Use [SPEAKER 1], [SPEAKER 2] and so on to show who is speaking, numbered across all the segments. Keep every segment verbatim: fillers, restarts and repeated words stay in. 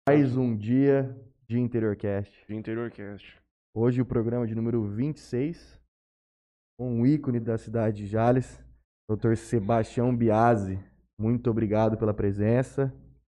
[SPEAKER 1] Mais um dia de Interiorcast.
[SPEAKER 2] De Interiorcast.
[SPEAKER 1] Hoje o programa de número vinte e seis, com um ícone da cidade de Jales, doutor Sebastião Biasi. Muito obrigado pela presença.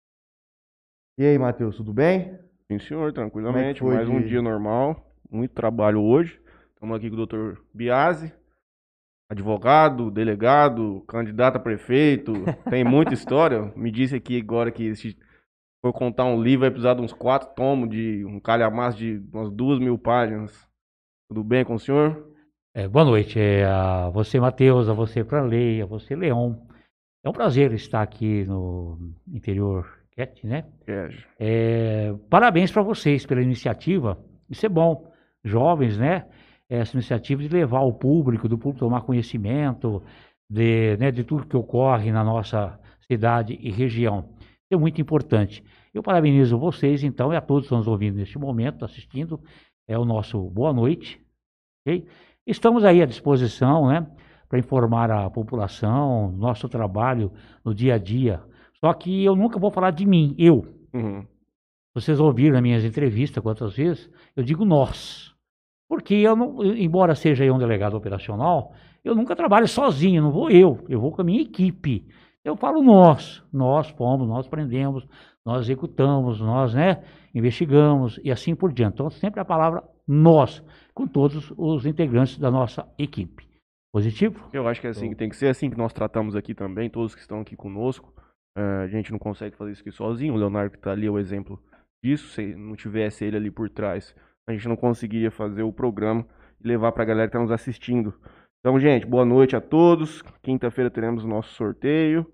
[SPEAKER 1] E aí, Matheus, tudo bem?
[SPEAKER 2] Sim, senhor,
[SPEAKER 1] Como é que
[SPEAKER 2] tranquilamente.
[SPEAKER 1] foi
[SPEAKER 2] Mais um
[SPEAKER 1] de...
[SPEAKER 2] dia normal. Muito trabalho hoje. Estamos aqui com o doutor Biasi, advogado, delegado, candidato a prefeito. Tem muita história. Me disse aqui agora que se for contar um livro vai precisar de uns quatro tomos, de um calhamaço de umas duas mil páginas. Tudo bem com o senhor?
[SPEAKER 3] É, boa noite é, a você, Matheus, a você, Franley, a você, Leon. É um prazer estar aqui no Interior Cat, né?
[SPEAKER 2] É,
[SPEAKER 3] É, parabéns para vocês pela iniciativa. Isso é bom. Jovens, né? Essa iniciativa de levar ao público, do público tomar conhecimento de, né, de tudo que ocorre na nossa cidade e região. Isso é muito importante. Eu parabenizo vocês, então, e a todos que estão nos ouvindo neste momento, assistindo. É o nosso boa noite. Ok? Estamos aí à disposição, né, para informar a população, nosso trabalho no dia a dia. Só que eu nunca vou falar de mim, eu.
[SPEAKER 2] Uhum.
[SPEAKER 3] Vocês ouviram nas minhas entrevistas quantas vezes? Eu digo nós. Porque eu não, embora seja eu um delegado operacional, eu nunca trabalho sozinho, não vou eu, eu vou com a minha equipe. Eu falo nós, nós fomos, nós prendemos, nós executamos, nós, né, investigamos e assim por diante. Então, sempre a palavra nós, com todos os integrantes da nossa equipe. Positivo?
[SPEAKER 2] Eu acho que é assim, que tem que ser assim que nós tratamos aqui também, todos que estão aqui conosco. Uh, a gente não consegue fazer isso aqui sozinho. O Leonardo que está ali é o exemplo disso. Se não tivesse ele ali por trás, a gente não conseguiria fazer o programa e levar para a galera que está nos assistindo. Então, gente, boa noite a todos. Quinta-feira teremos o nosso sorteio.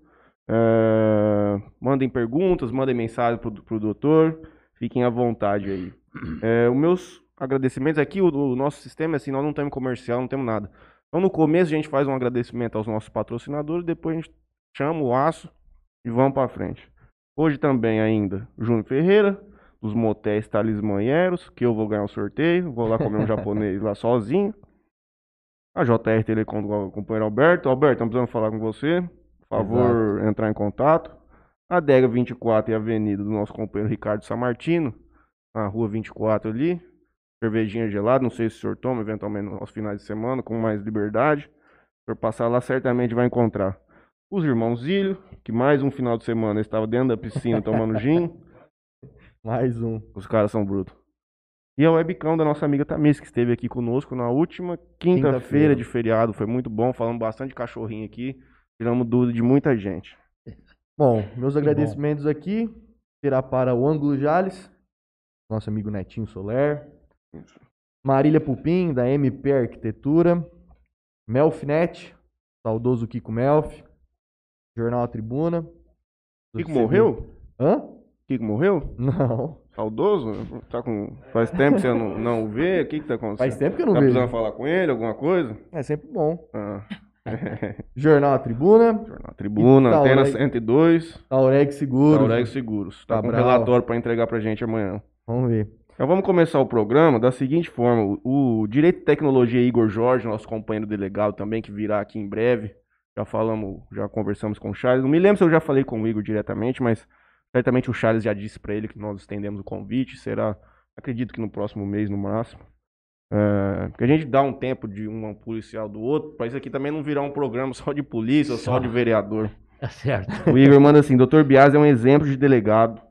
[SPEAKER 2] Uh, mandem perguntas, mandem mensagem para o doutor. Fiquem à vontade aí. Uh, os meus agradecimentos aqui, o, o nosso sistema é assim, nós não temos comercial, não temos nada. Então, no começo, a gente faz um agradecimento aos nossos patrocinadores, depois a gente chama o aço e vamos para frente. Hoje também ainda, Júnior Ferreira, dos motéis Talismanheiros, que eu vou ganhar o sorteio, vou lá comer um japonês lá sozinho. A J R Telecom do companheiro Alberto. Alberto, estamos precisando falar com você. Por favor, Exato. Entrar em contato. A Adega vinte e quatro e a Avenida do nosso companheiro Ricardo Samartino, na rua vinte e quatro ali. Cervejinha gelada, não sei se o senhor toma, eventualmente aos finais de semana, com mais liberdade. Se o senhor passar lá, certamente vai encontrar os irmãos Zílio, que mais um final de semana estava dentro da piscina tomando gin.
[SPEAKER 1] Mais um.
[SPEAKER 2] Os caras são brutos. E a webcam da nossa amiga Tamis, que esteve aqui conosco na última quinta-feira de feriado. Foi muito bom, falamos bastante de cachorrinho aqui. Tiramos dúvida de muita gente.
[SPEAKER 1] Bom, meus agradecimentos bom. aqui será para o Ângulo Jales, nosso amigo Netinho Soler. Marília Pupim, da M P Arquitetura. Melfinet, saudoso Kiko Melf. Jornal A Tribuna.
[SPEAKER 2] Kiko morreu?
[SPEAKER 1] Hã?
[SPEAKER 2] Kiko morreu?
[SPEAKER 1] Não.
[SPEAKER 2] Saudoso? Tá com... Faz tempo que você não, não o vê? O que que tá acontecendo?
[SPEAKER 1] Faz tempo que eu não
[SPEAKER 2] tá
[SPEAKER 1] vejo.
[SPEAKER 2] Tá precisando falar com ele, alguma coisa?
[SPEAKER 1] É sempre bom.
[SPEAKER 2] Ah.
[SPEAKER 1] Jornal A Tribuna.
[SPEAKER 2] Jornal A Tribuna, Antena cento e dois.
[SPEAKER 1] Taureg Seguros.
[SPEAKER 2] Taureg Seguros. Tá, tá com um relatório para entregar pra gente amanhã.
[SPEAKER 1] Vamos ver.
[SPEAKER 2] Então vamos começar o programa da seguinte forma. O, o Direito e Tecnologia Igor Jorge, nosso companheiro delegado também, que virá aqui em breve. Já falamos, já conversamos com o Charles. Não me lembro se eu já falei com o Igor diretamente, mas certamente o Charles já disse para ele que nós estendemos o convite. Será, acredito que no próximo mês, no máximo. É, porque a gente dá um tempo de um policial do outro, para isso aqui também não virar um programa só de polícia ou só de vereador.
[SPEAKER 3] É certo.
[SPEAKER 2] O Igor manda assim, doutor Biasi é um exemplo de delegado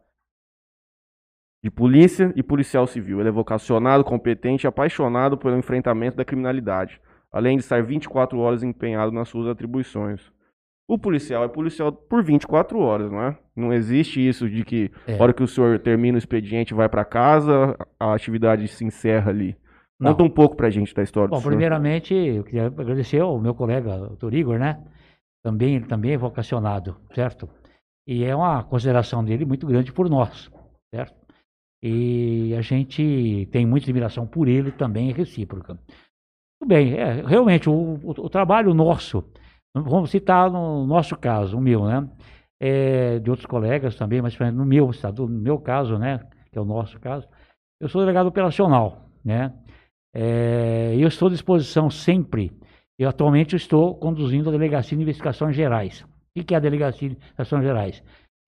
[SPEAKER 2] de polícia e policial civil. Ele é vocacionado, competente e apaixonado pelo enfrentamento da criminalidade, além de estar vinte e quatro horas empenhado nas suas atribuições. O policial é policial por vinte e quatro horas, não é? Não existe isso de que, na é. hora que o senhor termina o expediente e vai para casa, a atividade se encerra ali. Não. Conta um pouco pra gente da história
[SPEAKER 3] Bom,
[SPEAKER 2] do senhor.
[SPEAKER 3] primeiramente, eu queria agradecer ao meu colega, o doutor Igor, né? Também, ele também é vocacionado, certo? E é uma consideração dele muito grande por nós, certo? E a gente tem muita admiração por ele também, é recíproca. Tudo bem, é, realmente, o, o, o trabalho nosso, vamos citar no nosso caso, o meu, né? É, de outros colegas também, mas no meu, no meu caso, né? Que é o nosso caso, eu sou delegado operacional, né? É, eu estou à disposição sempre. Eu atualmente estou conduzindo a Delegacia de Investigações Gerais. O que é a Delegacia de Investigações Gerais?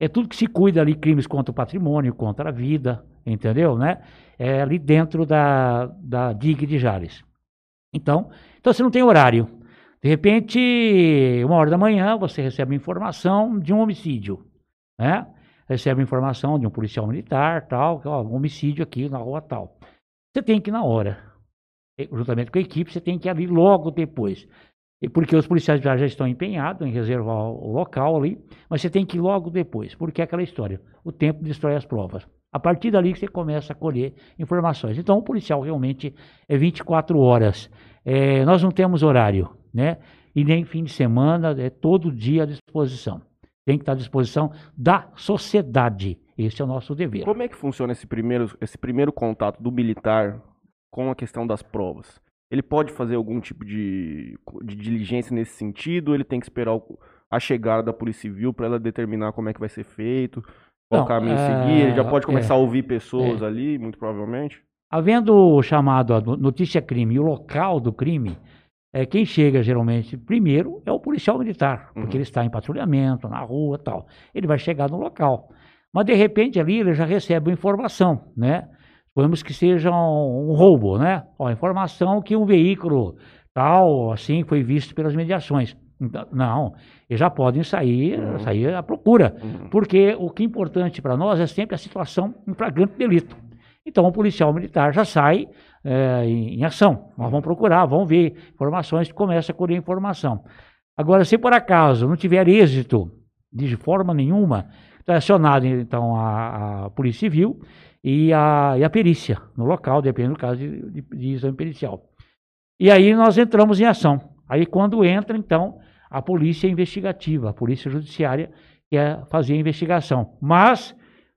[SPEAKER 3] é tudo que se cuida ali, crimes contra o patrimônio, contra a vida, entendeu, né? É ali dentro da, da D I G de Jales. Então, então, você não tem horário. De repente, uma hora da manhã, você recebe informação de um homicídio, né? Recebe informação de um policial militar, tal, ó, um homicídio aqui na rua tal. Você tem que ir na hora. Juntamente com a equipe, você tem que ir ali logo depois. E porque os policiais já, já estão empenhados em reservar o local ali, mas você tem que ir logo depois, porque é aquela história, o tempo destrói as provas. A partir dali que você começa a colher informações. Então, o policial realmente é vinte e quatro horas. É, nós não temos horário, né? E nem fim de semana, é todo dia à disposição. Tem que estar à disposição da sociedade. Esse é o nosso dever.
[SPEAKER 2] Como é que funciona esse primeiro, esse primeiro contato do militar com a questão das provas? Ele pode fazer algum tipo de, de diligência nesse sentido? Ele tem que esperar o, a chegada da Polícia Civil para ela determinar como é que vai ser feito, qual
[SPEAKER 3] Não,
[SPEAKER 2] caminho
[SPEAKER 3] é,
[SPEAKER 2] seguir? Ele já pode começar
[SPEAKER 3] é,
[SPEAKER 2] a ouvir pessoas
[SPEAKER 3] é.
[SPEAKER 2] ali, muito provavelmente?
[SPEAKER 3] Havendo o chamado a notícia crime e o local do crime, é, quem chega geralmente primeiro é o policial militar, porque
[SPEAKER 2] Uhum.
[SPEAKER 3] ele está em patrulhamento, na rua e tal. Ele vai chegar no local. Mas de repente ali ele já recebe uma informação, né? Suponhamos que seja um, um roubo, né? Ó, informação que um veículo tal, assim, foi visto pelas mediações. Então, não, eles já podem sair,
[SPEAKER 2] Uhum.
[SPEAKER 3] sair à procura,
[SPEAKER 2] Uhum.
[SPEAKER 3] porque o que é importante para nós é sempre a situação em flagrante delito. Então o policial militar já sai é, em, em ação. Nós vamos procurar, vamos ver informações, começa a colher informação. Agora, se por acaso não tiver êxito de forma nenhuma, está acionado então a, a Polícia Civil e a, e a perícia no local, dependendo do caso de, de, de exame pericial. E aí nós entramos em ação. Aí quando entra, então, a polícia investigativa, a polícia judiciária, que é fazer a investigação. Mas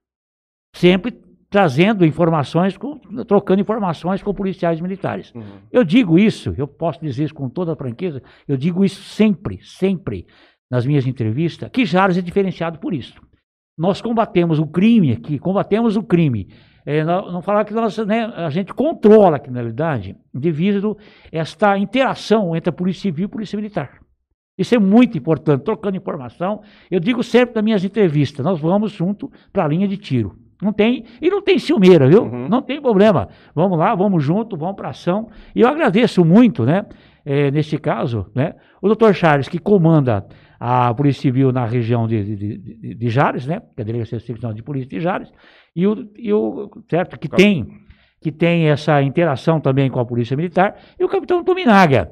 [SPEAKER 3] sempre trazendo informações, com, trocando informações com policiais militares.
[SPEAKER 2] Uhum.
[SPEAKER 3] Eu digo isso, eu posso dizer isso com toda a franqueza, eu digo isso sempre, sempre, nas minhas entrevistas, que Jales é diferenciado por isso. Nós combatemos o crime aqui, combatemos o crime. É, não, não falar que nós, né, a gente controla a criminalidade devido a esta interação entre a Polícia Civil e a Polícia Militar. Isso é muito importante, trocando informação. Eu digo sempre nas minhas entrevistas, nós vamos junto para a linha de tiro. Não tem, e não tem ciumeira, viu?
[SPEAKER 2] Uhum.
[SPEAKER 3] Não tem problema. Vamos lá, vamos junto, vamos para ação. E eu agradeço muito, né, é, nesse caso, né, o doutor Charles, que comanda a Polícia Civil na região de, de, de, de Jales, né, que é a Delegacia Seccional de Polícia de Jales, e o, e o certo, que tem, que tem essa interação também com a Polícia Militar, e o capitão Tominaga.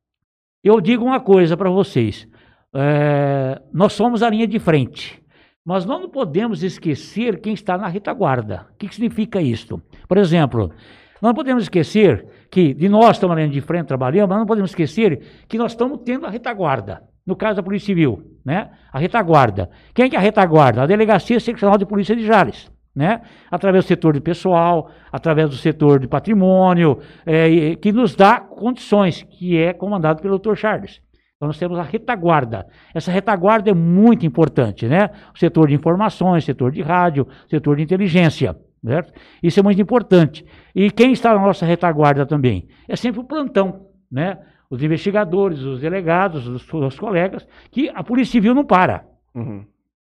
[SPEAKER 3] Eu digo uma coisa para vocês, é, nós somos a linha de frente, mas nós não podemos esquecer quem está na retaguarda. O que, que significa isso? Por exemplo, nós não podemos esquecer que de nós estamos na linha de frente trabalhando, mas não podemos esquecer que nós estamos tendo a retaguarda. No caso da Polícia Civil, né? A retaguarda. Quem que é a retaguarda? A Delegacia Seccional de Polícia de Jales, né? Através do setor de pessoal, através do setor de patrimônio, é, que nos dá condições, que é comandado pelo doutor Charles. Então nós temos a retaguarda. Essa retaguarda é muito importante, né? O setor de informações, setor de rádio, setor de inteligência, certo? Isso é muito importante. E quem está na nossa retaguarda também? É sempre o plantão, né? Os investigadores, os delegados, os, os colegas, que a Polícia Civil não para.
[SPEAKER 2] Uhum.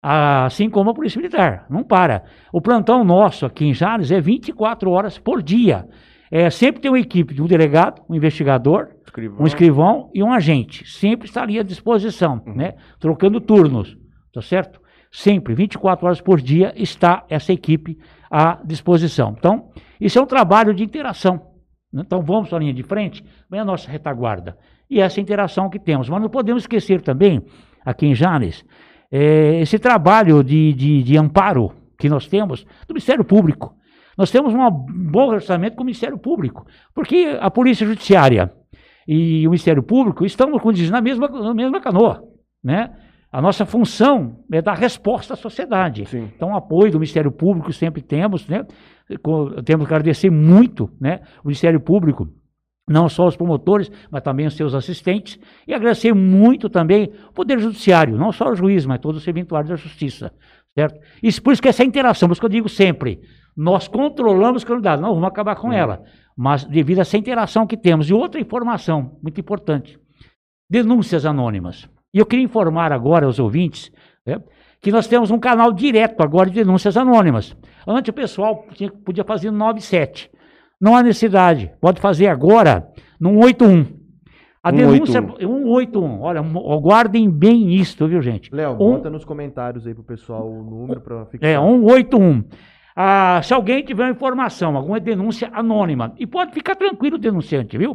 [SPEAKER 3] Assim como a Polícia Militar, não para. O plantão nosso aqui em Jales é vinte e quatro horas por dia. É, sempre tem uma equipe de um delegado, um investigador,
[SPEAKER 2] Escrivão.
[SPEAKER 3] um escrivão e um agente. Sempre está ali à disposição,
[SPEAKER 2] Uhum.
[SPEAKER 3] né? Trocando turnos, tá certo? Sempre, vinte e quatro horas por dia, está essa equipe à disposição. Então, isso é um trabalho de interação. Então vamos para a linha de frente, vem a nossa retaguarda. E essa interação que temos. Mas não podemos esquecer também, aqui em Jales, é, esse trabalho de, de, de amparo que nós temos do Ministério Público. Nós temos um bom relacionamento com o Ministério Público, porque a Polícia Judiciária e o Ministério Público estão na mesma, na mesma canoa, né? A nossa função é dar resposta à sociedade.
[SPEAKER 2] Sim.
[SPEAKER 3] Então, o apoio do Ministério Público sempre temos, né? Temos que agradecer muito, né, o Ministério Público, não só os promotores, mas também os seus assistentes, e agradecer muito também o Poder Judiciário, não só o juiz, mas todos os servidores da Justiça, certo? Isso, por isso que essa interação, por isso que eu digo sempre, nós controlamos a criminalidade, não vamos acabar com ela, mas devido a essa interação que temos. E outra informação muito importante, denúncias anônimas. E eu queria informar agora aos ouvintes, né, que nós temos um canal direto agora de denúncias anônimas. Antes o pessoal tinha, podia fazer no nove sete. Não há necessidade. Pode fazer agora no um oito um. A denúncia é um oito um. Olha, guardem bem isso, viu, gente?
[SPEAKER 1] Léo,
[SPEAKER 3] um,
[SPEAKER 1] bota nos comentários aí pro pessoal o número para fixar.
[SPEAKER 3] É, um oito um. Ah, se alguém tiver uma informação, alguma denúncia anônima, e pode ficar tranquilo o denunciante, viu?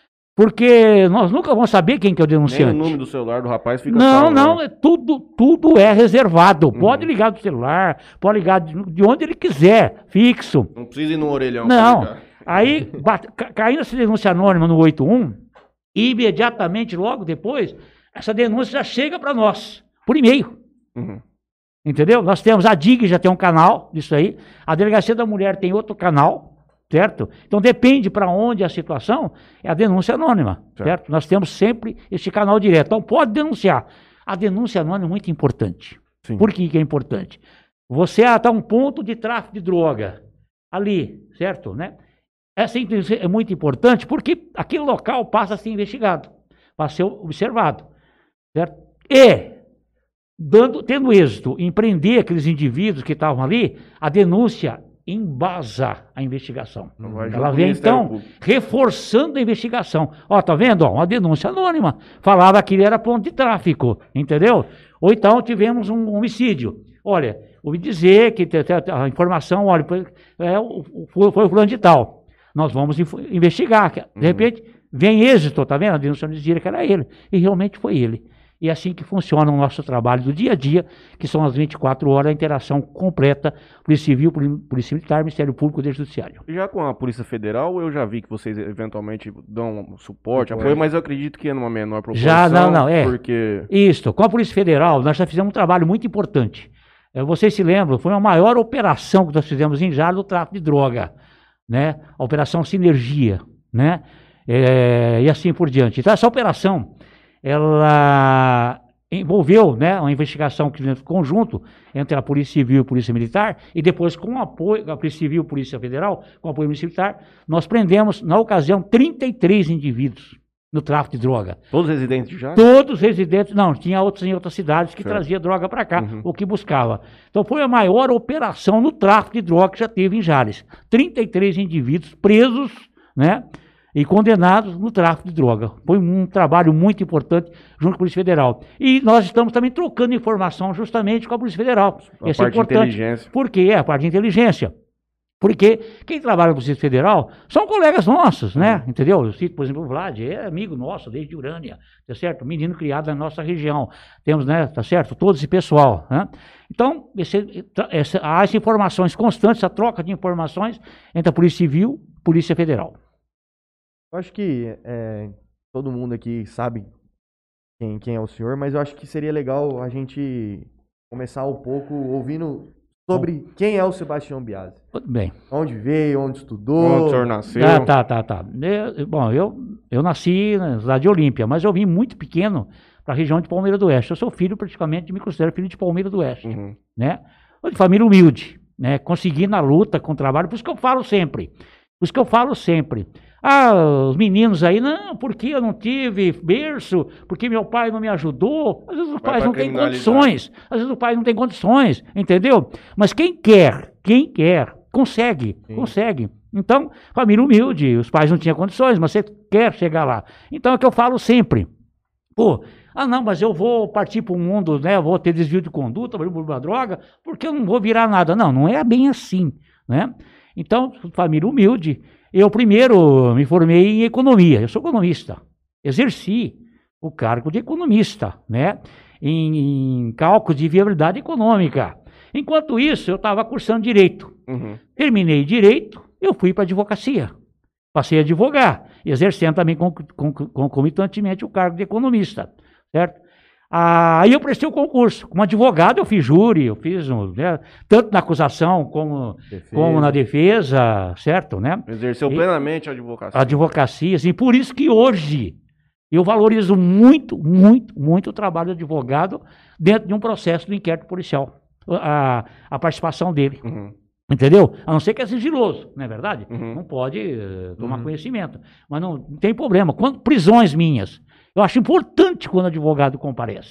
[SPEAKER 3] Porque nós nunca vamos saber quem que é o denunciante.
[SPEAKER 2] Nem o número do celular do rapaz fica
[SPEAKER 3] Não,
[SPEAKER 2] salvo,
[SPEAKER 3] não,
[SPEAKER 2] né?
[SPEAKER 3] é tudo, tudo é reservado.
[SPEAKER 2] Uhum.
[SPEAKER 3] Pode ligar do celular, pode ligar de, de onde ele quiser, fixo.
[SPEAKER 2] Não precisa ir no orelhão.
[SPEAKER 3] Não. Aí, bate, caindo essa denúncia anônima no oito um, imediatamente, logo depois, essa denúncia já chega para nós, por e-mail.
[SPEAKER 2] Uhum.
[SPEAKER 3] Entendeu? Nós temos, a D I G já tem um canal disso aí, a Delegacia da Mulher tem outro canal, certo? Então depende para onde a situação, é a denúncia anônima, certo? certo? Nós temos sempre este canal direto, então pode denunciar. A denúncia anônima é muito importante. Sim. Por que que é importante? Você está a um ponto de tráfico de droga, ali, certo? Né? Essa é muito importante porque aquele local passa a ser investigado, passa a ser observado, certo? E, dando, tendo êxito em prender aqueles indivíduos que estavam ali, a denúncia embasa a investigação. Ela vem, então, reforçando a investigação. Ó, tá vendo? Ó, uma denúncia anônima. Falava que ele era ponto de tráfico, entendeu? Ou então tivemos um homicídio. Olha, ouvi dizer que a informação, olha, foi, é, foi, foi o fulano de tal. Nós vamos investigar. De repente, vem êxito, tá vendo? A denúncia dizia que era ele. E realmente foi ele. E é assim que funciona o nosso trabalho do dia a dia, que são as vinte e quatro horas, a interação completa, Polícia Civil, Polícia Militar, Ministério Público e Judiciário.
[SPEAKER 2] Já com a Polícia Federal, eu já vi que vocês eventualmente dão suporte, apoio, é. mas eu acredito que é numa menor proporção.
[SPEAKER 3] Já, não, não, é.
[SPEAKER 2] Porque...
[SPEAKER 3] Isso, com a Polícia Federal, nós já fizemos um trabalho muito importante. Vocês se lembram, foi a maior operação que nós fizemos em Jales do tráfico de droga, né? A Operação Sinergia, né? É, e assim por diante. Então, essa operação, ela envolveu, né, uma investigação conjunto entre a Polícia Civil e a Polícia Militar, e depois com o apoio da Polícia Civil e Polícia Federal, com o apoio da Polícia Militar, nós prendemos, na ocasião, trinta e três indivíduos no tráfico de droga.
[SPEAKER 2] Todos residentes de Jales?
[SPEAKER 3] Todos residentes, não, tinha outros em outras cidades que
[SPEAKER 2] certo.
[SPEAKER 3] trazia droga para cá,
[SPEAKER 2] uhum.
[SPEAKER 3] o que buscava. Então foi a maior operação no tráfico de droga que já teve em Jales. trinta e três indivíduos presos, né, e condenados no tráfico de droga. Foi um trabalho muito importante junto com a Polícia Federal. E nós estamos também trocando informação justamente com a Polícia Federal.
[SPEAKER 2] A Isso parte é importante. De inteligência.
[SPEAKER 3] Por quê? É a parte de inteligência. Porque quem trabalha na Polícia Federal são colegas nossos, né? Uhum. Entendeu? Eu cito, por exemplo, o Vlad, é amigo nosso desde Urânia, tá certo? Menino criado na nossa região. Temos, né, tá certo? Todo esse pessoal, né? Então, esse, essa, há essas informações constantes, essa troca de informações entre a Polícia Civil e a Polícia Federal.
[SPEAKER 1] Eu acho que é, todo mundo aqui sabe quem, quem é o senhor, mas eu acho que seria legal a gente começar um pouco ouvindo sobre quem é o Sebastião Biasi.
[SPEAKER 3] Bem.
[SPEAKER 1] Onde veio, onde estudou.
[SPEAKER 2] Onde o senhor nasceu.
[SPEAKER 3] Tá, tá, tá. tá. Eu, bom, eu, eu nasci na cidade de Olímpia, mas eu vim muito pequeno para a região de Palmeira do Oeste. Eu sou filho, praticamente, me considero filho de Palmeira do Oeste.
[SPEAKER 2] Uhum.
[SPEAKER 3] Né? De família humilde, né? Consegui na luta, com o trabalho, por isso que eu falo sempre. Por isso que eu falo sempre. Ah, os meninos aí, não, porque eu não tive berço, porque meu pai não me ajudou. Às vezes os pais não têm condições, às vezes o pai não tem condições, entendeu? Mas quem quer, quem quer, consegue, Sim. consegue. Então, família humilde, os pais não tinham condições, mas você quer chegar lá. Então é o que eu falo sempre. Pô, ah não, mas eu vou partir para o mundo, né, vou ter desvio de conduta, vou para a droga, porque eu não vou virar nada. Não, não é bem assim, né? Então, família humilde. Eu primeiro me formei em economia, eu sou economista, exerci o cargo de economista, né, em, em cálculo de viabilidade econômica. Enquanto isso, eu estava cursando direito.
[SPEAKER 2] Uhum. Terminei
[SPEAKER 3] direito, eu fui para a advocacia, passei a advogar, exercendo também concomitantemente o cargo de economista, certo? Aí eu prestei o concurso. Como advogado, eu fiz júri, eu fiz, né, tanto na acusação como, como na defesa, certo? Né?
[SPEAKER 2] Exerceu e, plenamente a advocacia.
[SPEAKER 3] A advocacia, assim, por isso que hoje eu valorizo muito, muito, muito o trabalho do advogado dentro de um processo do inquérito policial, a, a participação dele.
[SPEAKER 2] Uhum.
[SPEAKER 3] Entendeu? A não ser que é sigiloso, não é verdade? Uhum. Não pode uh, tomar
[SPEAKER 2] uhum.
[SPEAKER 3] conhecimento. Mas não, não tem problema. Quando, prisões minhas. Eu acho importante quando o advogado comparece.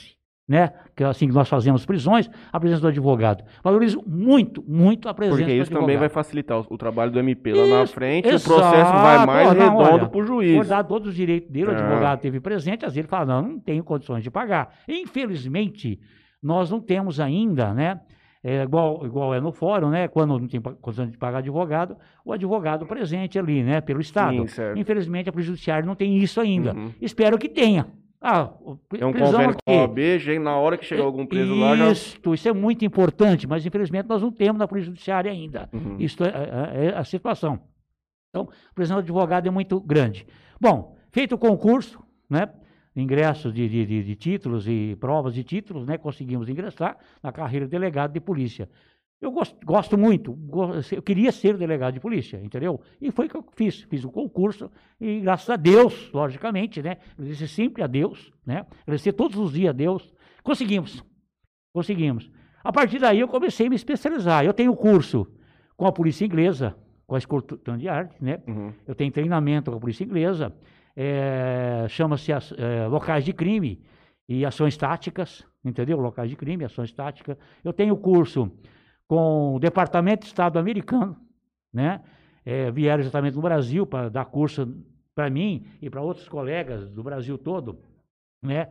[SPEAKER 3] né? Que é assim que nós fazemos prisões, a presença do advogado. Valorizo muito, muito a presença do
[SPEAKER 2] Porque
[SPEAKER 3] advogado.
[SPEAKER 2] isso também vai facilitar o, o trabalho do M P lá na
[SPEAKER 3] Isso,
[SPEAKER 2] frente,
[SPEAKER 3] exato,
[SPEAKER 2] o processo vai mais
[SPEAKER 3] não,
[SPEAKER 2] redondo
[SPEAKER 3] olha,
[SPEAKER 2] para o juiz.
[SPEAKER 3] Por dar todos os direitos dele, o
[SPEAKER 2] É.
[SPEAKER 3] advogado teve presente, às vezes ele fala, não, não tenho condições de pagar. Infelizmente, nós não temos ainda, né? É, igual, igual é no fórum, né? Quando não tem condições de pagar advogado, o advogado presente ali, né? Pelo Estado.
[SPEAKER 2] Sim, certo.
[SPEAKER 3] Infelizmente, a Polícia Judiciária não tem isso ainda.
[SPEAKER 2] Uhum.
[SPEAKER 3] Espero que tenha. Ah, o-
[SPEAKER 2] Tem um
[SPEAKER 3] prisão
[SPEAKER 2] convênio
[SPEAKER 3] aqui.
[SPEAKER 2] com a O A B, chega- na hora que chegar algum preso lá, já...
[SPEAKER 3] Isso, isso é muito importante, mas infelizmente nós não temos na Polícia Judiciária ainda.
[SPEAKER 2] Uhum.
[SPEAKER 3] Isso é, é- é a situação. Então, a presença do advogado é muito grande. Bom, feito o concurso, né? Ingressos de, de, de- de títulos e provas de títulos, né? Conseguimos ingressar na carreira de delegado de polícia. Eu gosto, gosto muito, go- eu queria ser delegado de polícia, entendeu? E foi o que eu fiz, fiz o concurso e graças a Deus, logicamente, né? Agradecer sempre a Deus, né? Agradecer todos os dias a Deus. Conseguimos, conseguimos. A partir daí eu comecei a me especializar. Eu tenho curso com a polícia inglesa, com a Escola de Arte, né?
[SPEAKER 2] Uhum.
[SPEAKER 3] Eu tenho treinamento com a polícia inglesa, é, chama-se as- é, locais de crime e ações táticas, entendeu? Locais de crime, ações táticas. Eu tenho curso com o Departamento de Estado americano, né? É, vieram exatamente no Brasil para dar curso para mim e para outros colegas do Brasil todo, né?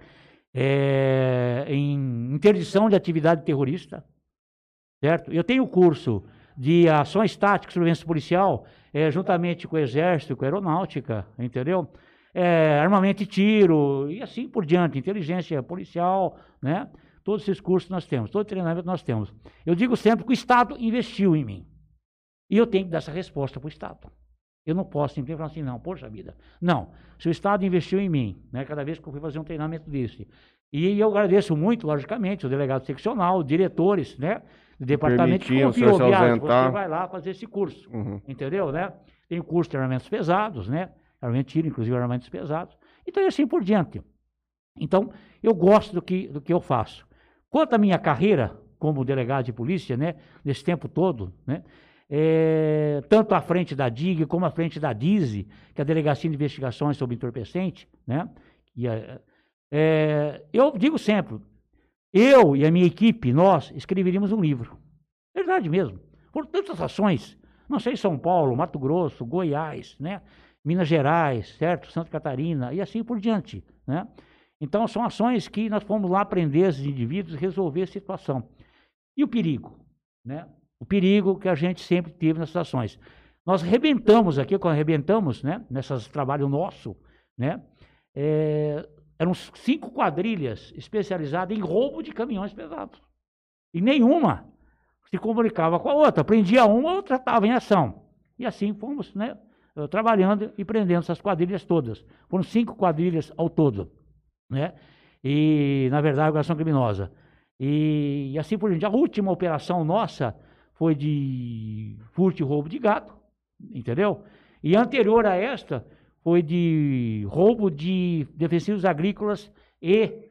[SPEAKER 3] É, em interdição de atividade terrorista, certo? Eu tenho curso de ações táticas, surveillância policial, é, juntamente com o Exército, com a Aeronáutica, entendeu? É, armamento e tiro, e assim por diante, inteligência policial, né? Todos esses cursos nós temos, todo treinamento nós temos. Eu digo sempre que o Estado investiu em mim. E eu tenho que dar essa resposta para o Estado. Eu não posso simplesmente falar assim, não, poxa vida. Não, se o Estado investiu em mim, né, cada vez que eu fui fazer um treinamento desse. E eu agradeço muito, logicamente, o delegado seccional, diretores, né, do departamento que
[SPEAKER 2] Permitiam o
[SPEAKER 3] confiou,
[SPEAKER 2] senhor se
[SPEAKER 3] viado,
[SPEAKER 2] ausentar.
[SPEAKER 3] você vai lá fazer esse curso.
[SPEAKER 2] Uhum.
[SPEAKER 3] Entendeu, né? Tem o curso de armamentos pesados, né? Armamento de tiro, inclusive armamentos pesados. Então, e assim por diante. Então, eu gosto do que, do que eu faço. Quanto à minha carreira como delegado de polícia, né? Nesse tempo todo, né? É, tanto à frente da D I G como à frente da D I S E, que é a Delegacia de Investigações sobre Entorpecente, né? E, é, é, eu digo sempre, eu e a minha equipe, nós escreveríamos um livro. Verdade mesmo. Por tantas ações, não sei, São Paulo, Mato Grosso, Goiás, né? Minas Gerais, certo? Santa Catarina e assim por diante, né? Então, são ações que nós fomos lá aprender esses indivíduos, resolver a situação. E o perigo, né? O perigo que a gente sempre teve nessas ações. Nós arrebentamos aqui, quando arrebentamos, né? Nesses trabalhos nosso, né? É, eram cinco quadrilhas especializadas em roubo de caminhões pesados. E nenhuma se comunicava com a outra. Prendia uma, outra estava em ação. E assim fomos, né? Trabalhando e prendendo essas quadrilhas todas. Foram cinco quadrilhas ao todo, né? E, na verdade, organização criminosa. E, e assim por diante. A última operação nossa foi de furto e roubo de gado, entendeu? E anterior a esta foi de roubo de defensivos agrícolas e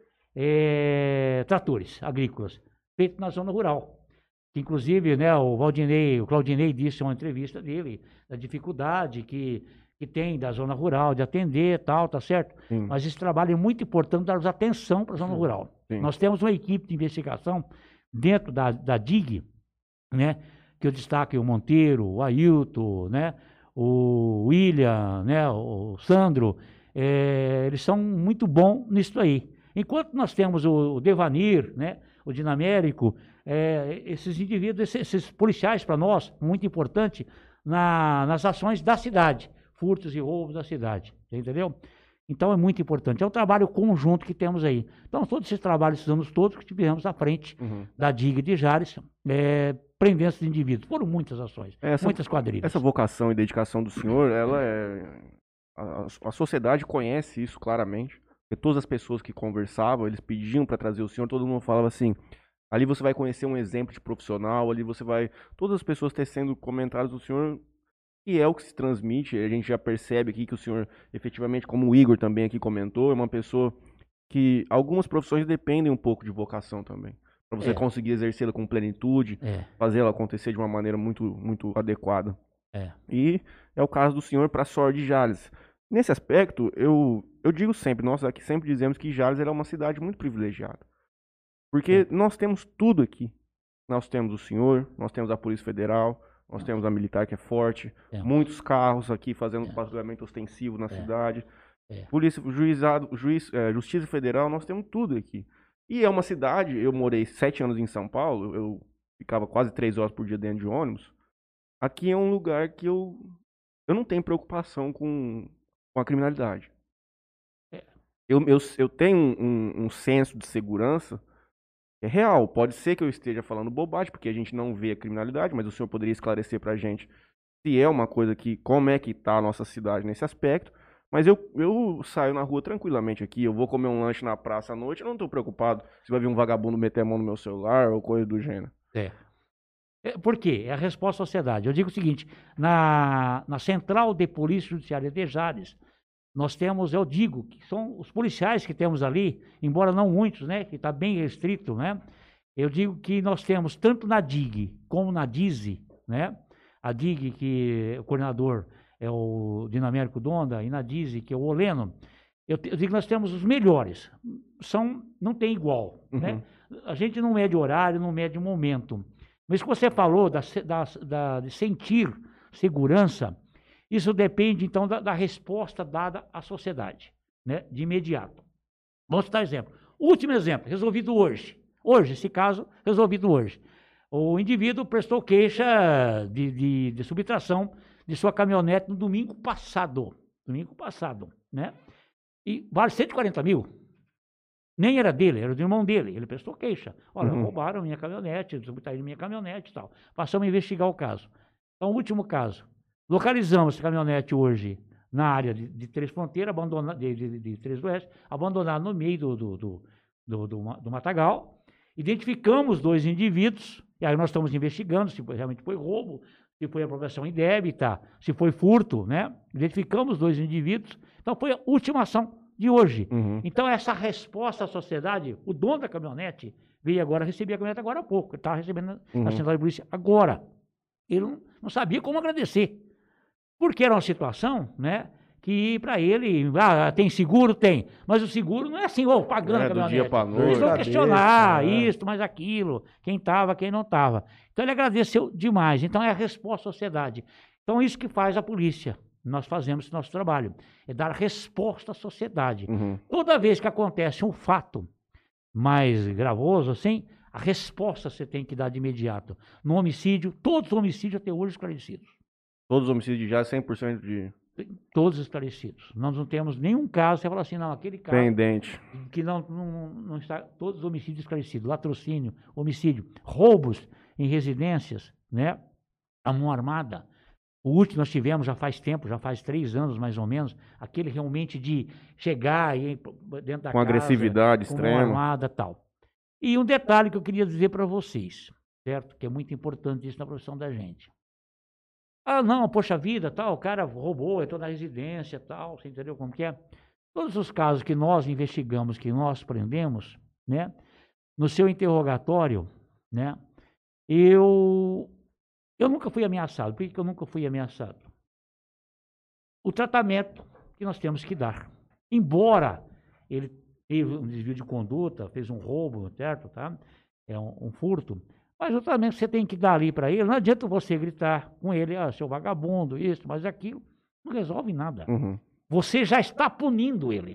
[SPEAKER 3] é, tratores agrícolas, feito na zona rural. Inclusive, né, o Valdinei, o Claudinei disse em uma entrevista dele, da dificuldade que, que tem da zona rural, de atender e tal, tá certo?
[SPEAKER 2] Sim.
[SPEAKER 3] Mas esse trabalho é muito importante, darmos atenção para a zona
[SPEAKER 2] Sim.
[SPEAKER 3] rural.
[SPEAKER 2] Sim.
[SPEAKER 3] Nós temos uma equipe de investigação dentro da, da D I G, né, que eu destaque o Monteiro, o Ailton, né, o William, né, o Sandro, é, eles são muito bons nisso aí. Enquanto nós temos o, o Devanir, né, o Dinamérico, é, esses indivíduos, esses, esses policiais para nós, muito importante na, nas ações da cidade, furtos e roubos da cidade, entendeu? Então é muito importante, é um trabalho conjunto que temos aí. Então todos esses trabalhos, esses anos todos que tivemos à frente
[SPEAKER 2] Uhum.
[SPEAKER 3] da D I G de Jales, é, prendendo esses indivíduos, foram muitas ações,
[SPEAKER 2] Essa-
[SPEAKER 3] muitas quadrilhas.
[SPEAKER 2] Essa vocação e dedicação do senhor, ela é... A, a sociedade conhece isso claramente. Porque todas as pessoas que conversavam, eles pediam para trazer o senhor, todo mundo falava assim, ali você vai conhecer um exemplo de profissional, ali você vai... Todas as pessoas tecendo comentários do senhor, que é o que se transmite, a gente já percebe aqui que o senhor, efetivamente, como o Igor também aqui comentou, é uma pessoa que algumas profissões dependem um pouco de vocação também. Para você
[SPEAKER 3] É.
[SPEAKER 2] conseguir exercê-la com plenitude,
[SPEAKER 3] É,
[SPEAKER 2] fazer ela acontecer de uma maneira muito, muito adequada.
[SPEAKER 3] é.
[SPEAKER 2] E é o caso do senhor para a sorte de Jales. Nesse aspecto, eu, eu digo sempre, nós aqui sempre dizemos que Jales era uma cidade muito privilegiada. Porque é. nós temos tudo aqui. Nós temos o senhor, nós temos a Polícia Federal, nós temos a militar que é forte, é. muitos carros aqui fazendo é. patrulhamento ostensivo na é. cidade. É. Polícia, juizado, juiz, é, Justiça Federal, nós temos tudo aqui. E é uma cidade, eu morei sete anos em São Paulo, eu ficava quase três horas por dia dentro de ônibus. Aqui é um lugar que eu, eu não tenho preocupação com, com a criminalidade. É. Eu, eu, eu tenho um, um senso de segurança é real. Pode ser que eu esteja falando bobagem, porque a gente não vê a criminalidade, mas o senhor poderia esclarecer pra gente se é uma coisa que, como é que tá a nossa cidade nesse aspecto. Mas eu, eu saio na rua tranquilamente aqui, eu vou comer um lanche na praça à noite, eu não tô preocupado se vai vir um vagabundo meter a mão no meu celular ou coisa do gênero.
[SPEAKER 3] É. é por quê? É a resposta à sociedade. Eu digo o seguinte, na, na Central de Polícia Judiciária de Jales, nós temos, eu digo, que são os policiais que temos ali, embora não muitos, né, que está bem restrito, né, eu digo que nós temos tanto na D I G como na D I Z I, né, a D I G, que o coordenador é o Dinamérico Donda, e na D I Z I, que é o Oleno, eu, eu digo que nós temos os melhores, são, não tem igual, uhum. né, a gente não mede horário, não mede momento, mas o que você falou da, da, da, de sentir segurança, isso depende, então, da, da resposta dada à sociedade, né, de imediato. Vamos citar exemplo. Último exemplo, resolvido hoje. Hoje, esse caso, resolvido hoje. O indivíduo prestou queixa de, de, de subtração de sua caminhonete no domingo passado. Domingo passado, né? E vale cento e quarenta mil. Nem era dele, era do irmão dele. Ele prestou queixa. Olha, uhum. roubaram minha caminhonete, subtraíram minha caminhonete e tal. Passamos a investigar o caso. Então, último caso. Localizamos essa caminhonete hoje na área de, de Três Fronteiras, abandonada, de, de, de Três do Oeste, abandonada no meio do, do, do, do, do, do Matagal. Identificamos dois indivíduos, e aí nós estamos investigando se realmente foi roubo, se foi apropriação indébita, se foi furto, né? Identificamos dois indivíduos. Então foi a última ação de hoje. Uhum. Então essa resposta à sociedade, o dono da caminhonete veio agora receber a caminhonete agora há pouco, ele estava recebendo uhum. na Central de Polícia agora. Ele não, não sabia como agradecer. Porque era uma situação, né, que para ele, ah, tem seguro? Tem. Mas o seguro não é assim, oh, pagando é, a caminhonete.
[SPEAKER 2] Do dia pra noite.
[SPEAKER 3] Eles vão questionar é. isso, mas aquilo, quem estava, quem não estava. Então ele agradeceu demais. Então é a resposta à sociedade. Então isso que faz a polícia. Nós fazemos esse nosso trabalho. É dar resposta à sociedade. Uhum. Toda vez que acontece um fato mais gravoso, assim, a resposta você tem que dar de imediato. No homicídio, todos os homicídios até hoje esclarecidos.
[SPEAKER 2] Todos os homicídios já cem por cento de...
[SPEAKER 3] Todos esclarecidos. Nós não temos nenhum caso, você fala assim, não, aquele caso...
[SPEAKER 2] Pendente.
[SPEAKER 3] Que não, não, não está... Todos os homicídios esclarecidos. Latrocínio, homicídio, roubos em residências, né? A mão armada. O último nós tivemos já faz tempo, já faz três anos mais ou menos, aquele realmente de chegar e dentro da
[SPEAKER 2] com
[SPEAKER 3] casa...
[SPEAKER 2] agressividade
[SPEAKER 3] com
[SPEAKER 2] extrema.
[SPEAKER 3] Com mão armada e tal. E um detalhe que eu queria dizer para vocês, certo? Que é muito importante isso na profissão da gente. Ah, não, poxa vida, tal, o cara roubou, entrou na residência, tal, você entendeu como que é? Todos os casos que nós investigamos, que nós prendemos, né? No seu interrogatório, né? Eu, eu nunca fui ameaçado. Por que eu nunca fui ameaçado? O tratamento que nós temos que dar. Embora ele teve um desvio de conduta, fez um roubo, certo? Tá? É um, um furto. Mas o tratamento que você tem que dar ali para ele, não adianta você gritar com ele, ah, seu vagabundo, isso, mas aquilo, não resolve nada. Uhum. Você já está punindo ele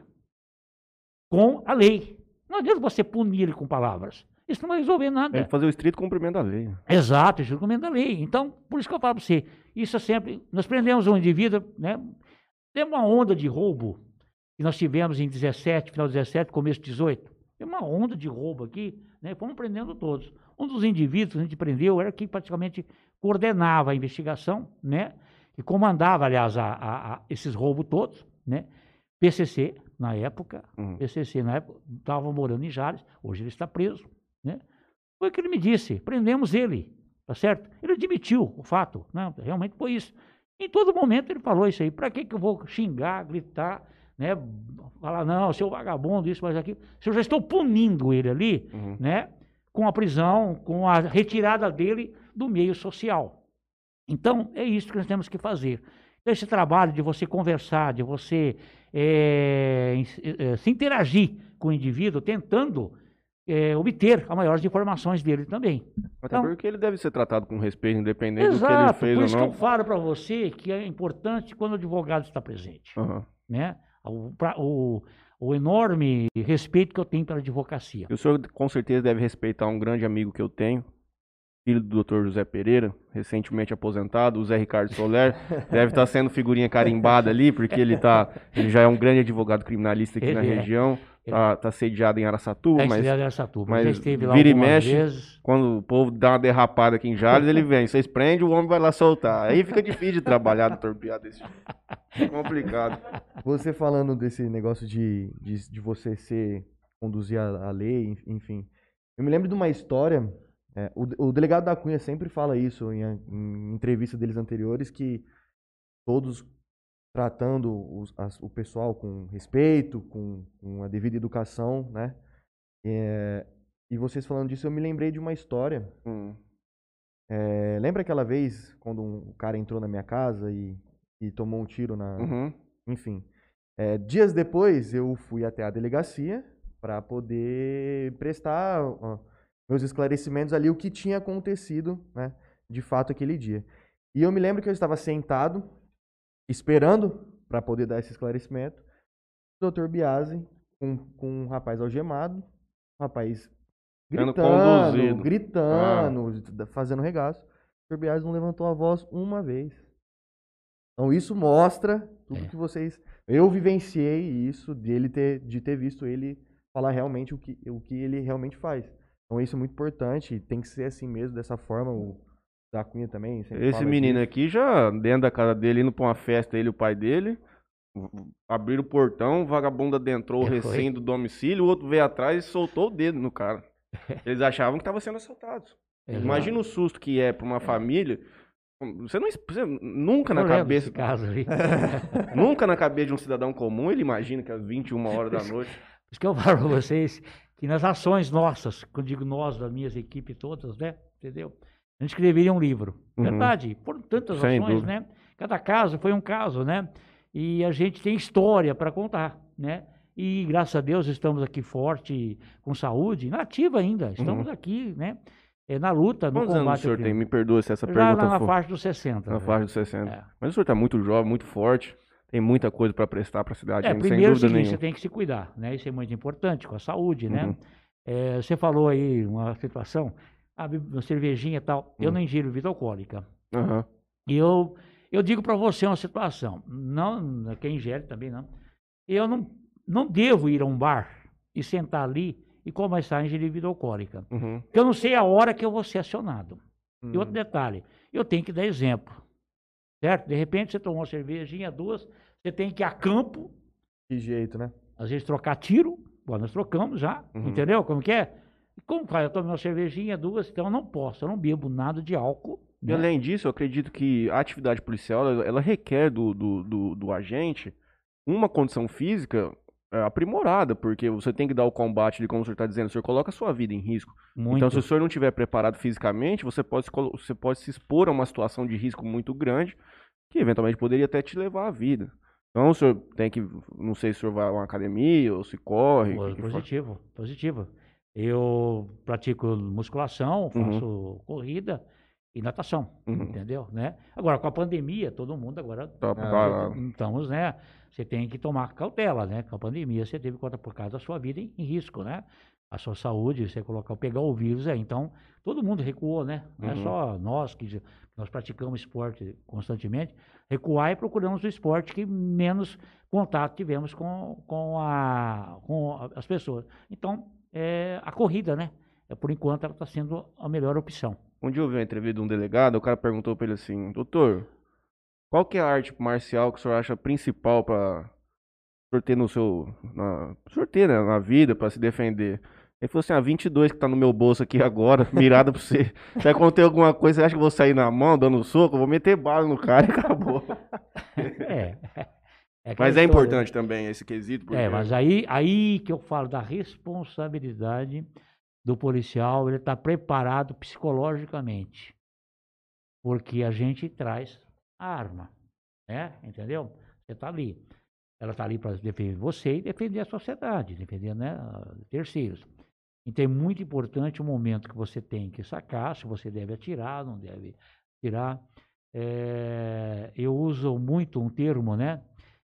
[SPEAKER 3] com a lei. Não adianta você punir ele com palavras. Isso não vai resolver nada.
[SPEAKER 2] É fazer o estrito cumprimento da lei.
[SPEAKER 3] Exato, o estrito cumprimento da lei. Então, por isso que eu falo para você, isso é sempre, nós prendemos um indivíduo, né? Tem uma onda de roubo que nós tivemos em dezessete, final de dezessete, começo de dezoito. Tem uma onda de roubo aqui, né? Fomos prendendo todos. Um dos indivíduos que a gente prendeu era quem praticamente coordenava a investigação, né? E comandava, aliás, a, a, a esses roubos todos, né? P C C, na época, uhum. P C C, na época, estava morando em Jales, hoje ele está preso, né? Foi o que ele me disse, prendemos ele, tá certo? Ele admitiu o fato, né? Realmente foi isso. Em todo momento ele falou isso aí, para que que eu vou xingar, gritar, né? Falar, não, seu vagabundo, isso, mas aquilo. Se eu já estou punindo ele ali, uhum. né? Com a prisão, com a retirada dele do meio social. Então, é isso que nós temos que fazer. Então, esse trabalho de você conversar, de você é, é, se interagir com o indivíduo, tentando é, obter as maiores informações dele também.
[SPEAKER 2] Até
[SPEAKER 3] Então,
[SPEAKER 2] porque ele deve ser tratado com respeito, independente
[SPEAKER 3] exato,
[SPEAKER 2] do que ele fez
[SPEAKER 3] por
[SPEAKER 2] ou
[SPEAKER 3] isso
[SPEAKER 2] não.
[SPEAKER 3] que eu falo para você que é importante quando o advogado está presente.
[SPEAKER 2] Uhum.
[SPEAKER 3] Né? O, pra, o, o enorme respeito que eu tenho pela advocacia.
[SPEAKER 2] E o senhor com certeza deve respeitar um grande amigo que eu tenho, filho do doutor José Pereira, recentemente aposentado, o Zé Ricardo Soler, deve estar sendo figurinha carimbada ali, porque ele, tá, ele já é um grande advogado criminalista aqui
[SPEAKER 3] Ele
[SPEAKER 2] na
[SPEAKER 3] é.
[SPEAKER 2] região,
[SPEAKER 3] Ele
[SPEAKER 2] tá, tá sediado em Araçatuba,
[SPEAKER 3] é
[SPEAKER 2] mas,
[SPEAKER 3] exiliado em Araçatuba.
[SPEAKER 2] mas
[SPEAKER 3] Já esteve lá
[SPEAKER 2] vira e
[SPEAKER 3] algumas
[SPEAKER 2] mexe,
[SPEAKER 3] vezes.
[SPEAKER 2] quando o povo dá uma derrapada aqui em Jales, ele vem, vocês prendem, o homem vai lá soltar. Aí fica difícil de trabalhar, doutor Piá, desse jeito. É complicado.
[SPEAKER 1] Você falando desse negócio de, de, de você ser, conduzir a, a lei, enfim. Eu me lembro de uma história, é, o, o delegado da Cunha sempre fala isso em, em entrevista deles anteriores, que todos tratando os, as, o pessoal com respeito, com, com a devida educação, né? É, e vocês falando disso, eu me lembrei de uma história.
[SPEAKER 2] Hum.
[SPEAKER 1] É, lembra aquela vez quando um cara entrou na minha casa e, e tomou um tiro na...
[SPEAKER 2] Uhum.
[SPEAKER 1] Enfim. É, dias depois, eu fui até a delegacia para poder prestar ó, meus esclarecimentos ali, o que tinha acontecido, né, de fato, aquele dia. E eu me lembro que eu estava sentado, esperando para poder dar esse esclarecimento, o doutor Biasi, com, com um rapaz algemado, um rapaz
[SPEAKER 2] Sendo
[SPEAKER 1] gritando,
[SPEAKER 2] conduzido.
[SPEAKER 1] gritando, fazendo regaço. O doutor Biasi não levantou a voz uma vez. Então isso mostra tudo
[SPEAKER 3] É.
[SPEAKER 1] que vocês... Eu vivenciei isso, de, ele ter, de ter visto ele falar realmente o que, o que ele realmente faz. Então isso é muito importante, tem que ser assim mesmo, dessa forma. O da Cunha também sempre
[SPEAKER 2] Esse
[SPEAKER 1] fala
[SPEAKER 2] menino
[SPEAKER 1] disso.
[SPEAKER 2] aqui já, dentro da casa dele, indo pra uma festa, ele e o pai dele, abriram o portão, o vagabundo adentrou o
[SPEAKER 3] É,
[SPEAKER 2] recém
[SPEAKER 3] foi.
[SPEAKER 2] do domicílio, o outro veio atrás e soltou o dedo no cara. Eles achavam que estavam sendo assaltados.
[SPEAKER 3] Exato.
[SPEAKER 2] Imagina o susto que é pra uma família. Você não você, nunca
[SPEAKER 3] Eu
[SPEAKER 2] na
[SPEAKER 3] lembro
[SPEAKER 2] cabeça,
[SPEAKER 3] desse caso ali.
[SPEAKER 2] nunca na cabeça de um cidadão comum ele imagina que às vinte e uma horas da noite.
[SPEAKER 3] Por isso que eu falo para vocês que nas ações nossas, quando digo nós, das minhas equipes todas, né? Entendeu? A gente escreveria um livro.
[SPEAKER 2] Uhum.
[SPEAKER 3] Verdade. Foram tantas
[SPEAKER 2] Sem
[SPEAKER 3] ações,
[SPEAKER 2] dúvida.
[SPEAKER 3] né? Cada caso foi um caso, né? E a gente tem história para contar, né? E graças a Deus estamos aqui forte, com saúde, nativa ainda. Estamos
[SPEAKER 2] Uhum.
[SPEAKER 3] aqui, né? É, na luta, no
[SPEAKER 2] Quantos anos o
[SPEAKER 3] combate ao
[SPEAKER 2] senhor tem?
[SPEAKER 3] crime.
[SPEAKER 2] Me perdoa se essa
[SPEAKER 3] Já
[SPEAKER 2] pergunta
[SPEAKER 3] lá na
[SPEAKER 2] for
[SPEAKER 3] faixa dos sessenta.
[SPEAKER 2] na
[SPEAKER 3] né?
[SPEAKER 2] faixa dos sessenta.
[SPEAKER 3] É.
[SPEAKER 2] Mas o senhor está muito jovem, muito forte, tem muita coisa para prestar para a cidade,
[SPEAKER 3] É,
[SPEAKER 2] ainda, sem
[SPEAKER 3] primeiro é o
[SPEAKER 2] dúvida
[SPEAKER 3] seguinte,
[SPEAKER 2] nenhuma.
[SPEAKER 3] você tem que se cuidar, né? Isso é muito importante, com a saúde, né?
[SPEAKER 2] Uhum.
[SPEAKER 3] É, você falou aí uma situação, ah, uma cervejinha e tal. Eu
[SPEAKER 2] Hum.
[SPEAKER 3] não ingiro bebida alcoólica.
[SPEAKER 2] Aham.
[SPEAKER 3] E eu, eu digo para você uma situação, não, quem ingere também não. Eu não, não devo ir a um bar e sentar ali e começar a ingerir bebida alcoólica.
[SPEAKER 2] Uhum.
[SPEAKER 3] Porque eu não sei a hora que eu vou ser acionado.
[SPEAKER 1] Hum.
[SPEAKER 3] E outro detalhe, eu tenho que dar exemplo. Certo? De repente você tomou uma cervejinha, duas, você tem que ir a campo,
[SPEAKER 1] Que jeito, né?
[SPEAKER 3] às vezes trocar tiro, bom, nós trocamos já,
[SPEAKER 2] Uhum.
[SPEAKER 3] entendeu como que é? E como faz? Eu tomei uma cervejinha, duas, então eu não posso, eu não bebo nada de álcool.
[SPEAKER 2] E
[SPEAKER 3] Né?
[SPEAKER 2] além disso, eu acredito que a atividade policial, ela, ela requer do, do, do, do agente uma condição física é, aprimorada, porque você tem que dar o combate ali, como o senhor está dizendo, o senhor coloca a sua vida em risco.
[SPEAKER 3] Muito.
[SPEAKER 2] Então, se o senhor não estiver preparado fisicamente, você pode, se colo- você pode se expor a uma situação de risco muito grande, que eventualmente poderia até te levar à vida. Então, o senhor tem que, não sei se o senhor vai a uma academia ou se corre. o que que for.
[SPEAKER 3] Positivo, positivo. Eu pratico musculação, faço corrida e natação,
[SPEAKER 2] Uhum.
[SPEAKER 3] entendeu? Né? Agora, com a pandemia, todo mundo agora...
[SPEAKER 2] Tá,
[SPEAKER 1] Ah,
[SPEAKER 2] tá-
[SPEAKER 3] Estamos, né? Você tem que tomar cautela, né? Com a pandemia, você teve conta por causa da sua vida em, em risco, né? A sua saúde, você colocar, pegar o vírus aí. Então, todo mundo recuou, né? Não é
[SPEAKER 2] Uhum.
[SPEAKER 3] só nós que já- nós praticamos esporte constantemente, recuar e procuramos o esporte que menos contato tivemos com, com, a, com a- as pessoas. Então, é, a corrida, né? É, por enquanto, ela está sendo a melhor opção.
[SPEAKER 2] Um dia eu vi uma entrevista de um delegado, o cara perguntou pra ele assim, doutor, qual que é a arte marcial que o senhor acha principal pra o senhor ter no seu, na, o senhor ter, né, na vida, pra se defender? Ele falou assim, ah, vinte e dois que tá no meu bolso aqui agora, mirada pra você. Se acontecer alguma coisa, você acha que eu vou sair na mão, dando soco? Eu vou meter bala no cara e acabou.
[SPEAKER 3] É. É aquela
[SPEAKER 2] Mas é
[SPEAKER 3] história,
[SPEAKER 2] importante também esse quesito, porque...
[SPEAKER 3] É, mas aí, aí que eu falo da responsabilidade do policial, ele está preparado psicologicamente, porque a gente traz a arma, né? Entendeu? Você está ali. Ela está ali para defender você e defender a sociedade, defender, né, terceiros. Então é muito importante o momento que você tem que sacar, se você deve atirar, não deve atirar. É, eu uso muito um termo, né?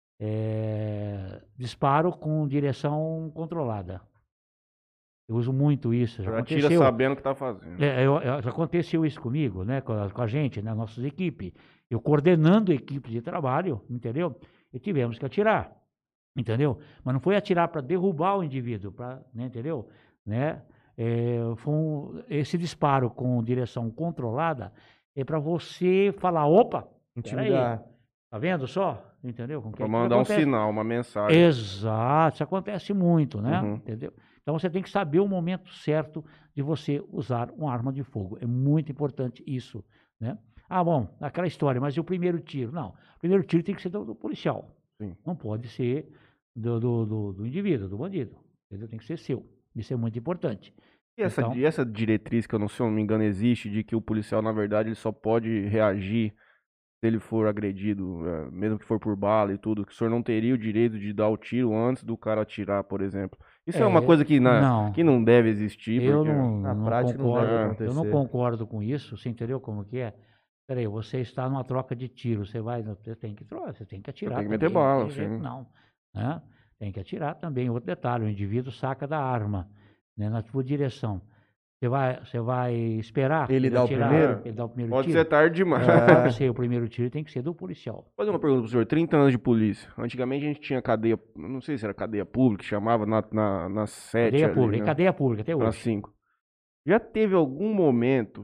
[SPEAKER 3] É, disparo com direção controlada. Eu uso muito isso. Já
[SPEAKER 2] Já
[SPEAKER 3] aconteceu.
[SPEAKER 2] atira sabendo o que está fazendo.
[SPEAKER 3] É, eu, eu, já aconteceu isso comigo, né? Com a, com a gente, né? Nossas equipes. Eu coordenando a equipe de trabalho, entendeu? E tivemos que atirar, entendeu? Mas não foi atirar para derrubar o indivíduo, para, né, entendeu? Né? É, foi um, esse disparo com direção controlada é para você falar, opa,
[SPEAKER 1] Intimidar.
[SPEAKER 3] Tá vendo só? Entendeu?
[SPEAKER 2] Para mandar um sinal, uma mensagem.
[SPEAKER 3] Exato, isso acontece muito, né?
[SPEAKER 2] Uhum.
[SPEAKER 3] Entendeu? Então você tem que saber o momento certo de você usar uma arma de fogo. É muito importante isso, né? Ah, bom, aquela história, mas e o primeiro tiro? Não, o primeiro tiro tem que ser do, do policial.
[SPEAKER 2] Sim.
[SPEAKER 3] Não pode ser do, do, do, do indivíduo, do bandido. Entendeu? Tem que ser seu. Isso é muito importante.
[SPEAKER 2] E essa,
[SPEAKER 3] Então,
[SPEAKER 2] e essa diretriz, que eu não, se eu não me engano, existe, de que o policial, na verdade, ele só pode reagir se ele for agredido, é, mesmo que for por bala e tudo, que o senhor não teria o direito de dar o tiro antes do cara atirar, por exemplo. Isso é, é uma coisa que, na,
[SPEAKER 3] não,
[SPEAKER 2] que não deve existir,
[SPEAKER 3] eu
[SPEAKER 2] porque...
[SPEAKER 3] não,
[SPEAKER 1] Na
[SPEAKER 3] não
[SPEAKER 1] prática não
[SPEAKER 3] concordo,
[SPEAKER 1] deve acontecer.
[SPEAKER 3] eu não concordo com isso, você entendeu como que é? Peraí, você está numa troca de tiro, você vai, você tem que trocar, você tem que atirar.
[SPEAKER 2] Tem que meter
[SPEAKER 3] também,
[SPEAKER 2] bala,
[SPEAKER 3] não tem jeito,
[SPEAKER 2] sim.
[SPEAKER 3] não, né? Tem que atirar também. Outro detalhe, o indivíduo saca da arma, né, na tua direção. Você vai, você vai esperar
[SPEAKER 1] Ele dá o
[SPEAKER 3] atirar,
[SPEAKER 1] primeiro?
[SPEAKER 3] ele dá o primeiro
[SPEAKER 2] Pode
[SPEAKER 3] tiro.
[SPEAKER 2] ser tarde demais.
[SPEAKER 3] É, pode ser, o primeiro tiro tem que ser do policial.
[SPEAKER 2] Vou fazer uma pergunta pro senhor. trinta anos de polícia. Antigamente a gente tinha cadeia, não sei se era cadeia pública, chamava na, na, na sete
[SPEAKER 3] Cadeia
[SPEAKER 2] ali,
[SPEAKER 3] pública,
[SPEAKER 2] né?
[SPEAKER 3] cadeia pública até
[SPEAKER 2] Na
[SPEAKER 3] hoje.
[SPEAKER 2] cinco. Já teve algum momento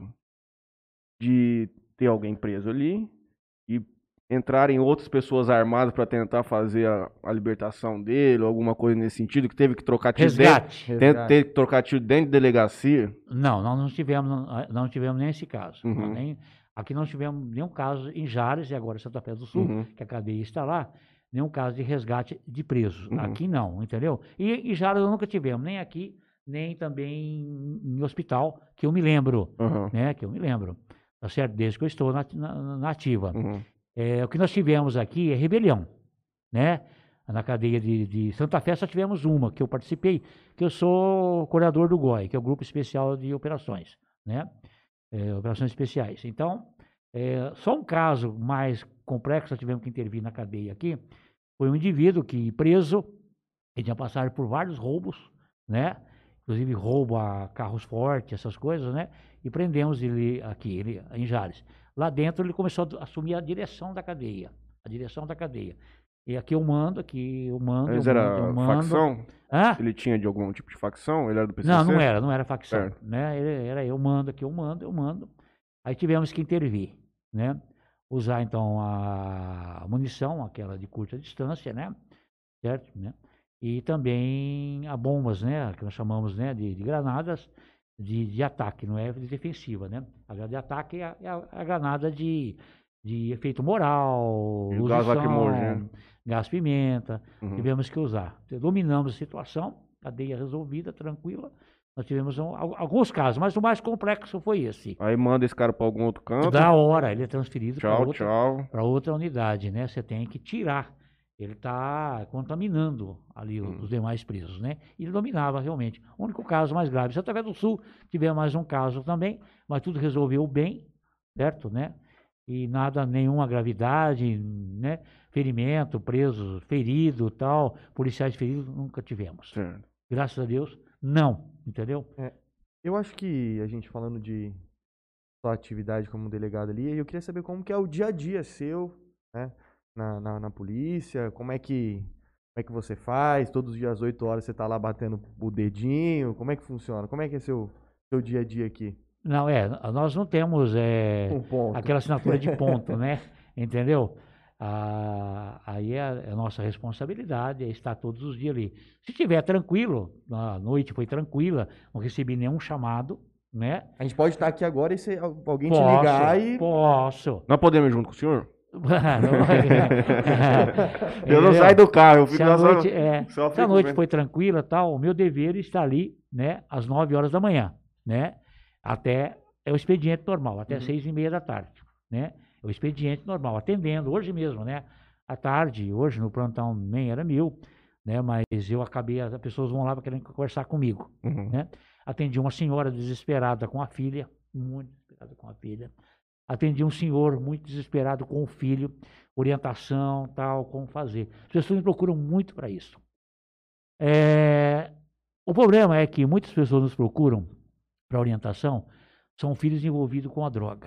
[SPEAKER 2] de ter alguém preso ali e entrarem outras pessoas armadas para tentar fazer a, a libertação dele, ou alguma coisa nesse sentido, que teve que trocar tiro
[SPEAKER 3] Resgate.
[SPEAKER 2] dentro, tem- teve que trocar tiro dentro de delegacia?
[SPEAKER 3] Não, nós não tivemos, não, não tivemos nem esse caso.
[SPEAKER 2] Uhum.
[SPEAKER 3] Nós nem, aqui não tivemos nenhum caso em Jales e agora em Santa Fé do Sul,
[SPEAKER 2] Uhum.
[SPEAKER 3] que a cadeia está lá, nenhum caso de resgate de presos.
[SPEAKER 2] Uhum.
[SPEAKER 3] Aqui não, entendeu? E em Jales nunca tivemos, nem aqui, nem também em, em hospital, que eu me lembro,
[SPEAKER 2] Uhum.
[SPEAKER 3] né? Que eu me lembro, tá certo? Desde que eu estou na, na, na ativa.
[SPEAKER 2] Uhum.
[SPEAKER 3] É, o que nós tivemos aqui é rebelião, né? Na cadeia de, de Santa Fé só tivemos uma, que eu participei, que eu sou coordenador do G O I, que é o Grupo Especial de Operações, né? É, operações Especiais. Então, é, só um caso mais complexo, nós tivemos que intervir na cadeia aqui, foi um indivíduo que, preso, ele tinha passado por vários roubos, né? Inclusive roubo a carros fortes, essas coisas, né? E prendemos ele aqui, ele, em Jales. Lá dentro ele começou a assumir a direção da cadeia, a direção da cadeia. E aqui eu mando, aqui eu mando,
[SPEAKER 2] Mas
[SPEAKER 3] eu
[SPEAKER 2] era
[SPEAKER 3] mando, eu mando.
[SPEAKER 2] facção?
[SPEAKER 3] Hã?
[SPEAKER 2] Ele tinha de algum tipo de facção? Ele era do P C C?
[SPEAKER 3] Não, não era, não era facção,
[SPEAKER 2] Certo.
[SPEAKER 3] né? Ele- Era eu mando, aqui eu mando, eu mando. Aí tivemos que intervir, né? Usar então a munição, aquela de curta distância, né? Certo? Né? E também a bombas, né? Que nós chamamos, né? De, de granadas de, de ataque, não é de defensiva, né? A granada de ataque é a, é a- a granada de, de efeito moral,
[SPEAKER 2] E o
[SPEAKER 3] luz
[SPEAKER 2] gás
[SPEAKER 3] do som,
[SPEAKER 2] lacrimogêneo.
[SPEAKER 3] gás pimenta,
[SPEAKER 2] Uhum.
[SPEAKER 3] tivemos que usar. Dominamos a situação, cadeia resolvida, tranquila. Nós tivemos um- al- alguns casos, mas o mais complexo foi esse.
[SPEAKER 2] Aí manda esse cara pra algum outro canto.
[SPEAKER 3] Da hora, ele é transferido para
[SPEAKER 2] Tchau,
[SPEAKER 3] outra,
[SPEAKER 2] tchau.
[SPEAKER 3] para outra unidade, né? Você tem que tirar. Ele está contaminando ali o-
[SPEAKER 2] Hum.
[SPEAKER 3] os demais presos, né? E ele dominava realmente. O único caso mais grave. Santa Fé do Sul tivemos mais um caso também, mas tudo resolveu bem, certo, né? E nada, nenhuma gravidade, né? Ferimento, preso, ferido, tal, policiais feridos, nunca tivemos.
[SPEAKER 2] Certo.
[SPEAKER 3] Graças a Deus, não, entendeu?
[SPEAKER 1] Eu acho que a gente falando de sua atividade como delegado ali, eu queria saber como que é o dia a dia seu, né, na, na, na polícia, como é que como é que você faz, todos os dias às oito horas você tá lá batendo o dedinho, como é que funciona? Como é que é seu, seu dia a dia aqui?
[SPEAKER 3] Não, é, nós não temos é,
[SPEAKER 1] Um ponto.
[SPEAKER 3] aquela assinatura de ponto, né? Entendeu? Ah, aí é a, é a nossa responsabilidade, é estar todos os dias ali. Se estiver tranquilo, a noite foi tranquila, não recebi nenhum chamado, né?
[SPEAKER 1] A gente pode estar aqui agora e se alguém te
[SPEAKER 3] Posso,
[SPEAKER 1] ligar e...
[SPEAKER 3] posso.
[SPEAKER 2] Nós podemos ir junto com o senhor?
[SPEAKER 3] Não vai-
[SPEAKER 2] Eu não
[SPEAKER 3] Entendeu?
[SPEAKER 2] saio do carro, eu fico
[SPEAKER 3] Se a
[SPEAKER 2] lá só-
[SPEAKER 3] noite, é,
[SPEAKER 2] só
[SPEAKER 3] se a
[SPEAKER 2] fico
[SPEAKER 3] noite
[SPEAKER 2] vendo.
[SPEAKER 3] foi tranquila, tal, o meu dever está ali, né, às nove horas da manhã, né, até é o expediente normal, até
[SPEAKER 1] Uhum.
[SPEAKER 3] seis e meia da tarde, né, é o expediente normal, atendendo hoje mesmo, né, à tarde, hoje no plantão nem era mil, né, mas eu acabei, as pessoas vão lá querendo conversar comigo,
[SPEAKER 2] Uhum.
[SPEAKER 3] né. Atendi uma senhora desesperada com a filha, muito desesperada com a filha. Atendi um senhor muito desesperado com o filho, orientação, tal, como fazer. As pessoas me procuram muito para isso. É, o problema é que muitas pessoas nos procuram para orientação, são filhos envolvidos com a droga.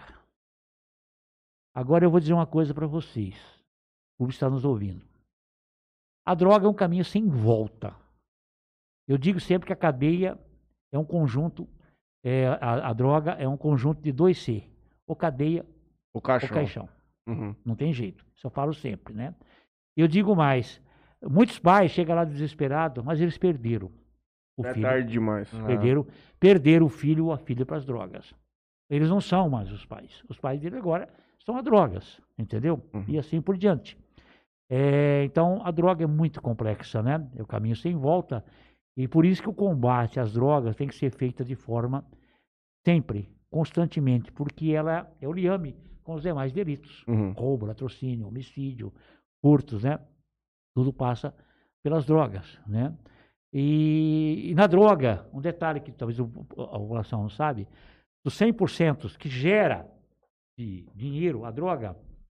[SPEAKER 3] Agora eu vou dizer uma coisa para vocês, o público está nos ouvindo. A droga é um caminho sem volta. Eu digo sempre que a cadeia é um conjunto, é, a, a droga é um conjunto de dois C. Ou cadeia,
[SPEAKER 2] O caixão.
[SPEAKER 3] ou caixão.
[SPEAKER 2] Uhum.
[SPEAKER 3] Não tem jeito. Isso eu falo sempre, né? Eu digo mais. Muitos pais chegam lá desesperados, mas eles perderam o
[SPEAKER 2] É
[SPEAKER 3] filho.
[SPEAKER 2] tarde demais.
[SPEAKER 3] Perderam, perderam o filho ou a filha para as drogas. Eles não são mais os pais. Os pais dele agora são as drogas, entendeu?
[SPEAKER 2] Uhum.
[SPEAKER 3] E assim por diante. É, então, a droga é muito complexa, né? É o caminho sem volta. E por isso que o combate às drogas tem que ser feito de forma sempre, constantemente, porque ela é o liame com os demais delitos.
[SPEAKER 2] Uhum.
[SPEAKER 3] Roubo, latrocínio, homicídio, furtos, né? Tudo passa pelas drogas, né? E, e na droga, um detalhe que talvez a população não sabe, dos cem por cento que gera de dinheiro a droga,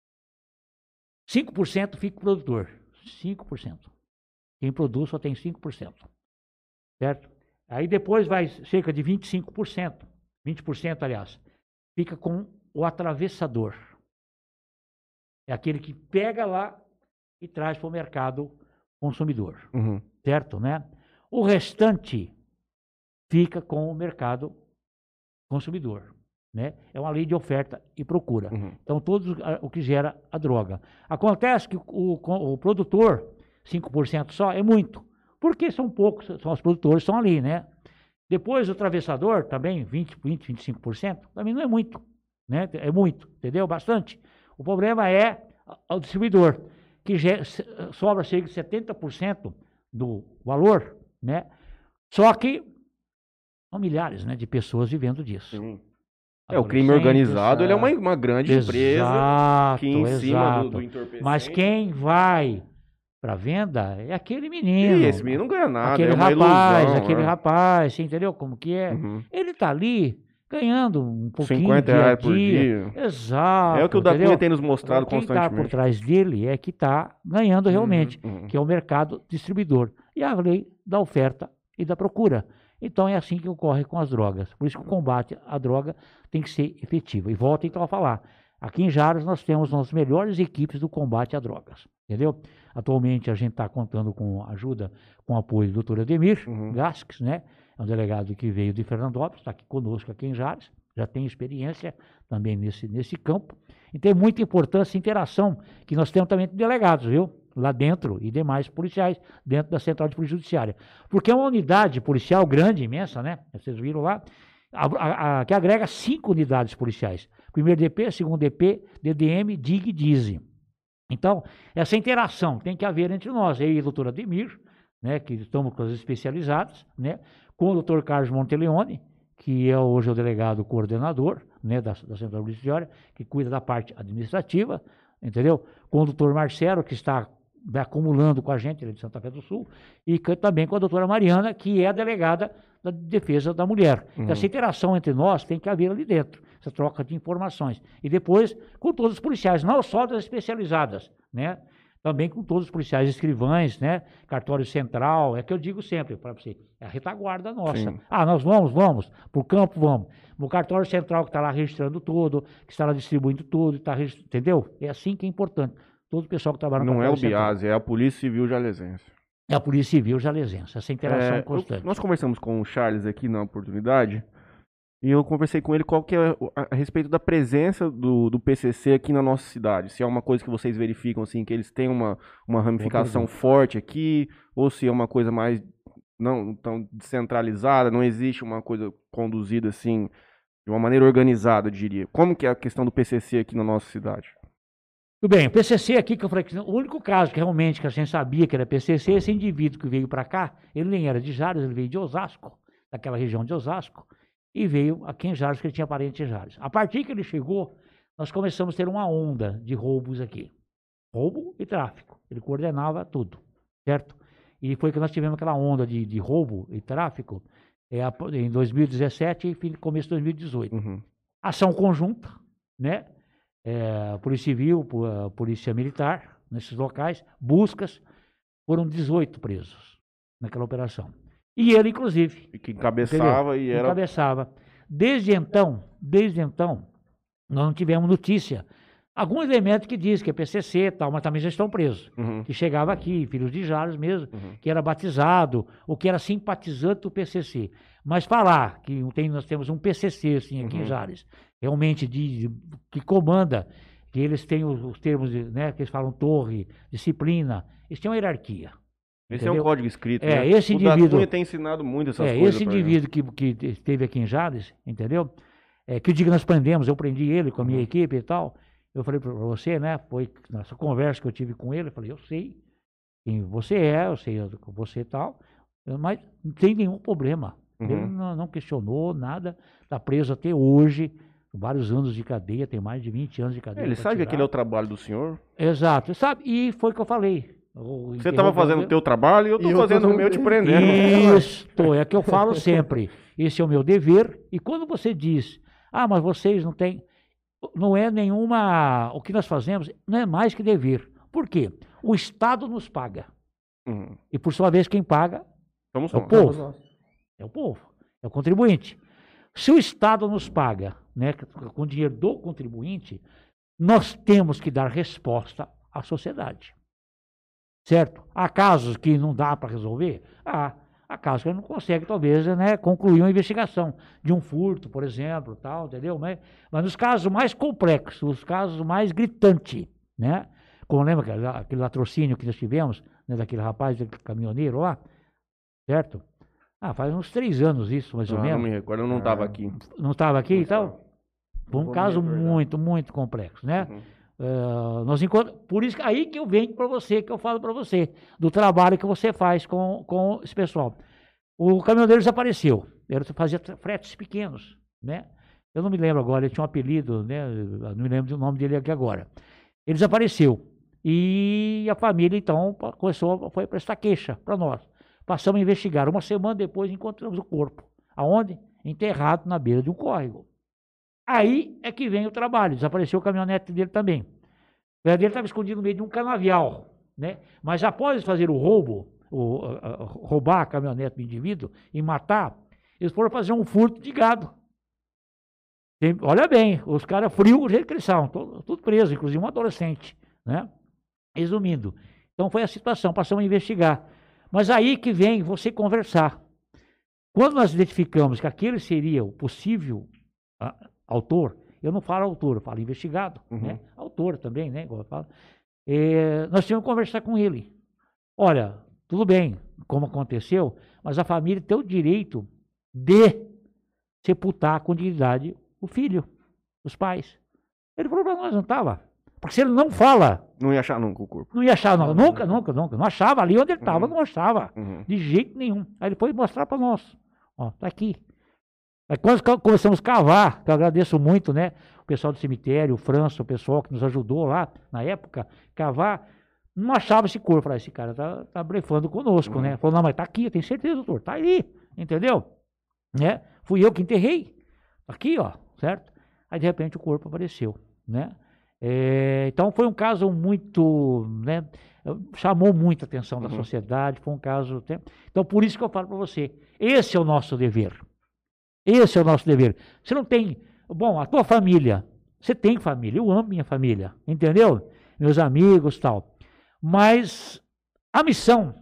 [SPEAKER 3] cinco por cento fica o produtor. cinco por cento. Quem produz só tem cinco por cento. Certo? Aí depois vai cerca de vinte e cinco por cento. vinte por cento, aliás, fica com o atravessador. É aquele que pega lá e traz para o mercado consumidor.
[SPEAKER 2] Uhum.
[SPEAKER 3] Certo, né? O restante fica com o mercado consumidor. Né? É uma lei de oferta e procura.
[SPEAKER 2] Uhum.
[SPEAKER 3] Então, tudo o que gera a droga. Acontece que o, o, o produtor, cinco por cento só, é muito. Porque são poucos, são os produtores que estão ali, né? Depois, o atravessador, também, vinte, vinte, vinte e cinco por cento, também não é muito. Né? É muito, entendeu? Bastante. O problema é o distribuidor, que gera, sobra cerca de setenta por cento do valor, né? Só que são milhares, né, de pessoas vivendo disso.
[SPEAKER 2] Sim. É, o crime organizado, ele é uma, uma grande
[SPEAKER 3] exato,
[SPEAKER 2] empresa que em cima
[SPEAKER 3] exato.
[SPEAKER 2] do, do entorpecente...
[SPEAKER 3] Mas quem vai para venda é aquele menino.
[SPEAKER 2] E esse menino não ganha nada,
[SPEAKER 3] aquele
[SPEAKER 2] é uma
[SPEAKER 3] rapaz,
[SPEAKER 2] ilusão.
[SPEAKER 3] aquele
[SPEAKER 2] é.
[SPEAKER 3] rapaz, você entendeu como que é?
[SPEAKER 2] Uhum.
[SPEAKER 3] Ele tá ali ganhando um pouquinho
[SPEAKER 2] cinquenta
[SPEAKER 3] dia a
[SPEAKER 2] reais por
[SPEAKER 3] dia.
[SPEAKER 2] dia.
[SPEAKER 3] Exato.
[SPEAKER 2] É o que o da
[SPEAKER 3] entendeu?
[SPEAKER 2] Cunha tem nos mostrado
[SPEAKER 3] Quem está por
[SPEAKER 2] constantemente.
[SPEAKER 3] trás dele é que está ganhando realmente,
[SPEAKER 2] Uhum.
[SPEAKER 3] que é o mercado distribuidor. E a lei da oferta e da procura. Então é assim que ocorre com as drogas. Por isso que o combate à droga tem que ser efetivo. E volto então a falar. Aqui em Jales nós temos as melhores equipes do combate a drogas. Entendeu? Atualmente a gente está contando com ajuda, com apoio do doutor Ademir
[SPEAKER 2] Uhum.
[SPEAKER 3] Gasques, né? É um delegado que veio de Fernandópolis, está aqui conosco aqui em Jales, já tem experiência também nesse, nesse campo. E tem muita importância a interação que nós temos também com delegados, viu? Lá dentro e demais policiais dentro da Central de Polícia Judiciária. Porque é uma unidade policial grande, imensa, né? Vocês viram lá, a, a, a, que agrega cinco unidades policiais. Primeiro D P, segundo D P, D D M, D I G e D I Z. Então, essa interação tem que haver entre nós, eu e o doutor Ademir, né, que estamos com as especializadas, né, com o doutor Carlos Monteleone, que é hoje o delegado coordenador, né, da, da Central de Polícia Judiciária, que cuida da parte administrativa, entendeu? Com o doutor Marcelo, que está acumulando com a gente, ele é de Santa Fé do Sul, e que, também com a doutora Mariana, que é a delegada da defesa da mulher.
[SPEAKER 2] Uhum.
[SPEAKER 3] Então, essa interação entre nós tem que haver ali dentro, essa troca de informações. E depois, com todos os policiais, não só das especializadas, né? Também com todos os policiais escrivães, né? Cartório Central, é que eu digo sempre para você, é a retaguarda nossa.
[SPEAKER 2] Sim.
[SPEAKER 3] Ah, nós vamos, vamos, para o campo, vamos. O Cartório Central que está lá registrando tudo, que está lá distribuindo tudo, tá regist... entendeu? É assim que é importante. Todo o pessoal que trabalha no
[SPEAKER 2] Não é o
[SPEAKER 3] Central.
[SPEAKER 2] Biase, é a Polícia Civil jalesense.
[SPEAKER 3] É a Polícia Civil jalesense, essa interação
[SPEAKER 2] É,
[SPEAKER 3] constante.
[SPEAKER 2] eu- nós conversamos com o Charles aqui na oportunidade, e eu conversei com ele qual que é o- a, a respeito da presença do, do P C C aqui na nossa cidade. Se é uma coisa que vocês verificam, assim, que eles têm uma, uma ramificação forte aqui, ou se é uma coisa mais não tão descentralizada, não existe uma coisa conduzida assim, de uma maneira organizada, eu diria. Como que é a questão do P C C aqui na nossa cidade?
[SPEAKER 3] Tudo bem, o P C C aqui, que eu falei que o único caso que realmente que a gente sabia que era P C C, esse indivíduo que veio para cá, ele nem era de Jales, ele veio de Osasco, daquela região de Osasco, e veio aqui em Jales, que ele tinha parente em Jales. A partir que ele chegou, nós começamos a ter uma onda de roubos aqui. Roubo e tráfico. Ele coordenava tudo, certo? E foi que nós tivemos aquela onda de, de roubo e tráfico, é, em dois mil e dezessete e começo de dois mil e dezoito.
[SPEAKER 2] Uhum.
[SPEAKER 3] Ação conjunta, né? É, Polícia Civil, Polícia Militar, nesses locais, buscas, foram dezoito presos naquela operação. E ele, inclusive.
[SPEAKER 2] E que encabeçava
[SPEAKER 3] entendeu?
[SPEAKER 2] e era...
[SPEAKER 3] Encabeçava. Desde então, desde então, nós não tivemos notícia. Alguns elementos que dizem que é P C C e tal, mas também já estão presos.
[SPEAKER 2] Uhum.
[SPEAKER 3] Que chegava aqui, filhos de Jales mesmo,
[SPEAKER 2] Uhum.
[SPEAKER 3] que era batizado, ou que era simpatizante do P C C. Mas falar que tem, nós temos um P C C assim, aqui
[SPEAKER 2] Uhum.
[SPEAKER 3] em Jales, realmente de, de, que comanda, que eles têm os, os termos, de, né, que eles falam torre, disciplina, eles têm uma hierarquia.
[SPEAKER 2] Esse
[SPEAKER 3] entendeu?
[SPEAKER 2] é um código escrito,
[SPEAKER 3] É,
[SPEAKER 2] né?
[SPEAKER 3] esse
[SPEAKER 2] o
[SPEAKER 3] indivíduo...
[SPEAKER 2] da Cunha tem ensinado muito essas
[SPEAKER 3] é,
[SPEAKER 2] coisas.
[SPEAKER 3] Esse indivíduo que, que esteve aqui em Jales, entendeu? É, que o dia que nós prendemos, eu prendi ele com a minha
[SPEAKER 2] Uhum.
[SPEAKER 3] equipe e tal, eu falei para você, né, foi nessa conversa que eu tive com ele, eu falei, eu sei quem você é, eu sei com você e tal, mas não tem nenhum problema.
[SPEAKER 2] Uhum.
[SPEAKER 3] Ele não, não questionou nada, está preso até hoje, vários anos de cadeia, tem mais de vinte anos de cadeia.
[SPEAKER 2] É, ele sabe que aquele é o trabalho do senhor?
[SPEAKER 3] Exato, sabe? E foi o que eu falei.
[SPEAKER 2] Você estava fazendo o teu trabalho e eu estou fazendo o meu te prendendo.
[SPEAKER 3] Isso, é que eu falo sempre. Esse é o meu dever. E quando você diz, ah, mas vocês não têm... Não é nenhuma... O que nós fazemos não é mais que dever. Por quê? O Estado nos paga.
[SPEAKER 2] Uhum.
[SPEAKER 3] E, por sua vez, quem paga
[SPEAKER 2] Somos
[SPEAKER 3] é o
[SPEAKER 2] nós.
[SPEAKER 3] povo. É o povo. É o contribuinte. Se o Estado nos paga, né, com dinheiro do contribuinte, nós temos que dar resposta à sociedade. Certo? Há casos que não dá para resolver? Há. Há casos que ele não consegue, talvez, né, concluir uma investigação de um furto, por exemplo, tal, entendeu? Mas, mas nos casos mais complexos, os casos mais gritantes, né? Como lembra aquele, aquele latrocínio que nós tivemos, né, daquele rapaz, daquele caminhoneiro lá, certo? Ah, faz uns três anos isso, mais ou
[SPEAKER 2] Ah,
[SPEAKER 3] menos.
[SPEAKER 2] não me recordo, eu não estava aqui.
[SPEAKER 3] Não estava aqui,
[SPEAKER 2] Não
[SPEAKER 3] então?
[SPEAKER 2] estava.
[SPEAKER 3] Foi um
[SPEAKER 1] Não vou
[SPEAKER 3] caso
[SPEAKER 1] me recordar.
[SPEAKER 3] muito, muito complexo, né?
[SPEAKER 2] Uhum.
[SPEAKER 3] Uh, nós encontr... Por isso que aí que eu venho para você, que eu falo para você, do trabalho que você faz com, com esse pessoal. O caminhoneiro desapareceu, ele fazia fretes pequenos, né? Eu não me lembro agora, ele tinha um apelido, né? Eu não me lembro do nome dele aqui agora. Ele desapareceu e a família então começou, foi prestar queixa para nós. Passamos a investigar. Uma semana depois encontramos o corpo. Aonde? Enterrado na beira de um córrego. Aí é que vem o trabalho. Desapareceu o caminhonete dele também. O caminhonete dele estava escondido no meio de um canavial, né? Mas após fazer o roubo, o, a, a, roubar a caminhonete do indivíduo e matar, eles foram fazer um furto de gado. Tem, olha bem, os caras frios, o jeito que eles são, tudo, tudo preso, inclusive um adolescente, né? Resumindo, então foi a situação, passamos a investigar. Mas aí que vem você conversar. Quando nós identificamos que aquele seria o possível a, autor, eu não falo autor, eu falo investigado,
[SPEAKER 2] Uhum.
[SPEAKER 3] né? Autor também, né? Igual eu falo. É, nós tínhamos que conversar com ele. Olha, tudo bem, como aconteceu, mas a família tem o direito de sepultar com dignidade o filho, os pais. Ele falou para nós, não estava. Porque se ele não fala...
[SPEAKER 2] Não ia achar nunca o corpo.
[SPEAKER 3] Não ia achar, não, nunca, nunca, nunca. Não achava ali onde ele estava,
[SPEAKER 2] Uhum.
[SPEAKER 3] não achava.
[SPEAKER 2] Uhum.
[SPEAKER 3] De jeito nenhum. Aí ele foi mostrar para nós. Ó, tá aqui. Aí quando começamos a cavar, que eu agradeço muito, né? O pessoal do cemitério, o França, o pessoal que nos ajudou lá, na época, cavar, não achava esse corpo. Falei, esse cara tá, tá blefando conosco,
[SPEAKER 2] Uhum.
[SPEAKER 3] né? Falou, não, mas tá aqui, eu tenho certeza, doutor, tá aí, entendeu? Né? Fui eu que enterrei. Aqui, ó, certo? Aí, de repente, o corpo apareceu, né? É, então, foi um caso muito, né? Chamou muita atenção da
[SPEAKER 2] Uhum.
[SPEAKER 3] sociedade, foi um caso... Então, por isso que eu falo para você, esse é o nosso dever. Esse é o nosso dever. Você não tem... Bom, a tua família, você tem família, eu amo minha família, entendeu? Meus amigos e tal. Mas a missão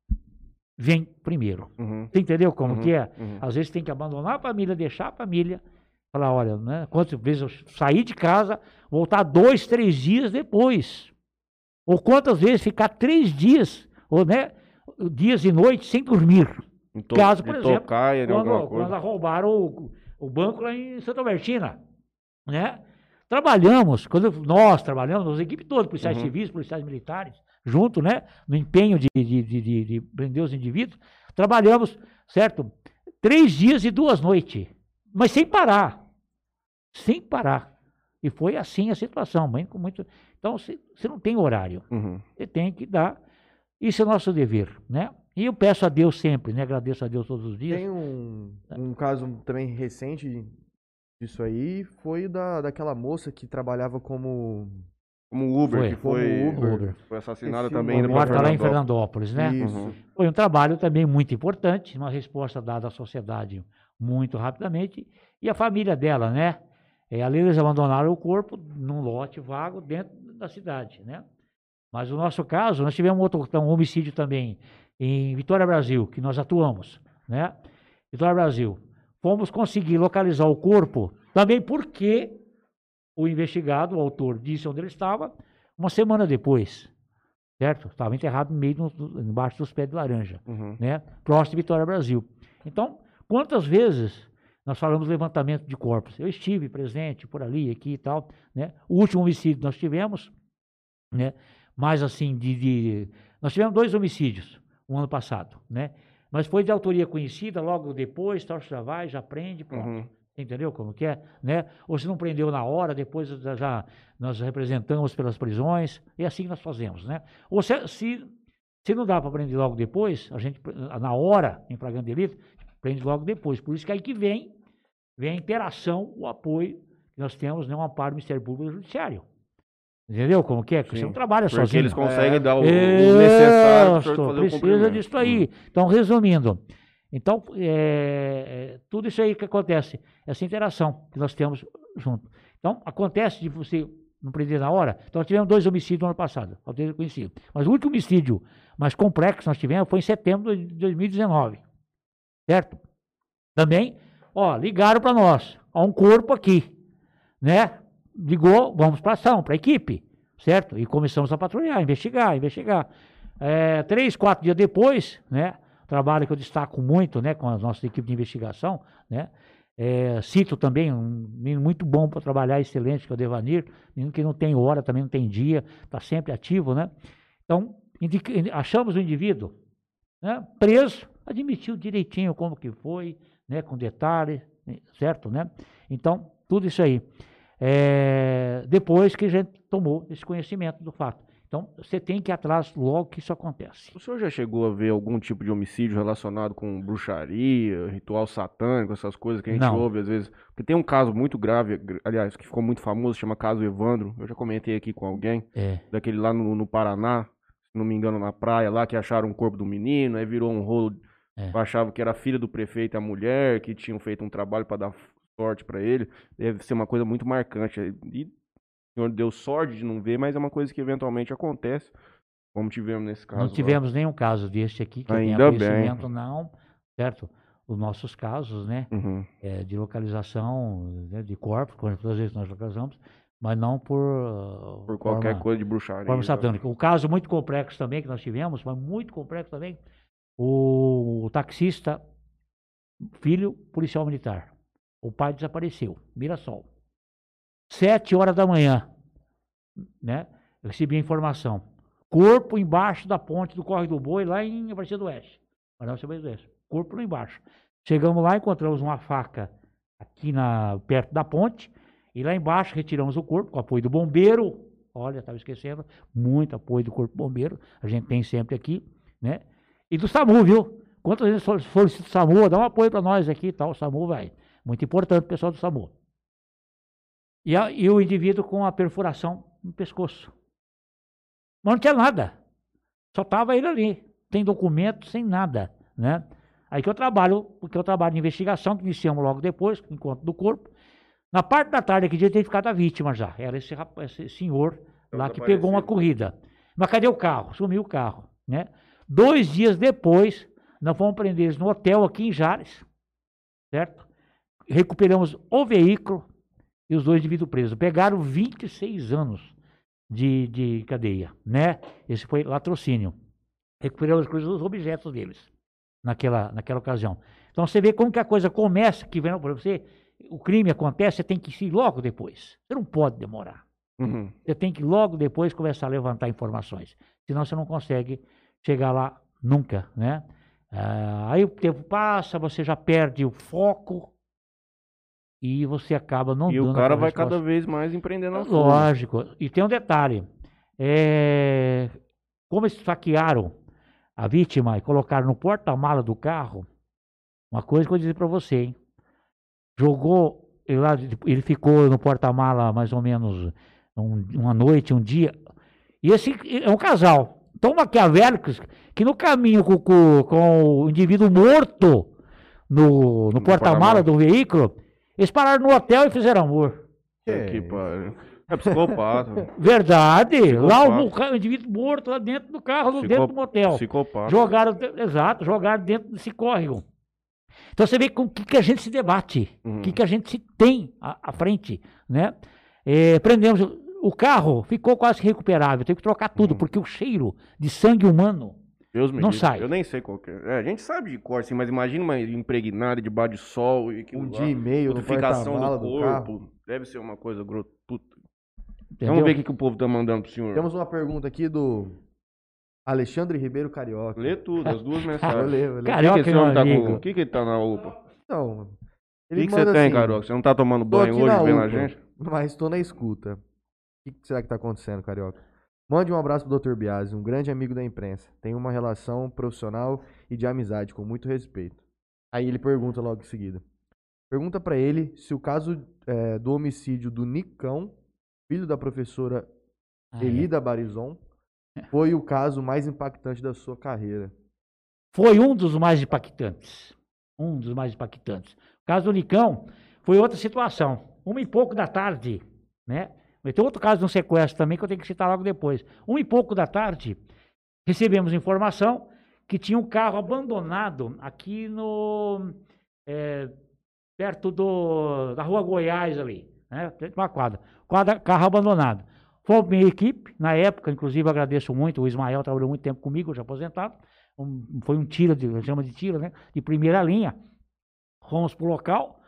[SPEAKER 3] vem primeiro.
[SPEAKER 2] Uhum.
[SPEAKER 3] Você entendeu como
[SPEAKER 2] Uhum.
[SPEAKER 3] que é?
[SPEAKER 2] Uhum.
[SPEAKER 3] Às vezes tem que abandonar a família, deixar a família, falar, olha, né, quantas vezes eu saí de casa, voltar dois, três dias depois. Ou quantas vezes ficar três dias, ou né, dias e noites sem dormir.
[SPEAKER 2] Em to-
[SPEAKER 3] Caso, por
[SPEAKER 2] de
[SPEAKER 3] exemplo,
[SPEAKER 2] tocar em alguma
[SPEAKER 3] Quando,
[SPEAKER 2] coisa.
[SPEAKER 3] quando roubaram o, o banco lá em Santa Albertina, né? Trabalhamos, quando nós trabalhamos, as equipes todas, policiais
[SPEAKER 2] Uhum.
[SPEAKER 3] civis, policiais militares, junto, né? No empenho de, de, de, de, de prender os indivíduos, trabalhamos, certo? Três dias e duas noites, mas sem parar, sem parar. E foi assim a situação, muito, muito... Então, você não tem horário,
[SPEAKER 2] Uhum.
[SPEAKER 3] você tem que dar, isso é nosso dever, né? E eu peço a Deus sempre, né? Agradeço a Deus todos os dias.
[SPEAKER 1] Tem um, um caso também recente disso aí, foi da, daquela moça que trabalhava como...
[SPEAKER 2] Como Uber,
[SPEAKER 3] Foi.
[SPEAKER 2] que foi,
[SPEAKER 1] Como Uber.
[SPEAKER 2] Uber. foi assassinada
[SPEAKER 1] Esse
[SPEAKER 2] também.
[SPEAKER 1] Uber.
[SPEAKER 2] indo pra
[SPEAKER 3] Morta lá em
[SPEAKER 2] Fernandópolis.
[SPEAKER 3] Fernandópolis, né?
[SPEAKER 1] Isso.
[SPEAKER 2] Uhum.
[SPEAKER 3] Foi um trabalho também muito importante, uma resposta dada à sociedade muito rapidamente. E a família dela, né? É, ali eles abandonaram o corpo num lote vago dentro da cidade, né? Mas no nosso caso, nós tivemos outro um homicídio também em Vitória, Brasil, que nós atuamos, né? Vitória, Brasil. Fomos conseguir localizar o corpo também porque o investigado, o autor, disse onde ele estava uma semana depois, certo? Estava enterrado no meio, do, embaixo dos pés de laranja,
[SPEAKER 2] Uhum.
[SPEAKER 3] né? Próximo de Vitória, Brasil. Então, quantas vezes nós falamos levantamento de corpos? Eu estive presente por ali, aqui e tal, né? O último homicídio nós tivemos, né? Mais assim, de, de... Nós tivemos dois homicídios o ano passado, né? Mas foi de autoria conhecida, logo depois, tal, já vai, já prende, pronto.
[SPEAKER 2] Uhum.
[SPEAKER 3] Entendeu como que é? Né? Ou se não prendeu na hora, depois já, já nós representamos pelas prisões, é assim que nós fazemos, né? Ou se, se, se não dá para prender logo depois, a gente, na hora, em flagrante delito, prende logo depois. Por isso que aí que vem, vem a interação, o apoio que nós temos, né? Um amparo do Ministério Público e do Judiciário. Entendeu como que é? Porque você não trabalha
[SPEAKER 2] Porque
[SPEAKER 3] sozinho.
[SPEAKER 2] eles conseguem
[SPEAKER 1] É.
[SPEAKER 2] dar o, o
[SPEAKER 3] Isso,
[SPEAKER 2] necessário para o senhor fazer o
[SPEAKER 3] precisa
[SPEAKER 2] cumprimento.
[SPEAKER 3] disso aí.
[SPEAKER 2] Hum.
[SPEAKER 3] Então, resumindo, então, é, é, tudo isso aí que acontece, essa interação que nós temos junto. Então, acontece de você não prender na hora. Então, nós tivemos dois homicídios no ano passado, autoria conhecida. Mas o último homicídio mais complexo que nós tivemos foi em setembro de dois mil e dezenove. Certo? Também, ó, ligaram para nós, há um corpo aqui, né? Ligou, vamos para ação, para a equipe, certo? E começamos a patrulhar, investigar, investigar. É, três, quatro dias depois, né? Trabalho que eu destaco muito, né? Com a nossa equipe de investigação, né? É, cito também um menino muito bom para trabalhar, excelente, que é o Devanir, menino que não tem hora, também não tem dia, está sempre ativo, né? Então, indica, achamos o indivíduo, né? Preso, admitiu direitinho como que foi, né? Com detalhes, certo, né? Então, tudo isso aí. É, depois que a gente tomou esse conhecimento do fato. Então, você tem que ir atrás logo que isso acontece.
[SPEAKER 2] O senhor já chegou a ver algum tipo de homicídio relacionado com bruxaria, ritual satânico, essas coisas que a gente
[SPEAKER 3] Não.
[SPEAKER 2] ouve às vezes? Porque tem um caso muito grave, aliás, que ficou muito famoso, chama caso Evandro. Eu já comentei aqui com alguém,
[SPEAKER 3] É.
[SPEAKER 2] daquele lá no, no Paraná, se não me engano, na praia lá, que acharam o corpo do menino, aí virou um rolo,
[SPEAKER 3] É.
[SPEAKER 2] achava que era a filha do prefeito e a mulher, que tinham feito um trabalho para dar sorte para ele. Deve ser uma coisa muito marcante. E o senhor deu sorte de não ver, mas é uma coisa que eventualmente acontece, como tivemos nesse caso.
[SPEAKER 3] Não tivemos lá. Nenhum caso deste aqui, que
[SPEAKER 2] Ainda
[SPEAKER 3] tenha conhecimento,
[SPEAKER 2] bem.
[SPEAKER 3] não, certo? Os nossos casos, né,
[SPEAKER 2] Uhum.
[SPEAKER 3] é, de localização, né, de corpos, quantas vezes nós localizamos, mas não por...
[SPEAKER 2] Por qualquer
[SPEAKER 3] forma,
[SPEAKER 2] coisa de bruxaria.
[SPEAKER 3] forma
[SPEAKER 2] tá?
[SPEAKER 3] satânica. Um caso muito complexo também que nós tivemos, mas muito complexo também, o, o taxista, filho policial militar. O pai desapareceu, Mirassol. Sete horas da manhã, né? Eu recebi a informação. Corpo embaixo da ponte do Córrego do Boi, lá em Aparecida do Oeste. Aparecida do Oeste. Corpo lá embaixo. Chegamos lá, encontramos uma faca aqui na, perto da ponte, e lá embaixo retiramos o corpo, com apoio do bombeiro. Olha, estava esquecendo, muito apoio do corpo bombeiro, a gente tem sempre aqui, né? E do SAMU, viu? Quantas vezes solicita o SAMU, dá um apoio para nós aqui e tal, o SAMU vai. Muito importante o pessoal do SAMU. E, a, e o indivíduo com a perfuração no pescoço. Mas não tinha nada. Só estava ele ali. Sem documento, sem nada, né? Aí que eu trabalho, porque eu trabalho de investigação, que iniciamos logo depois, com o encontro do corpo. Na parte da tarde, aqui já tinha ficado a vítima já. Era esse, rapaz, esse senhor lá que pegou uma corrida. Mas cadê o carro? Sumiu o carro, né? Dois dias depois, nós fomos prender eles no hotel aqui em Jales, certo? Recuperamos o veículo e os dois indivíduos presos. Pegaram vinte e seis anos de, de cadeia, né? Esse foi latrocínio. Recuperamos as coisas, os objetos deles, naquela, naquela ocasião. Então você vê como que a coisa começa, que vem para você, o crime acontece, você tem que ir logo depois. Você não pode demorar.
[SPEAKER 2] Uhum.
[SPEAKER 3] Você tem que logo depois começar a levantar informações. Senão você não consegue chegar lá nunca, né? Ah, aí o tempo passa, você já perde o foco e você acaba não
[SPEAKER 2] E
[SPEAKER 3] dando
[SPEAKER 2] o cara vai
[SPEAKER 3] resposta.
[SPEAKER 2] cada vez mais empreendendo a fuga.
[SPEAKER 3] Lógico. E tem um detalhe. É, como eles saquearam a vítima e colocaram no porta-mala do carro. Uma coisa que eu vou dizer para você, hein? Jogou, ele, lá, ele ficou no porta-mala mais ou menos um, uma noite, um dia. E esse é um casal, tão maquiavélicos, que no caminho com, com, com o indivíduo morto no, no, no porta-mala do veículo, eles pararam no hotel e fizeram amor.
[SPEAKER 2] É, que pariu. É psicopata.
[SPEAKER 3] Verdade.
[SPEAKER 2] Psicopata.
[SPEAKER 3] Lá o, o indivíduo morto lá dentro do carro, Psicop... dentro do motel.
[SPEAKER 2] Psicopata.
[SPEAKER 3] Jogaram, exato, jogaram dentro desse córrego. Então você vê com o que, que a gente se debate, o uhum. que, que a gente se tem à, à frente, né? É, prendemos, o carro ficou quase recuperável, teve que trocar tudo, uhum. porque o cheiro de sangue humano
[SPEAKER 2] Deus me
[SPEAKER 3] não
[SPEAKER 2] diz.
[SPEAKER 3] sai.
[SPEAKER 2] Eu nem sei qual que é. É, a gente sabe de cor, assim, mas imagina uma impregnada debaixo de sol. E
[SPEAKER 1] um dia e meio no
[SPEAKER 2] porta-mala
[SPEAKER 1] do corpo.
[SPEAKER 2] Do Deve ser uma coisa gratuita. Vamos ver o que, que o povo tá mandando pro senhor.
[SPEAKER 1] Temos uma pergunta aqui do Alexandre Ribeiro Carioca.
[SPEAKER 2] Lê tudo, as duas mensagens.
[SPEAKER 1] Eu leio, eu leio.
[SPEAKER 3] Carioca,
[SPEAKER 2] que que
[SPEAKER 3] meu
[SPEAKER 2] tá
[SPEAKER 3] amigo.
[SPEAKER 2] O que que ele tá na U P A?
[SPEAKER 1] Não.
[SPEAKER 2] O que, que você tem,
[SPEAKER 1] assim,
[SPEAKER 2] Carioca? Você não tá tomando banho hoje vendo a gente?
[SPEAKER 1] Mas tô na escuta. O que, que será que tá acontecendo, Carioca? Mande um abraço pro doutor Biasi, um grande amigo da imprensa. Tem uma relação profissional e de amizade, com muito respeito. Aí ele pergunta logo em seguida. Pergunta pra ele se o caso é, do homicídio do Nicão, filho da professora ah, Elida é. Barizon, foi o caso mais impactante da sua carreira.
[SPEAKER 3] Foi um dos mais impactantes. Um dos mais impactantes. O caso do Nicão foi outra situação. Uma e pouco da tarde, né? Mas tem outro caso de um sequestro também que eu tenho que citar logo depois. Uma e pouco da tarde, recebemos informação que tinha um carro abandonado aqui no... É, perto do, da rua Goiás ali, né? Uma quadra. quadra. Carro abandonado. Foi minha equipe, na época, inclusive agradeço muito, o Ismael trabalhou muito tempo comigo, já aposentado. Um, foi um tiro, de, chama de tiro, né? De primeira linha. Fomos pro local.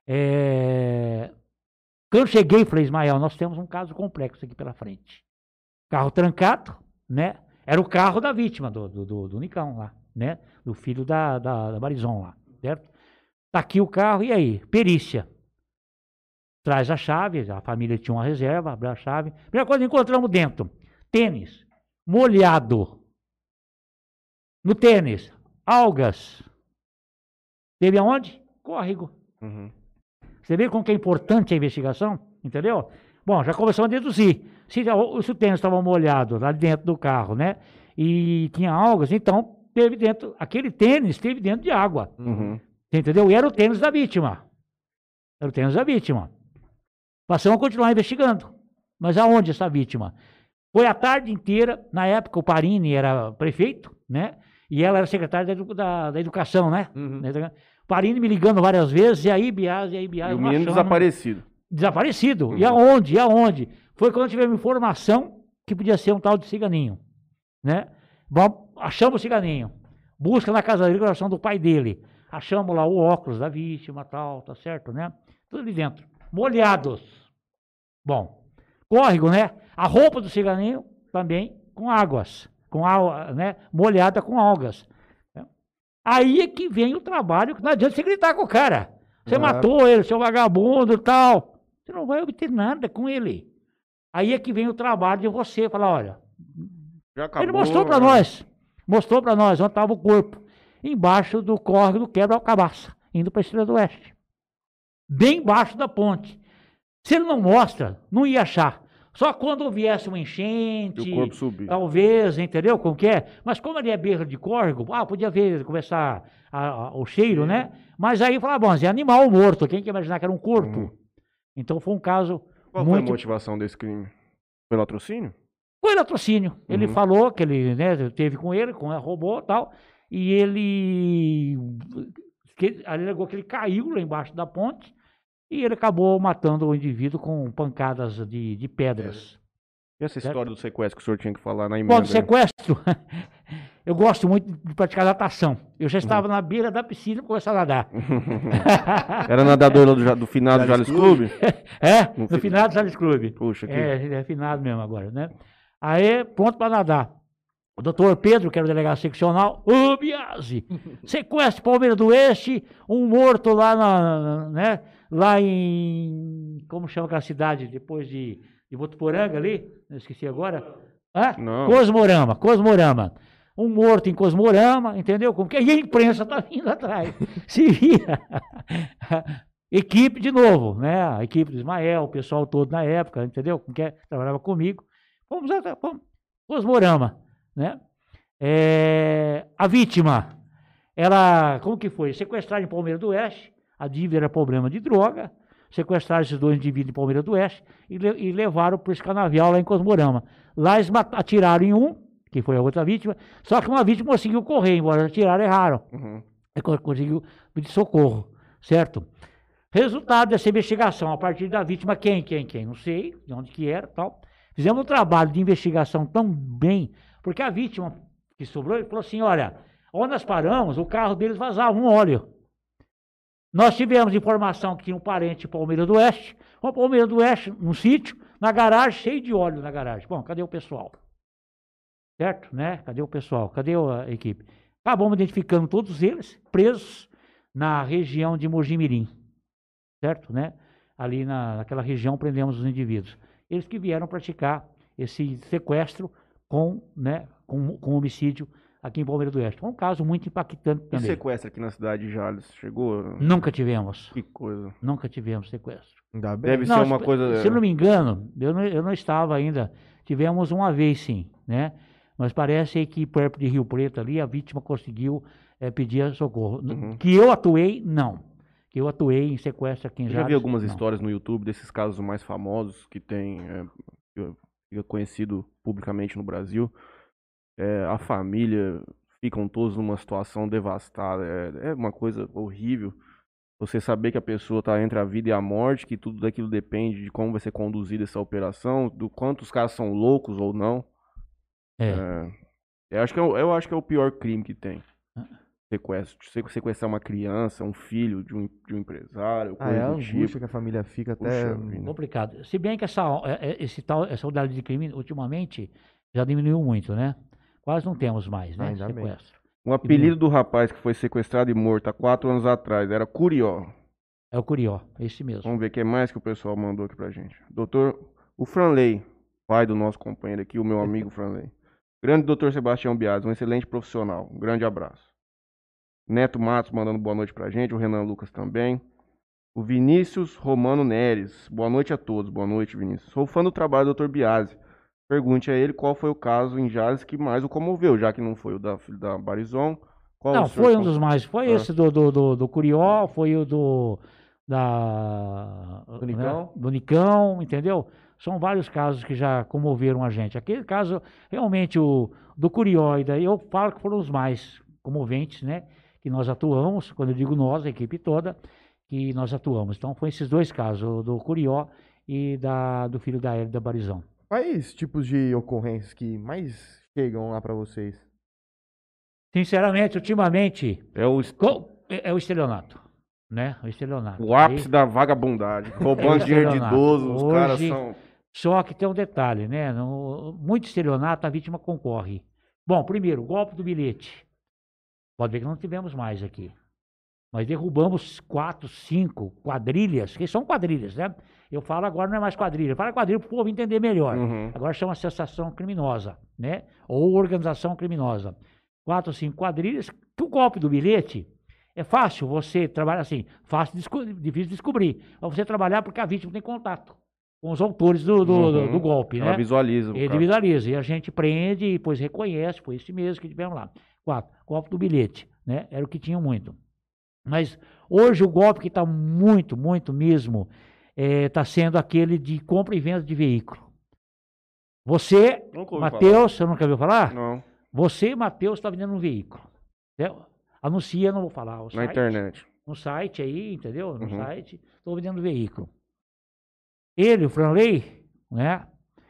[SPEAKER 3] É... Quando cheguei, falei, Ismael, nós temos um caso complexo aqui pela frente. Carro trancado, né? Era o carro da vítima, do, do, do, do Nicão lá, né? Do filho da, da, da Barizon lá, certo? Tá aqui o carro, e aí? Perícia. Traz a chave, a família tinha uma reserva, abriu a chave. Primeira coisa, encontramos dentro, tênis, molhado. No tênis, algas. Teve aonde? Córrego.
[SPEAKER 2] Uhum.
[SPEAKER 3] Você vê como que é importante a investigação? Entendeu? Bom, já começamos a deduzir. Se, se o tênis estava molhado lá dentro do carro, né? E tinha algas, então teve dentro, aquele tênis teve dentro de água.
[SPEAKER 2] Uhum.
[SPEAKER 3] Entendeu? E era o tênis da vítima. Era o tênis da vítima. Passamos a continuar investigando. Mas aonde essa vítima? Foi a tarde inteira, na época o Parini era prefeito, né? E ela era secretária da, edu da, da educação, né?
[SPEAKER 1] Uhum.
[SPEAKER 3] O Parini me ligando várias vezes, e aí Biasi, e aí Biasi.
[SPEAKER 2] E o menino achando... desaparecido.
[SPEAKER 3] Desaparecido. Uhum. E aonde? E aonde? Foi quando tivemos informação que podia ser um tal de ciganinho, né? Bom, achamos o ciganinho. Busca na casa dele, coração do pai dele. Achamos lá o óculos da vítima, tal, tá certo, né? Tudo ali dentro. Molhados. Bom, córrego, né? A roupa do ciganinho também com águas, com água, né? Molhada com algas. Aí é que vem o trabalho, que não adianta você gritar com o cara. Você ah. matou ele, seu vagabundo e tal. Você não vai obter nada com ele. Aí é que vem o trabalho de você falar, olha,
[SPEAKER 2] já acabou,
[SPEAKER 3] ele mostrou para nós, mostrou para nós onde estava o corpo. Embaixo do córrego do Quebra-Cabaça, indo para a Estrela do Oeste. Bem embaixo da ponte. Se ele não mostra, não ia achar. Só quando viesse uma enchente,
[SPEAKER 2] o corpo subir.
[SPEAKER 3] Talvez, entendeu como que é? Mas como ali é beira de córrego, ah, podia ver, começar a, a, o cheiro, é. né? Mas aí falava, bom, é animal morto, quem que ia imaginar que era um corpo? Uhum. Então foi um caso
[SPEAKER 2] Qual
[SPEAKER 3] muito...
[SPEAKER 2] foi a motivação desse crime? Foi latrocínio?
[SPEAKER 3] Foi latrocínio. Uhum. Ele falou que ele, né, teve com ele, com a robô e tal, e ele, que, ele alegou que ele caiu lá embaixo da ponte, e ele acabou matando o indivíduo com pancadas de, de pedras.
[SPEAKER 2] E essa história certo? do sequestro que o senhor tinha que falar na emenda?
[SPEAKER 3] Bom, do sequestro, eu gosto muito de praticar natação. Eu já estava uhum. na beira da piscina para começar a nadar.
[SPEAKER 2] Era nadador do, do finado Jales Clube?
[SPEAKER 3] É, no do finado Jales Clube.
[SPEAKER 2] Puxa, que...
[SPEAKER 3] É, é finado mesmo agora, né? Aí, pronto para nadar. O doutor Pedro, que era o delegado seccional, ô Biasi, sequestro Palmeiras do Oeste, um morto lá na, né? Lá em, como chama aquela cidade, depois de, de Votuporanga ali, eu esqueci agora. Ah,
[SPEAKER 2] Não.
[SPEAKER 3] Cosmorama, Cosmorama. um morto em Cosmorama, entendeu? Como que... E a imprensa está vindo atrás. Se vira. Equipe de novo, né? A equipe do Ismael, o pessoal todo na época, entendeu? Como que é? Trabalhava comigo. Fomos atrás, fomos. Cosmorama, né? É... A vítima, ela, como que foi? Sequestrada em Palmeiras do Oeste, a dívida era problema de droga, sequestraram esses dois indivíduos em Palmeiras do Oeste e, le e levaram para esse canavial lá em Cosmorama. Lá eles atiraram em um, que foi a outra vítima, só que uma vítima conseguiu correr, embora atiraram, erraram. Uhum. Conseguiu pedir socorro, certo? Resultado dessa investigação, a partir da vítima, quem, quem, quem? Não sei, de onde que era, tal. Fizemos um trabalho de investigação tão bem, porque a vítima que sobrou, ele falou assim, olha, onde nós paramos, o carro deles vazava um óleo. Nós tivemos informação que tinha um parente em Palmeiras do Oeste, um Palmeiras do Oeste, num sítio, na garagem, cheio de óleo na garagem. Bom, cadê o pessoal? Certo, né? Cadê o pessoal? Cadê a equipe? Acabamos identificando todos eles, presos na região de Mojimirim. Certo, né? Ali na, naquela região prendemos os indivíduos. Eles que vieram praticar esse sequestro com, né, com, com homicídio aqui em Palmeiras do Oeste. Foi um caso muito impactante também.
[SPEAKER 2] E sequestro aqui na cidade de Jales? Chegou?
[SPEAKER 3] Nunca tivemos.
[SPEAKER 2] Que coisa.
[SPEAKER 3] Nunca tivemos sequestro.
[SPEAKER 1] Ainda bem.
[SPEAKER 2] Deve
[SPEAKER 3] não,
[SPEAKER 2] ser uma coisa...
[SPEAKER 3] Se eu não me engano, eu não, eu não estava ainda. Tivemos uma vez sim, né? Mas parece que perto de Rio Preto ali a vítima conseguiu é, pedir socorro. Uhum. Que eu atuei, não. Que eu atuei em sequestro aqui em Jales.
[SPEAKER 2] Eu já vi algumas
[SPEAKER 3] não.
[SPEAKER 2] histórias no YouTube desses casos mais famosos que tem é, conhecido publicamente no Brasil. É, a família ficam todos numa situação devastada. É, é uma coisa horrível. Você saber que a pessoa está entre a vida e a morte, que tudo daquilo depende de como vai ser conduzida essa operação, do quanto os caras são loucos ou não.
[SPEAKER 3] É.
[SPEAKER 2] É, eu, acho que é, eu acho que é o pior crime que tem. Sequestro. Sequestrar uma criança, um filho de um, de um empresário.
[SPEAKER 1] Ah, é a
[SPEAKER 2] do
[SPEAKER 1] angústia
[SPEAKER 2] tipo.
[SPEAKER 1] que a família fica até...
[SPEAKER 2] Puxa,
[SPEAKER 3] complicado. Se bem que essa, esse tal, essa modalidade de crime, ultimamente, já diminuiu muito, né? Quase não temos mais, né?
[SPEAKER 1] Ainda bem.
[SPEAKER 3] Sequestro.
[SPEAKER 2] Um apelido do rapaz que foi sequestrado e morto há quatro anos atrás era Curió.
[SPEAKER 3] É o Curió, esse mesmo.
[SPEAKER 2] Vamos ver o que mais que o pessoal mandou aqui pra gente. Doutor, o Franley, pai do nosso companheiro aqui, o meu amigo Franley. Grande doutor Sebastião Biades, um excelente profissional. Um grande abraço. Neto Matos mandando boa noite pra gente, o Renan Lucas também. O Vinícius Romano Neres, boa noite a todos. Boa noite, Vinícius. Sou fã do trabalho do doutor Biase. Pergunte a ele qual foi o caso em Jales que mais o comoveu, já que não foi o da, da Barizon. Qual
[SPEAKER 3] não, foi um dos mais. Foi
[SPEAKER 2] ah.
[SPEAKER 3] esse do, do, do, do Curió, foi o do, da,
[SPEAKER 1] do, Nicão.
[SPEAKER 3] Né, do Nicão, entendeu? São vários casos que já comoveram a gente. Aquele caso, realmente, o do Curió, e daí eu falo que foram os mais comoventes, né? Que nós atuamos, quando eu digo nós, a equipe toda, que nós atuamos. Então, foi esses dois casos, o do Curió e da, do filho da Hélio da Barizão.
[SPEAKER 1] Quais tipos de ocorrências que mais chegam lá pra vocês?
[SPEAKER 3] Sinceramente, ultimamente,
[SPEAKER 2] é o,
[SPEAKER 3] é, é o estelionato, né? O estelionato.
[SPEAKER 2] O ápice Aí, da vagabundagem. Roubando é dinheiro de idoso, os Hoje, caras são...
[SPEAKER 3] Só que tem um detalhe, né? No, muito estelionato, a vítima concorre. Bom, primeiro, golpe do bilhete. Pode ver que não tivemos mais aqui. Nós derrubamos quatro, cinco quadrilhas, que são quadrilhas, né? Eu falo agora não é mais quadrilha, fala quadrilha para o povo entender melhor. Uhum. Agora chama associação criminosa, né? Ou organização criminosa. Quatro, cinco quadrilhas. O golpe do bilhete é fácil você trabalhar assim, fácil, difícil de descobrir. Mas você trabalhar porque a vítima tem contato com os autores do, do, uhum. do, do golpe,
[SPEAKER 2] Ela
[SPEAKER 3] né?
[SPEAKER 2] visualiza.
[SPEAKER 3] Ele cara. visualiza. E a gente prende e depois reconhece, foi esse mesmo que tivemos lá. Quatro, golpe do bilhete, né? Era o que tinham muito. Mas hoje o golpe que está muito, muito mesmo, está é, sendo aquele de compra e venda de veículo. Você, Matheus, você nunca ouviu falar?
[SPEAKER 2] Não.
[SPEAKER 3] Você, Matheus, está vendendo um veículo. Entendeu? Anuncia, não vou falar. O
[SPEAKER 2] Na
[SPEAKER 3] site,
[SPEAKER 2] internet.
[SPEAKER 3] No site aí, entendeu? No
[SPEAKER 2] uhum.
[SPEAKER 3] site, estou vendendo veículo. Ele, o Franley, né?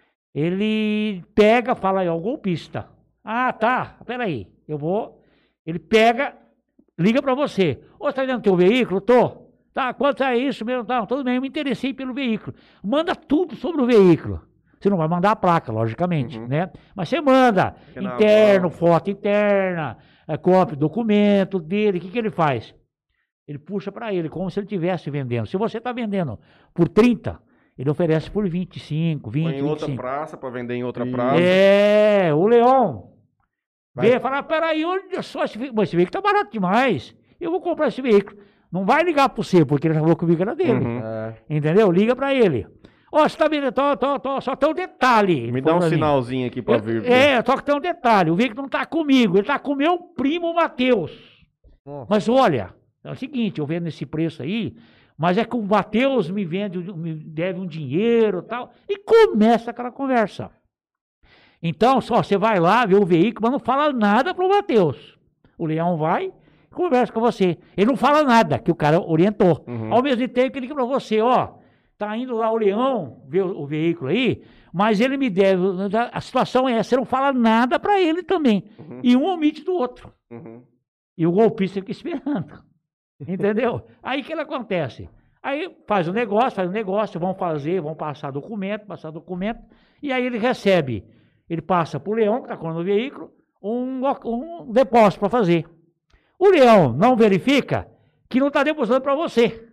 [SPEAKER 3] Ele pega, fala aí, ó, o golpista. Ah, tá, peraí, eu vou. Ele pega, liga para você. Ô, você tá vendendo teu veículo? Tô. Tá, quanto é isso mesmo? Tá, tudo bem, eu me interessei pelo veículo. Manda tudo sobre o veículo. Você não vai mandar a placa, logicamente, uhum. né? Mas você manda interno, foto interna, é, cópia, documento dele. O que, que ele faz? Ele puxa para ele, como se ele estivesse vendendo. Se você está vendendo por trinta, ele oferece por vinte e cinco, vinte,
[SPEAKER 2] Põe em
[SPEAKER 3] vinte e cinco.
[SPEAKER 2] outra praça para vender em outra praça.
[SPEAKER 3] É, o Leão.
[SPEAKER 1] Vai.
[SPEAKER 3] Vem falar, peraí, olha só, esse veículo, esse veículo tá barato demais. Eu vou comprar esse veículo. Não vai ligar para você, porque ele já falou que o veículo era dele.
[SPEAKER 2] Uhum.
[SPEAKER 1] É.
[SPEAKER 3] Entendeu? Liga para ele. Ó, oh, você tá vendo? Tô, tô, tô, só tem um detalhe.
[SPEAKER 2] Me dá um sinalzinho aqui para vir.
[SPEAKER 3] É, só que tem um detalhe. O veículo não tá comigo, ele tá com o meu primo Matheus. Mas olha, é o seguinte, eu vendo esse preço aí, mas é que o Matheus me vende, me deve um dinheiro e tal. E começa aquela conversa. Então, só você vai lá, vê o veículo, mas não fala nada pro Matheus. O Leão vai, conversa com você. Ele não fala nada, que o cara orientou.
[SPEAKER 2] Uhum.
[SPEAKER 3] Ao mesmo tempo que ele liga para você, ó, tá indo lá o Leão ver o, o veículo aí, mas ele me deve, a situação é essa, você não fala nada para ele também. Uhum. E um omite do outro. Uhum. E o golpista fica esperando. Entendeu? Aí o que ele acontece? Aí faz o negócio, faz o negócio, vão fazer, vão passar documento, passar documento, e aí ele recebe, ele passa pro Leão, que está com o veículo, um, um depósito para fazer. O Leão não verifica que não está depositando para você.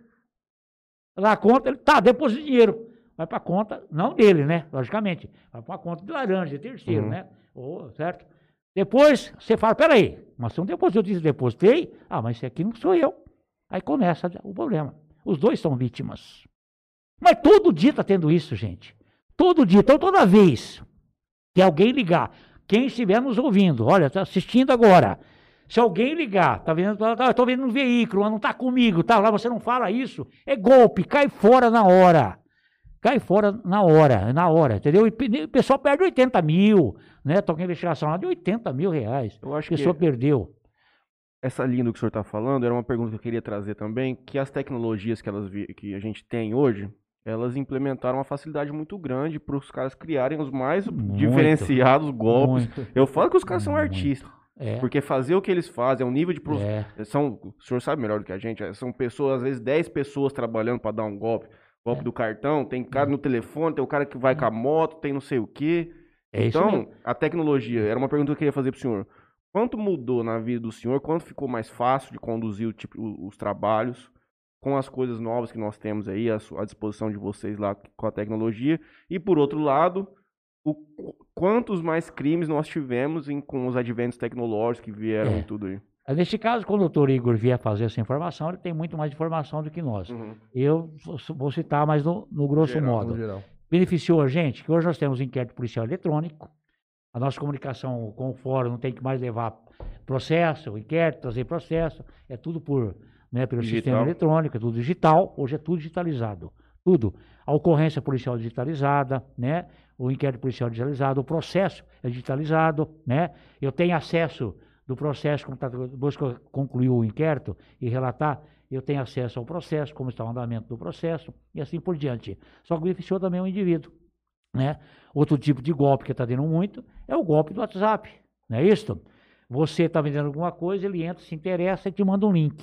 [SPEAKER 3] Lá a conta, ele tá, deposita dinheiro. Vai para a conta, não dele, né? Logicamente. Vai para a conta de laranja, de terceiro, uhum. né? Oh, certo? Depois você fala, peraí, mas você não depositou, eu disse, depositei. Ah, mas esse aqui não sou eu. Aí começa o problema. Os dois são vítimas. Mas todo dia está tendo isso, gente. Todo dia. Então, toda vez que alguém ligar, quem estiver nos ouvindo, olha, está assistindo agora. Se alguém ligar, tá vendo, tá, estou vendo um veículo, mas não está comigo, tá lá, você não fala isso, é golpe, cai fora na hora. Cai fora na hora, na hora, entendeu? E o pessoal perde oitenta mil, né? Estou com investigação lá de oitenta mil reais.
[SPEAKER 2] Eu acho
[SPEAKER 3] a pessoa
[SPEAKER 2] que
[SPEAKER 3] perdeu.
[SPEAKER 2] Essa linha do que o senhor está falando era uma pergunta que eu queria trazer também, que as tecnologias que, elas, que a gente tem hoje, elas implementaram uma facilidade muito grande para os caras criarem os mais muito, diferenciados golpes. Muito, eu falo que os caras são artistas. É. Porque fazer o que eles fazem é um nível de... Pro... É. São, o senhor sabe melhor do que a gente, são pessoas, às vezes dez pessoas trabalhando para dar um golpe. Golpe é. do cartão, tem cara no telefone, tem o cara que vai com a moto, tem não sei o quê.
[SPEAKER 3] É
[SPEAKER 2] então, a tecnologia, era uma pergunta que eu queria fazer pro senhor. Quanto mudou na vida do senhor? Quanto ficou mais fácil de conduzir o tipo, os trabalhos com as coisas novas que nós temos aí à disposição de vocês lá com a tecnologia? E, por outro lado, o, quantos mais crimes nós tivemos em, com os adventos tecnológicos que vieram é. e tudo aí?
[SPEAKER 3] Neste caso, quando o doutor Igor vier fazer essa informação, ele tem muito mais informação do que nós. Uhum. Eu vou citar mais no, no grosso geral, modo. No beneficiou a gente, que hoje nós temos inquérito policial eletrônico, a nossa comunicação com o fórum não tem que mais levar processo, inquérito, trazer processo, é tudo por, né, pelo digital. Sistema eletrônico, é tudo digital, hoje é tudo digitalizado, tudo. A ocorrência policial digitalizada, né, o inquérito policial digitalizado, o processo é digitalizado, né, eu tenho acesso do processo, como tá, depois que eu concluí o inquérito e relatar, eu tenho acesso ao processo, como está o andamento do processo, e assim por diante. Só que beneficiou também o indivíduo. Né? Outro tipo de golpe que está tendo muito é o golpe do WhatsApp, não é isso? Você está vendendo alguma coisa, ele entra, se interessa e te manda um link.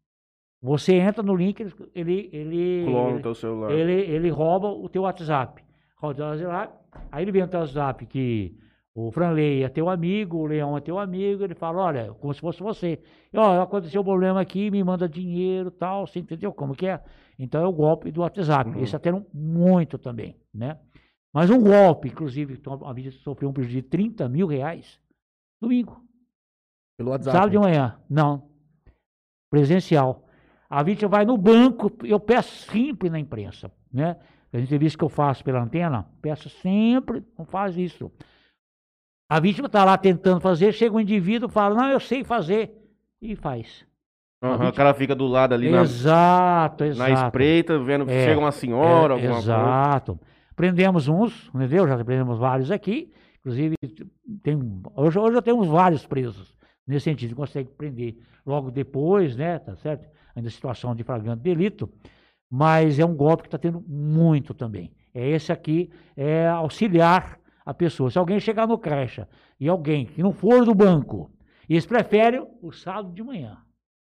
[SPEAKER 3] Você entra no link, ele ele
[SPEAKER 2] clona o teu celular.
[SPEAKER 3] Ele, ele rouba o teu WhatsApp. Rouba o WhatsApp, aí ele vem no teu WhatsApp que o Franley é teu amigo, o Leão é teu amigo, ele fala, olha, como se fosse você. E, ó, aconteceu um problema aqui, me manda dinheiro e tal, você entendeu como que é? Então é o golpe do WhatsApp. Uhum. Esse está tendo muito também, né? Mas um golpe, inclusive, a vítima sofreu um prejuízo de trinta mil reais, domingo.
[SPEAKER 1] Pelo WhatsApp?
[SPEAKER 3] Sábado de manhã. Não. Presencial. A vítima vai no banco, eu peço sempre na imprensa, né? A entrevista que eu faço pela antena, peço sempre, não faz isso. A vítima está lá tentando fazer, chega um indivíduo e fala, não, eu sei fazer, e faz.
[SPEAKER 2] Uhum, vítima... O cara fica do lado ali
[SPEAKER 3] exato, na, exato.
[SPEAKER 2] na espreita, vendo que é, chega uma senhora,
[SPEAKER 3] é,
[SPEAKER 2] alguma
[SPEAKER 3] exato. coisa. Exato. Prendemos uns, entendeu? Já prendemos vários aqui. Inclusive, tem, hoje, hoje já temos vários presos nesse sentido. Consegue prender logo depois, né? Tá certo? Ainda situação de flagrante delito. Mas é um golpe que está tendo muito também. É esse aqui, é auxiliar a pessoa. Se alguém chegar no caixa e alguém que não for do banco, eles preferem o sábado de manhã.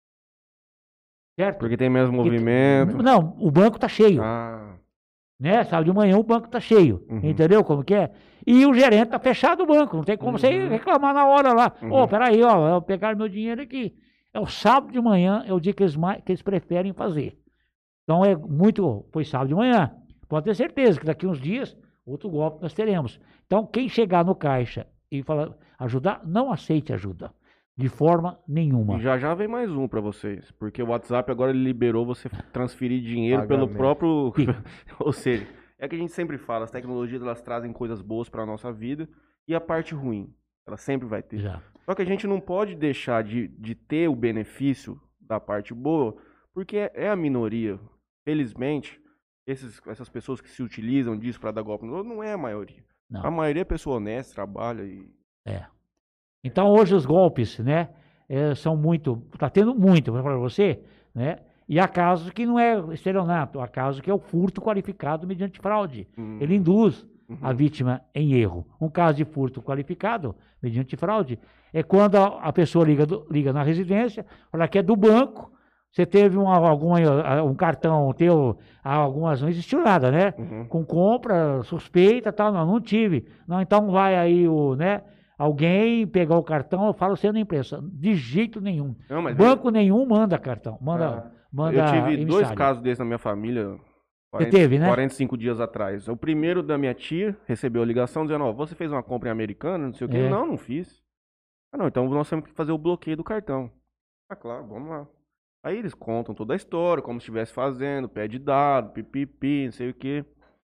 [SPEAKER 3] Certo?
[SPEAKER 2] Porque tem menos movimento.
[SPEAKER 3] Porque, não, o banco está cheio.
[SPEAKER 2] Ah.
[SPEAKER 3] Né? Sábado de manhã o banco está cheio, uhum. entendeu como que é? E o gerente está fechado o banco, não tem como uhum. você reclamar na hora lá. Ô, uhum. oh, peraí, ó, pegaram meu dinheiro aqui. É o sábado de manhã, é o dia que eles, que eles preferem fazer. Então é muito, foi sábado de manhã. Pode ter certeza que daqui uns dias, outro golpe nós teremos. Então quem chegar no caixa e falar, ajudar, não aceite ajuda. De forma nenhuma.
[SPEAKER 2] E já já vem mais um para vocês, porque o WhatsApp agora ele liberou você transferir dinheiro
[SPEAKER 1] Pagamento.
[SPEAKER 2] pelo próprio... Ou seja, é que a gente sempre fala, as tecnologias elas trazem coisas boas para a nossa vida e a parte ruim, ela sempre vai ter.
[SPEAKER 3] Já.
[SPEAKER 2] Só que a gente não pode deixar de, de ter o benefício da parte boa, porque é a minoria. Felizmente, esses, essas pessoas que se utilizam disso para dar golpe no outro não é a maioria.
[SPEAKER 3] Não.
[SPEAKER 2] A maioria é pessoa honesta, trabalha e...
[SPEAKER 3] É. Então hoje os golpes, né, é, são muito, está tendo muito, vou falar para você, né, e há casos que não é estelionato, há casos que é o furto qualificado mediante fraude.
[SPEAKER 2] Uhum.
[SPEAKER 3] Ele induz
[SPEAKER 2] Uhum.
[SPEAKER 3] a vítima em erro. Um caso de furto qualificado mediante fraude é quando a, a pessoa liga, do, liga na residência, fala que é do banco, você teve uma, alguma, um cartão teu, algumas, não existiu nada, né,
[SPEAKER 2] Uhum.
[SPEAKER 3] com compra suspeita, tal, não, não tive. Não, então vai aí o, né, alguém pegar o cartão, eu falo sendo imprensa. De jeito nenhum.
[SPEAKER 2] Não, mas
[SPEAKER 3] Banco nenhum manda cartão. Manda,
[SPEAKER 2] Ah,
[SPEAKER 3] manda
[SPEAKER 2] eu tive
[SPEAKER 3] emissário.
[SPEAKER 2] dois casos desses na minha família. quarenta,
[SPEAKER 3] teve, né?
[SPEAKER 2] quarenta e cinco dias atrás. O primeiro da minha tia recebeu a ligação dizendo, ó, você fez uma compra em Americana, não sei o quê.
[SPEAKER 3] É.
[SPEAKER 2] Não, não fiz. Ah, não, então nós temos que fazer o bloqueio do cartão. Ah, claro, vamos lá. Aí eles contam toda a história, como se estivesse fazendo, pede dado, pipipi, não sei o quê.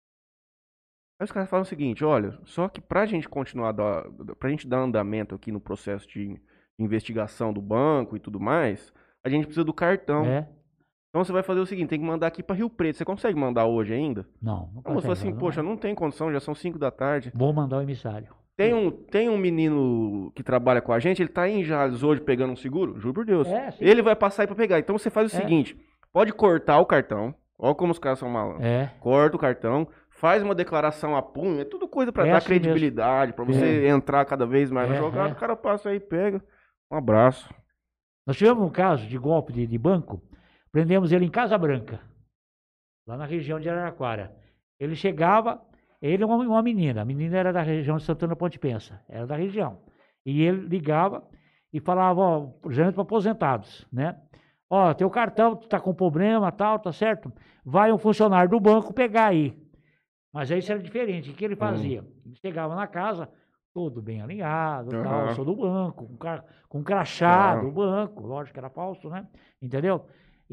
[SPEAKER 2] Aí os caras falam o seguinte, olha, só que pra gente continuar, dar, pra gente dar andamento aqui no processo de investigação do banco e tudo mais, a gente precisa do cartão.
[SPEAKER 3] É?
[SPEAKER 2] Então você vai fazer o seguinte, tem que mandar aqui pra Rio Preto. Você consegue mandar hoje ainda?
[SPEAKER 3] Não, não
[SPEAKER 2] A moça falou
[SPEAKER 3] consegue,
[SPEAKER 2] assim,
[SPEAKER 3] não.
[SPEAKER 2] poxa, não tem condição, já são cinco da tarde.
[SPEAKER 3] Vou mandar o emissário.
[SPEAKER 2] Tem um, tem um menino que trabalha com a gente, ele tá em Jales hoje pegando um seguro, juro por Deus.
[SPEAKER 3] É, sim.
[SPEAKER 2] Ele vai passar aí pra pegar. Então você faz o
[SPEAKER 3] É.
[SPEAKER 2] seguinte, pode cortar o cartão, olha como os caras são malandros.
[SPEAKER 3] É.
[SPEAKER 2] Corta o cartão, faz uma declaração a punho, é tudo coisa pra
[SPEAKER 3] É
[SPEAKER 2] dar
[SPEAKER 3] assim
[SPEAKER 2] credibilidade, pra você entrar cada vez mais na
[SPEAKER 3] É,
[SPEAKER 2] jogada,
[SPEAKER 3] é.
[SPEAKER 2] o cara passa aí, pega, um abraço.
[SPEAKER 3] Nós tivemos um caso de golpe de, de banco, prendemos ele em Casa Branca, lá na região de Araraquara. Ele chegava, ele é uma, uma menina, a menina era da região de Santana Ponte Pensa, era da região. E ele ligava e falava, ó, geralmente para aposentados, né? Ó, teu cartão tá com problema, tal, tá certo? Vai um funcionário do banco pegar aí. Mas aí isso era diferente. O que ele fazia? Ele chegava na casa, todo bem alinhado,
[SPEAKER 2] Uhum.
[SPEAKER 3] tal, sou do banco, com, car- com crachá
[SPEAKER 2] Uhum.
[SPEAKER 3] do banco, lógico que era falso, né? Entendeu?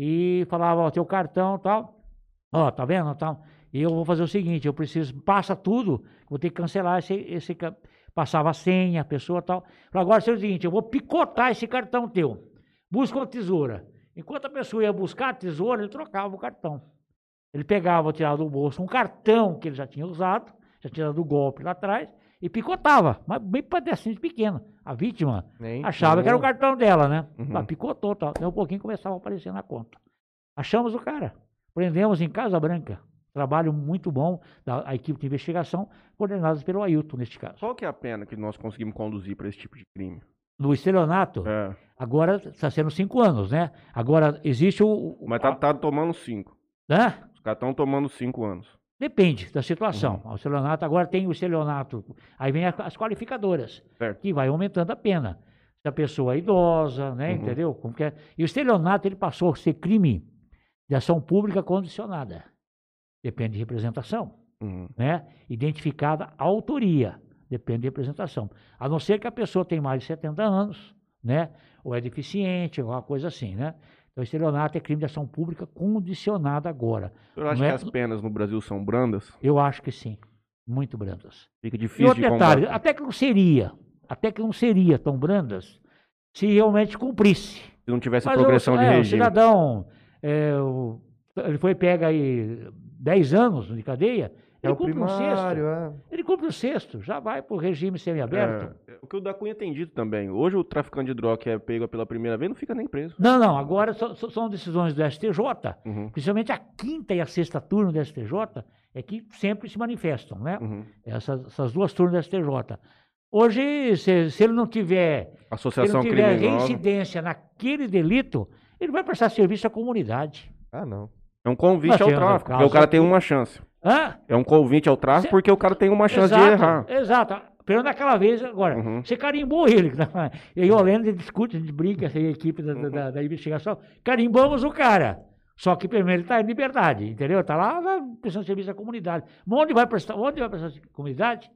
[SPEAKER 3] E falava, ó, teu cartão, tal, ó, tá vendo, tal. E eu vou fazer o seguinte, eu preciso, passa tudo, vou ter que cancelar esse, esse ca- passava a senha, a pessoa, tal. Falei, agora é o seguinte, eu vou picotar esse cartão teu. Busca uma tesoura. Enquanto a pessoa ia buscar a tesoura, ele trocava o cartão. Ele pegava, tirava do bolso um cartão que ele já tinha usado, já tinha dado o golpe lá atrás, e picotava, mas bem pedacinho pequeno. A vítima
[SPEAKER 1] Nem
[SPEAKER 3] achava que era o cartão dela, né?
[SPEAKER 2] Uhum.
[SPEAKER 3] Mas picotou, tal. Daí um pouquinho começava a aparecer na conta. Achamos o cara. Prendemos em Casa Branca. Trabalho muito bom da a equipe de investigação, coordenadas pelo Ailton, neste caso.
[SPEAKER 2] Qual que é a pena que nós conseguimos conduzir para esse tipo de crime?
[SPEAKER 3] No estelionato,
[SPEAKER 2] É,
[SPEAKER 3] agora está sendo cinco anos, né? Agora existe o... o
[SPEAKER 2] mas tá,
[SPEAKER 3] a-
[SPEAKER 2] tá tomando cinco.
[SPEAKER 3] né?
[SPEAKER 2] Os caras estão tomando cinco anos.
[SPEAKER 3] Depende da situação.
[SPEAKER 2] Uhum.
[SPEAKER 3] O estelionato, agora tem o estelionato, aí vem a- as qualificadoras,
[SPEAKER 2] Certo.
[SPEAKER 3] que vai aumentando a pena. Se a pessoa é idosa, né,
[SPEAKER 2] Uhum.
[SPEAKER 3] entendeu? Como que é? E o estelionato, ele passou a ser crime de ação pública condicionada. Depende de representação,
[SPEAKER 2] Uhum.
[SPEAKER 3] né? Identificada a autoria, depende de representação. A não ser que a pessoa tenha mais de setenta anos, né? Ou é deficiente, alguma coisa assim, né? Então, estelionato é crime de ação pública condicionada agora.
[SPEAKER 2] O senhor acha
[SPEAKER 3] Não é-
[SPEAKER 2] que as penas no Brasil são brandas?
[SPEAKER 3] Eu acho que sim, muito brandas.
[SPEAKER 2] Fica
[SPEAKER 3] E
[SPEAKER 2] difícil
[SPEAKER 3] outro
[SPEAKER 2] de
[SPEAKER 3] detalhe,
[SPEAKER 2] combater.
[SPEAKER 3] até que não seria, até que não seria tão brandas se realmente cumprisse.
[SPEAKER 2] Se não tivesse a
[SPEAKER 3] Mas
[SPEAKER 2] progressão
[SPEAKER 3] o,
[SPEAKER 2] de
[SPEAKER 3] é, o
[SPEAKER 2] regime.
[SPEAKER 3] cidadão, é, o- ele foi pega aí dez anos de cadeia,
[SPEAKER 1] É
[SPEAKER 3] ele
[SPEAKER 1] o
[SPEAKER 3] cumpre um
[SPEAKER 1] primário,
[SPEAKER 3] sexto.
[SPEAKER 1] é.
[SPEAKER 3] Ele cumpre o sexto, já vai para o regime semiaberto.
[SPEAKER 2] É, o que o da Cunha tem dito também. Hoje o traficante de droga que é pego pela primeira vez não fica nem preso.
[SPEAKER 3] Não, não, agora so- so- são decisões do S T J,
[SPEAKER 2] Uhum.
[SPEAKER 3] principalmente a quinta e a sexta turma do S T J, é que sempre se manifestam, né?
[SPEAKER 2] Uhum.
[SPEAKER 3] Essas, essas duas turmas do S T J. Hoje, se, se ele não tiver, se ele
[SPEAKER 2] Associação
[SPEAKER 3] não tiver
[SPEAKER 2] criminosa.
[SPEAKER 3] reincidência naquele delito, ele vai prestar serviço à comunidade.
[SPEAKER 1] Ah, não.
[SPEAKER 2] É um convite
[SPEAKER 3] Nós
[SPEAKER 2] ao
[SPEAKER 3] temos o
[SPEAKER 2] tráfico, porque
[SPEAKER 3] caso
[SPEAKER 2] o cara tem
[SPEAKER 3] aqui.
[SPEAKER 2] uma chance.
[SPEAKER 3] Hã?
[SPEAKER 2] É um convite ao tráfico
[SPEAKER 3] Cê-
[SPEAKER 2] porque o cara tem uma chance
[SPEAKER 3] exato,
[SPEAKER 2] de errar.
[SPEAKER 3] Exato. Pelo naquela vez, agora,
[SPEAKER 2] Uhum.
[SPEAKER 3] você carimbou ele. Eu e o Oleno, a gente discute, a gente brinca, essa equipe da, da- da- da investigação, carimbamos o cara. Só que primeiro ele está em liberdade, entendeu? Está lá vai prestando serviço à comunidade. Mas onde vai prestar, onde vai prestar serviço à comunidade?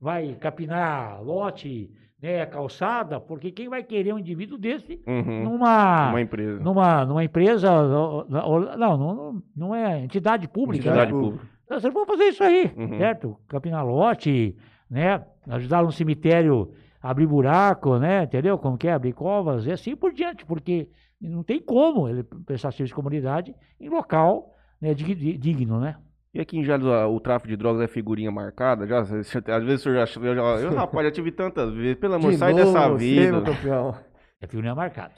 [SPEAKER 3] vai capinar lote, né, calçada, porque quem vai querer um indivíduo desse
[SPEAKER 2] Uhum.
[SPEAKER 3] numa,
[SPEAKER 2] Uma empresa.
[SPEAKER 3] numa, numa empresa, não, não, não, não é entidade pública.
[SPEAKER 2] Entidade
[SPEAKER 3] né?
[SPEAKER 2] pública.
[SPEAKER 3] Então, vocês vão fazer isso aí,
[SPEAKER 2] Uhum.
[SPEAKER 3] certo? Capinar lote, né, ajudar no cemitério a abrir buraco, né, entendeu? Como que é, abrir covas e assim por diante, porque não tem como ele prestar serviço de comunidade em local, né, dig- digno, né?
[SPEAKER 2] E aqui em Jales, o tráfico de drogas é figurinha marcada? Já, às vezes o senhor já... Eu, já, eu rapaz, já tive tantas vezes. Pelo amor,
[SPEAKER 1] De
[SPEAKER 2] sai
[SPEAKER 1] novo
[SPEAKER 2] dessa
[SPEAKER 1] você,
[SPEAKER 2] vida.
[SPEAKER 1] meu campeão.
[SPEAKER 3] É figurinha marcada.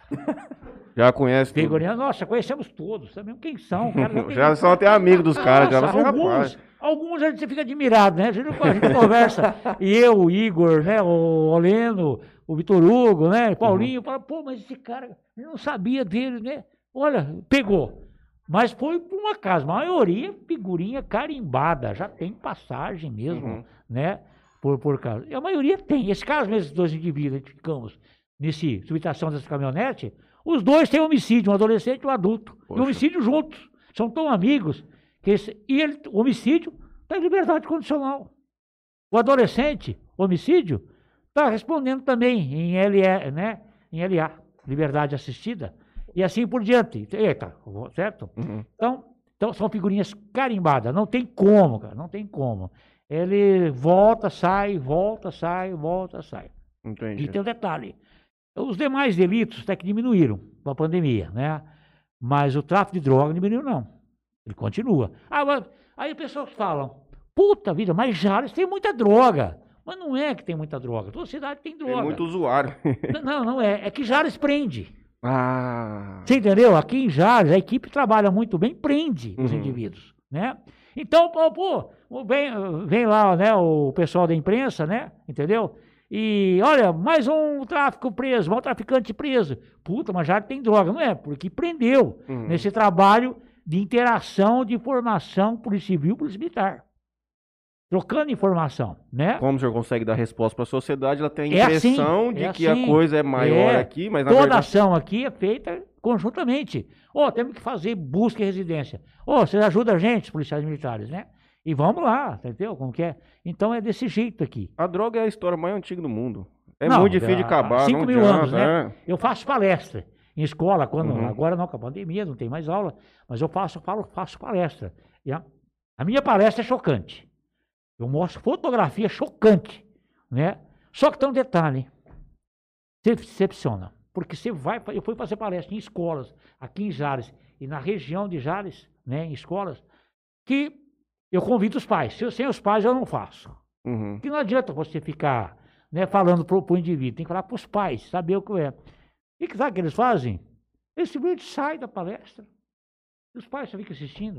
[SPEAKER 2] Já conhece tudo.
[SPEAKER 3] Figurinha, nossa, conhecemos todos, sabemos quem são. Cara, já, tem-
[SPEAKER 2] Já são até amigo dos caras. Já
[SPEAKER 3] Nossa,
[SPEAKER 2] você,
[SPEAKER 3] alguns,
[SPEAKER 2] rapaz.
[SPEAKER 3] alguns a gente fica admirado, né? A gente, a gente conversa, e eu, o Igor, né? O Oleno, o Vitor Hugo, né? O Paulinho, fala, pô, mas esse cara, eu não sabia dele, né? Olha, pegou. Mas foi por uma casa, a maioria figurinha carimbada, já tem passagem mesmo,
[SPEAKER 2] Uhum.
[SPEAKER 3] né? Por, por causa. E a maioria tem. Esse caso mesmo, esses dois indivíduos que ficamos nesse subtração dessa caminhonete, os dois têm homicídio, um adolescente e um adulto.
[SPEAKER 2] Poxa.
[SPEAKER 3] E homicídio juntos. São tão amigos que esse, e ele, o homicídio está em liberdade condicional. O adolescente, homicídio, está respondendo também em L E, né? Em L A, liberdade assistida. E assim por diante. Eita, certo?
[SPEAKER 2] Uhum.
[SPEAKER 3] Então, então, são figurinhas carimbadas. Não tem como, cara, não tem como. Ele volta, sai, volta, sai, volta, sai.
[SPEAKER 2] Entendi.
[SPEAKER 3] E tem um detalhe. Os demais delitos até que diminuíram com a pandemia, né? Mas o tráfico de droga não diminuiu, não. Ele continua. Ah, mas, aí as pessoas falam, puta vida, mas Jales tem muita droga. Mas não é que tem muita droga. Toda cidade tem droga.
[SPEAKER 2] Tem muito usuário.
[SPEAKER 3] Não, não é. É que Jales prende.
[SPEAKER 2] Ah.
[SPEAKER 3] Você entendeu? Aqui em Jales, a equipe trabalha muito bem, prende os
[SPEAKER 2] Uhum.
[SPEAKER 3] indivíduos, né? Então, pô, pô, vem, vem lá, né, o pessoal da imprensa, né? Entendeu? E, olha, mais um tráfico preso, mais um traficante preso. Puta, mas já tem droga. Não é, porque prendeu
[SPEAKER 2] Uhum.
[SPEAKER 3] nesse trabalho de interação de informação polícia civil, polícia militar. Trocando informação, né?
[SPEAKER 2] Como o senhor consegue dar resposta para a sociedade? Ela tem a
[SPEAKER 3] É assim,
[SPEAKER 2] impressão de
[SPEAKER 3] é
[SPEAKER 2] que
[SPEAKER 3] assim.
[SPEAKER 2] a coisa é maior
[SPEAKER 3] É.
[SPEAKER 2] aqui, mas na
[SPEAKER 3] Toda
[SPEAKER 2] verdade...
[SPEAKER 3] ação aqui é feita conjuntamente. Ó, temos que fazer busca e residência. Ó, vocês ajudam a gente, os policiais militares, né? E vamos lá, entendeu? Como que é? Então é desse jeito aqui.
[SPEAKER 2] A droga é a história mais antiga do mundo. É
[SPEAKER 3] Não,
[SPEAKER 2] muito difícil de
[SPEAKER 3] há
[SPEAKER 2] acabar,
[SPEAKER 3] cinco
[SPEAKER 2] não
[SPEAKER 3] mil
[SPEAKER 2] adianta,
[SPEAKER 3] anos, né?
[SPEAKER 2] é.
[SPEAKER 3] Eu faço palestra em escola, quando,
[SPEAKER 2] Uhum.
[SPEAKER 3] agora não, com a pandemia, não tem mais aula, mas eu faço, falo, faço palestra. E a, a minha palestra é chocante. Eu mostro fotografia chocante, né? Só que tem um detalhe. Você decepciona. Porque você vai, eu fui fazer palestra em escolas, aqui em Jales, e na região de Jales, né, em escolas, que eu convido os pais. Se eu, sem os pais eu não faço.
[SPEAKER 2] Uhum.
[SPEAKER 3] Porque não adianta você ficar, né, falando para o indivíduo, tem que falar para os pais, saber o que é. E que sabe o que eles fazem? Eles simplesmente saem da palestra. E os pais só ficam assistindo.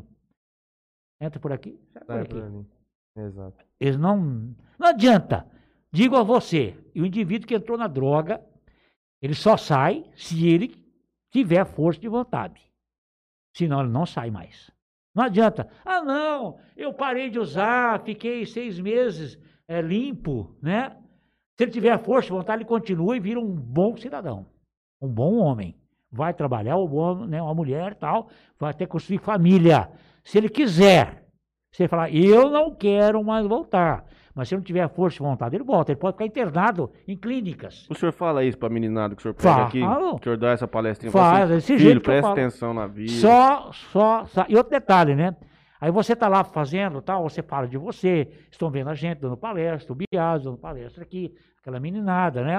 [SPEAKER 3] Entra por aqui, sai por
[SPEAKER 1] Sai
[SPEAKER 3] aqui.
[SPEAKER 1] por ali. Exato.
[SPEAKER 3] Eles não. Não adianta. Digo a você, e o indivíduo que entrou na droga, ele só sai se ele tiver força de vontade. Senão ele não sai mais. Não adianta. Ah, não, eu parei de usar, fiquei seis meses é, limpo, né? Se ele tiver força de vontade, ele continua e vira um bom cidadão. Um bom homem. Vai trabalhar, um bom, né, uma mulher e tal, vai até construir família. Se ele quiser. Se ele falar, eu não quero mais voltar. Mas se ele não tiver força de vontade, ele volta. Ele pode ficar internado em clínicas.
[SPEAKER 2] O senhor fala isso pra meninada que o senhor pega
[SPEAKER 3] Falo.
[SPEAKER 2] aqui? O senhor dá essa palestrinha
[SPEAKER 3] Faz,
[SPEAKER 2] pra
[SPEAKER 3] desse
[SPEAKER 2] filho,
[SPEAKER 3] jeito que eu
[SPEAKER 2] presta
[SPEAKER 3] falo.
[SPEAKER 2] atenção na vida.
[SPEAKER 3] Só, só, só. E outro detalhe, né? Aí você tá lá fazendo tal, você fala de você, estão vendo a gente dando palestra, o Bias dando palestra aqui, aquela meninada, né?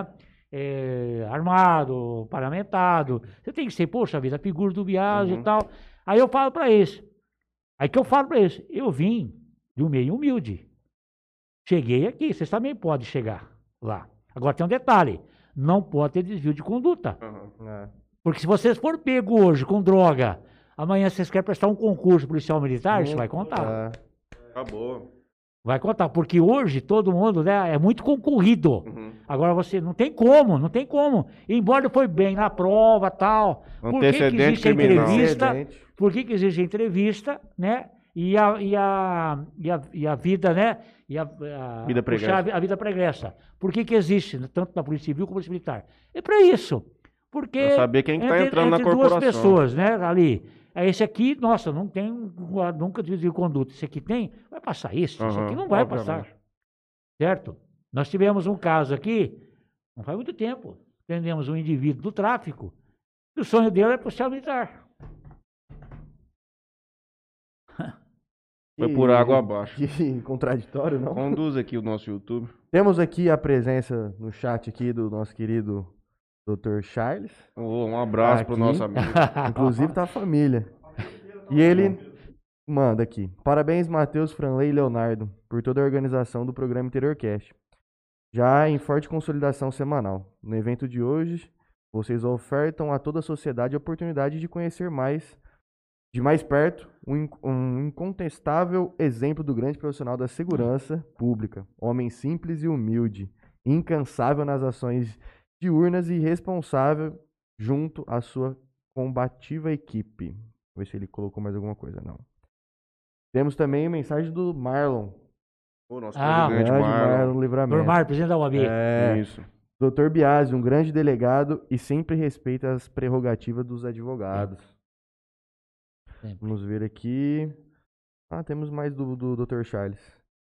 [SPEAKER 3] É, armado, paramentado. Você tem que ser, poxa vida, a figura do Bias
[SPEAKER 2] Uhum.
[SPEAKER 3] e tal. Aí eu falo pra eles. Aí que eu falo pra eles, eu vim de um meio humilde. Cheguei aqui, vocês também podem chegar lá. Agora tem um detalhe, não pode ter desvio de conduta.
[SPEAKER 2] Uhum.
[SPEAKER 1] É.
[SPEAKER 3] Porque se vocês forem pego hoje com droga, amanhã vocês querem prestar um concurso policial militar, isso vai contar.
[SPEAKER 1] É.
[SPEAKER 2] Acabou.
[SPEAKER 3] Vai contar, porque hoje todo mundo, né, é muito concorrido.
[SPEAKER 2] Uhum.
[SPEAKER 3] Agora você não tem como, não tem como. Embora foi bem na prova tal, por que, que
[SPEAKER 2] Antecedente
[SPEAKER 3] existe a
[SPEAKER 2] criminal.
[SPEAKER 3] entrevista?
[SPEAKER 1] Antecedente.
[SPEAKER 3] Por que, que existe a entrevista, né? E a, e a, e a, e a vida, né? E a, a,
[SPEAKER 2] Vida pregressa.
[SPEAKER 3] puxar a, a vida pregressa. Por que, que existe, né, tanto na Polícia Civil como na Polícia Militar? É para isso. Porque
[SPEAKER 2] Pra saber quem que tá
[SPEAKER 3] entre,
[SPEAKER 2] entrando na
[SPEAKER 3] entre
[SPEAKER 2] corporação.
[SPEAKER 3] duas pessoas, né, ali. É esse aqui, nossa, não tem, nunca desvio de conduta. Esse aqui tem, vai passar isso, esse
[SPEAKER 2] Uhum,
[SPEAKER 3] aqui não vai
[SPEAKER 2] obviamente.
[SPEAKER 3] passar. Certo? Nós tivemos um caso aqui, não faz muito tempo, prendemos um indivíduo do tráfico, e o sonho dele é policial militar.
[SPEAKER 2] Foi por água abaixo.
[SPEAKER 1] Que contraditório, não?
[SPEAKER 2] Conduz aqui o nosso YouTube.
[SPEAKER 1] Temos aqui a presença no chat aqui do nosso querido doutor Charles.
[SPEAKER 2] Oh, um abraço
[SPEAKER 1] Aqui.
[SPEAKER 2] pro nosso amigo.
[SPEAKER 1] Inclusive tá a família. E ele manda aqui. Parabéns, Matheus, Franley e Leonardo, por toda a organização do programa InteriorCast. Já em forte consolidação semanal. No evento de hoje, vocês ofertam a toda a sociedade a oportunidade de conhecer mais, de mais perto, um, um incontestável exemplo do grande profissional da segurança pública. Homem simples e humilde, incansável nas ações diurnas e responsável junto à sua combativa equipe. Vou ver se ele colocou mais alguma coisa, não. Temos também a mensagem do Marlon.
[SPEAKER 2] O nosso
[SPEAKER 3] Ah,
[SPEAKER 2] presidente
[SPEAKER 1] Grande
[SPEAKER 2] Marlon.
[SPEAKER 1] Marlon Livramento.
[SPEAKER 3] Normar, presidente da U A B.
[SPEAKER 1] É,
[SPEAKER 2] Isso.
[SPEAKER 1] doutor Biasi, um grande delegado e sempre respeita as prerrogativas dos advogados.
[SPEAKER 3] Sempre.
[SPEAKER 1] Vamos ver aqui. Ah, temos mais do, do doutor Charles.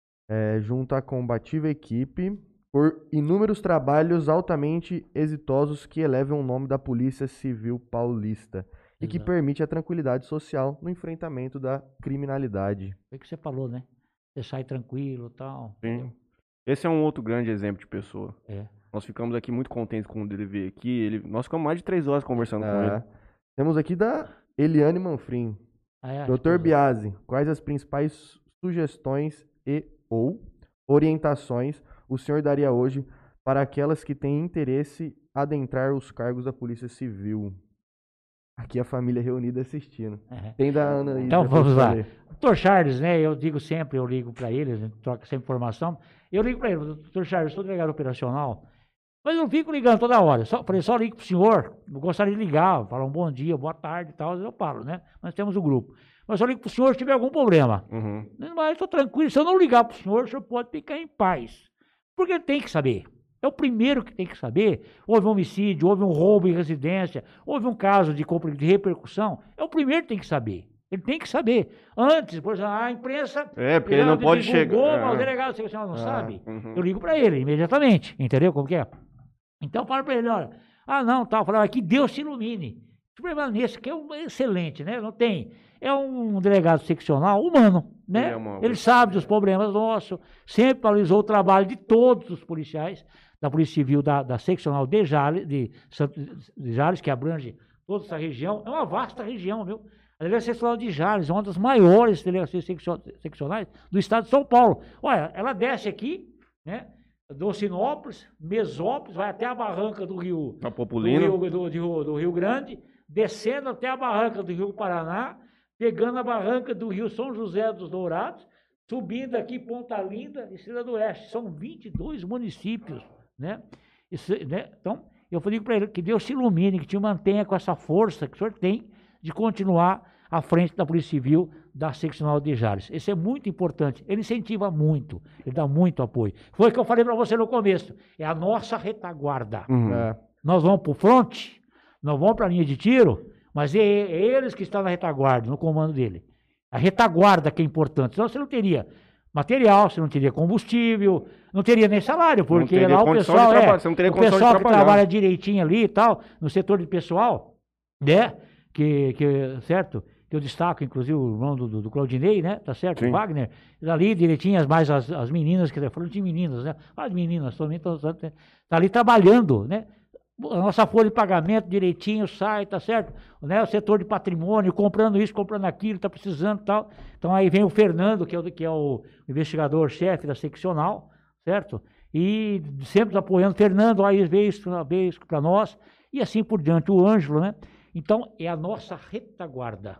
[SPEAKER 1] É, junto à combativa equipe, por inúmeros trabalhos altamente exitosos que elevam o nome da Polícia Civil Paulista e que
[SPEAKER 3] Exato.
[SPEAKER 1] permite a tranquilidade social no enfrentamento da criminalidade.
[SPEAKER 3] Foi o que você falou, né? Você sai tranquilo e tal.
[SPEAKER 2] Sim. Esse é um outro grande exemplo de pessoa.
[SPEAKER 3] É.
[SPEAKER 2] Nós ficamos aqui muito contentes com ele vir aqui. Ele, nós ficamos mais de três horas conversando com ele.
[SPEAKER 1] É. Temos aqui da Eliane Manfrim.
[SPEAKER 3] Ah, é,
[SPEAKER 1] doutor
[SPEAKER 3] esposa.
[SPEAKER 1] Biasi, quais as principais sugestões e ou orientações o senhor daria hoje para aquelas que têm interesse adentrar os cargos da Polícia Civil? Aqui a família reunida assistindo.
[SPEAKER 3] É.
[SPEAKER 1] Tem da Ana aí.
[SPEAKER 3] Então
[SPEAKER 1] depois
[SPEAKER 3] vamos lá.
[SPEAKER 1] falei.
[SPEAKER 3] doutor Charles, né? Eu digo sempre, eu ligo para ele, a gente troca essa informação. Eu ligo para ele, doutor Charles, eu sou delegado operacional, mas eu não fico ligando toda hora. Só, falei, só ligo para o senhor. Eu gostaria de ligar, falar um bom dia, boa tarde e tal, eu falo, né? Nós temos o grupo. Mas só ligo para o senhor se tiver algum problema.
[SPEAKER 2] Uhum.
[SPEAKER 3] Mas estou tranquilo, se eu não ligar para o senhor, o senhor pode ficar em paz. Porque ele tem que saber. É o primeiro que tem que saber. Houve um homicídio, houve um roubo em residência, houve um caso de, compra- de repercussão. É o primeiro que tem que saber. Ele tem que saber. Antes, por exemplo, a imprensa...
[SPEAKER 2] É, porque ele não pode
[SPEAKER 3] divulgou,
[SPEAKER 2] chegar.
[SPEAKER 3] mas o
[SPEAKER 2] É.
[SPEAKER 3] delegado seccional não
[SPEAKER 1] Ah,
[SPEAKER 3] sabe.
[SPEAKER 2] Uhum.
[SPEAKER 3] Eu ligo para ele imediatamente. Entendeu como que é? Então, fala para ele, olha... Ah, não, tal. Fala, que Deus te ilumine. O problema nesse que é um excelente, né? Não tem... É um delegado seccional humano, né?
[SPEAKER 2] Ele é uma-
[SPEAKER 3] Ele sabe dos problemas nossos, sempre valorizou o trabalho de todos os policiais, da Polícia Civil da, da seccional de Jales, de, Santo- de Jales, que abrange toda essa região. É uma vasta região, viu? A Delegacia Seccional de Jales é uma das maiores delegacias seccio- seccionais do estado de São Paulo. Olha, ela desce aqui, né? Docinópolis, Mesópolis, vai até a barranca do Rio,
[SPEAKER 2] A
[SPEAKER 3] do
[SPEAKER 2] Populina.
[SPEAKER 3] Rio, do, do- do Rio Grande, descendo até a barranca do Rio Paraná, pegando a barranca do Rio São José dos Dourados, subindo aqui Ponta Linda e Estrela do Oeste. São vinte e dois municípios, né? Isso, né? Então, eu falei para ele que Deus te ilumine, que te mantenha com essa força que o senhor tem de continuar à frente da Polícia Civil da Seccional de Jales. Isso é muito importante. Ele incentiva muito, ele dá muito apoio. Foi o que eu falei para você no começo. É a nossa retaguarda.
[SPEAKER 2] Uhum.
[SPEAKER 1] É.
[SPEAKER 3] Nós vamos para o front, nós vamos para a linha de tiro, mas é, é eles que estão na retaguarda, no comando dele. A retaguarda que é importante. Senão você não teria material, você não teria combustível, não teria nem salário, porque
[SPEAKER 2] teria
[SPEAKER 3] lá o
[SPEAKER 2] condição
[SPEAKER 3] pessoal
[SPEAKER 2] de
[SPEAKER 3] é,
[SPEAKER 2] trabalho, você não teria
[SPEAKER 3] o
[SPEAKER 2] condição de
[SPEAKER 3] pessoal que
[SPEAKER 2] trabalhar.
[SPEAKER 3] trabalha direitinho ali e tal, no setor de pessoal, né? Que, que, certo? Que eu destaco, inclusive, o irmão do, do, do Claudinei, né? Tá certo?
[SPEAKER 2] Sim.
[SPEAKER 3] O Wagner. Ali direitinho, mais as, as meninas, que falando de meninas, né? As meninas também estão tá ali trabalhando, né? A nossa folha de pagamento direitinho sai, tá certo? Né? O setor de patrimônio, comprando isso, comprando aquilo, tá precisando e tal. Então aí vem o Fernando, que é o, que é o investigador-chefe da seccional, certo? E sempre apoiando, Fernando, aí vê isso, vê isso para nós, e assim por diante, o Ângelo, né? Então é a nossa retaguarda.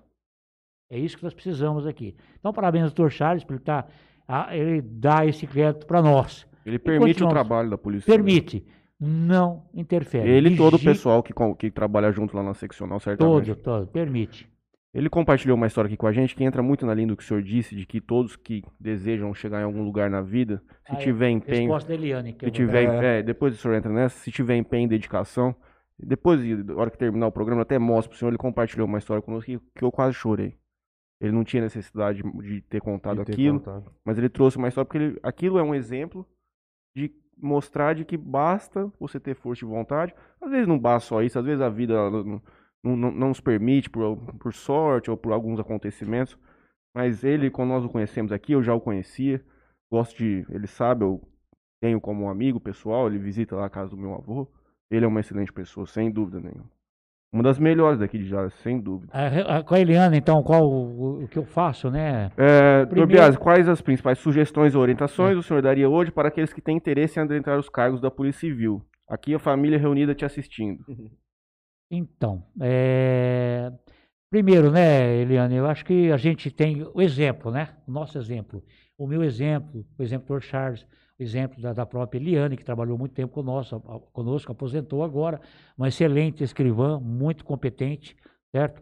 [SPEAKER 3] É isso que nós precisamos aqui. Então parabéns ao doutor Charles, por ele, tá, a- ele dá esse crédito para nós.
[SPEAKER 2] Ele permite o
[SPEAKER 3] continuamos.
[SPEAKER 2] trabalho da polícia. Civil.
[SPEAKER 3] Permite, não interfere.
[SPEAKER 2] Ele e todo o
[SPEAKER 3] Vigia-
[SPEAKER 2] pessoal que, com- que trabalha junto lá na seccional, certamente.
[SPEAKER 3] Todo, todo, permite.
[SPEAKER 2] Ele compartilhou uma história aqui com a gente que entra muito na linha do que o senhor disse, de que todos que desejam chegar em algum lugar na vida, se
[SPEAKER 3] Ah, é.
[SPEAKER 2] tiver empenho,
[SPEAKER 3] Resposta da Eliane. Que
[SPEAKER 2] se
[SPEAKER 3] eu vou
[SPEAKER 2] tiver,
[SPEAKER 3] dar.
[SPEAKER 2] é, depois o senhor entra nessa, se tiver empenho e dedicação, depois, na hora que terminar o programa, eu até mostro pro senhor, ele compartilhou uma história conosco que, que eu quase chorei. Ele não tinha necessidade de ter contado
[SPEAKER 1] De ter
[SPEAKER 2] aquilo,
[SPEAKER 1] contado.
[SPEAKER 2] mas ele trouxe uma história porque ele- aquilo é um exemplo de mostrar de que basta você ter força de vontade. Às vezes não basta só isso, às vezes a vida não, não, não nos permite, por, por sorte ou por alguns acontecimentos. Mas ele, quando nós o conhecemos aqui, eu já o conhecia. Gosto de. Ele sabe, eu tenho como um amigo pessoal, ele visita lá a casa do meu avô. Ele é uma excelente pessoa, sem dúvida nenhuma. Uma das melhores daqui de Jales, sem dúvida.
[SPEAKER 3] A, a, com a Eliana, então, qual o, o que eu faço, né?
[SPEAKER 2] É,
[SPEAKER 3] Primeiro-
[SPEAKER 2] Biase, quais as principais sugestões ou orientações
[SPEAKER 3] É.
[SPEAKER 2] o senhor daria hoje para aqueles que têm interesse em adentrar os cargos da Polícia Civil? Aqui a família reunida te assistindo.
[SPEAKER 3] Então, é, primeiro, né, Eliane, eu acho que a gente tem o exemplo, né? O nosso exemplo. O meu exemplo, o exemplo do doutor Charles, o exemplo da, da própria Eliane, que trabalhou muito tempo conosco, a- a- conosco, aposentou agora, uma excelente escrivã, muito competente, certo?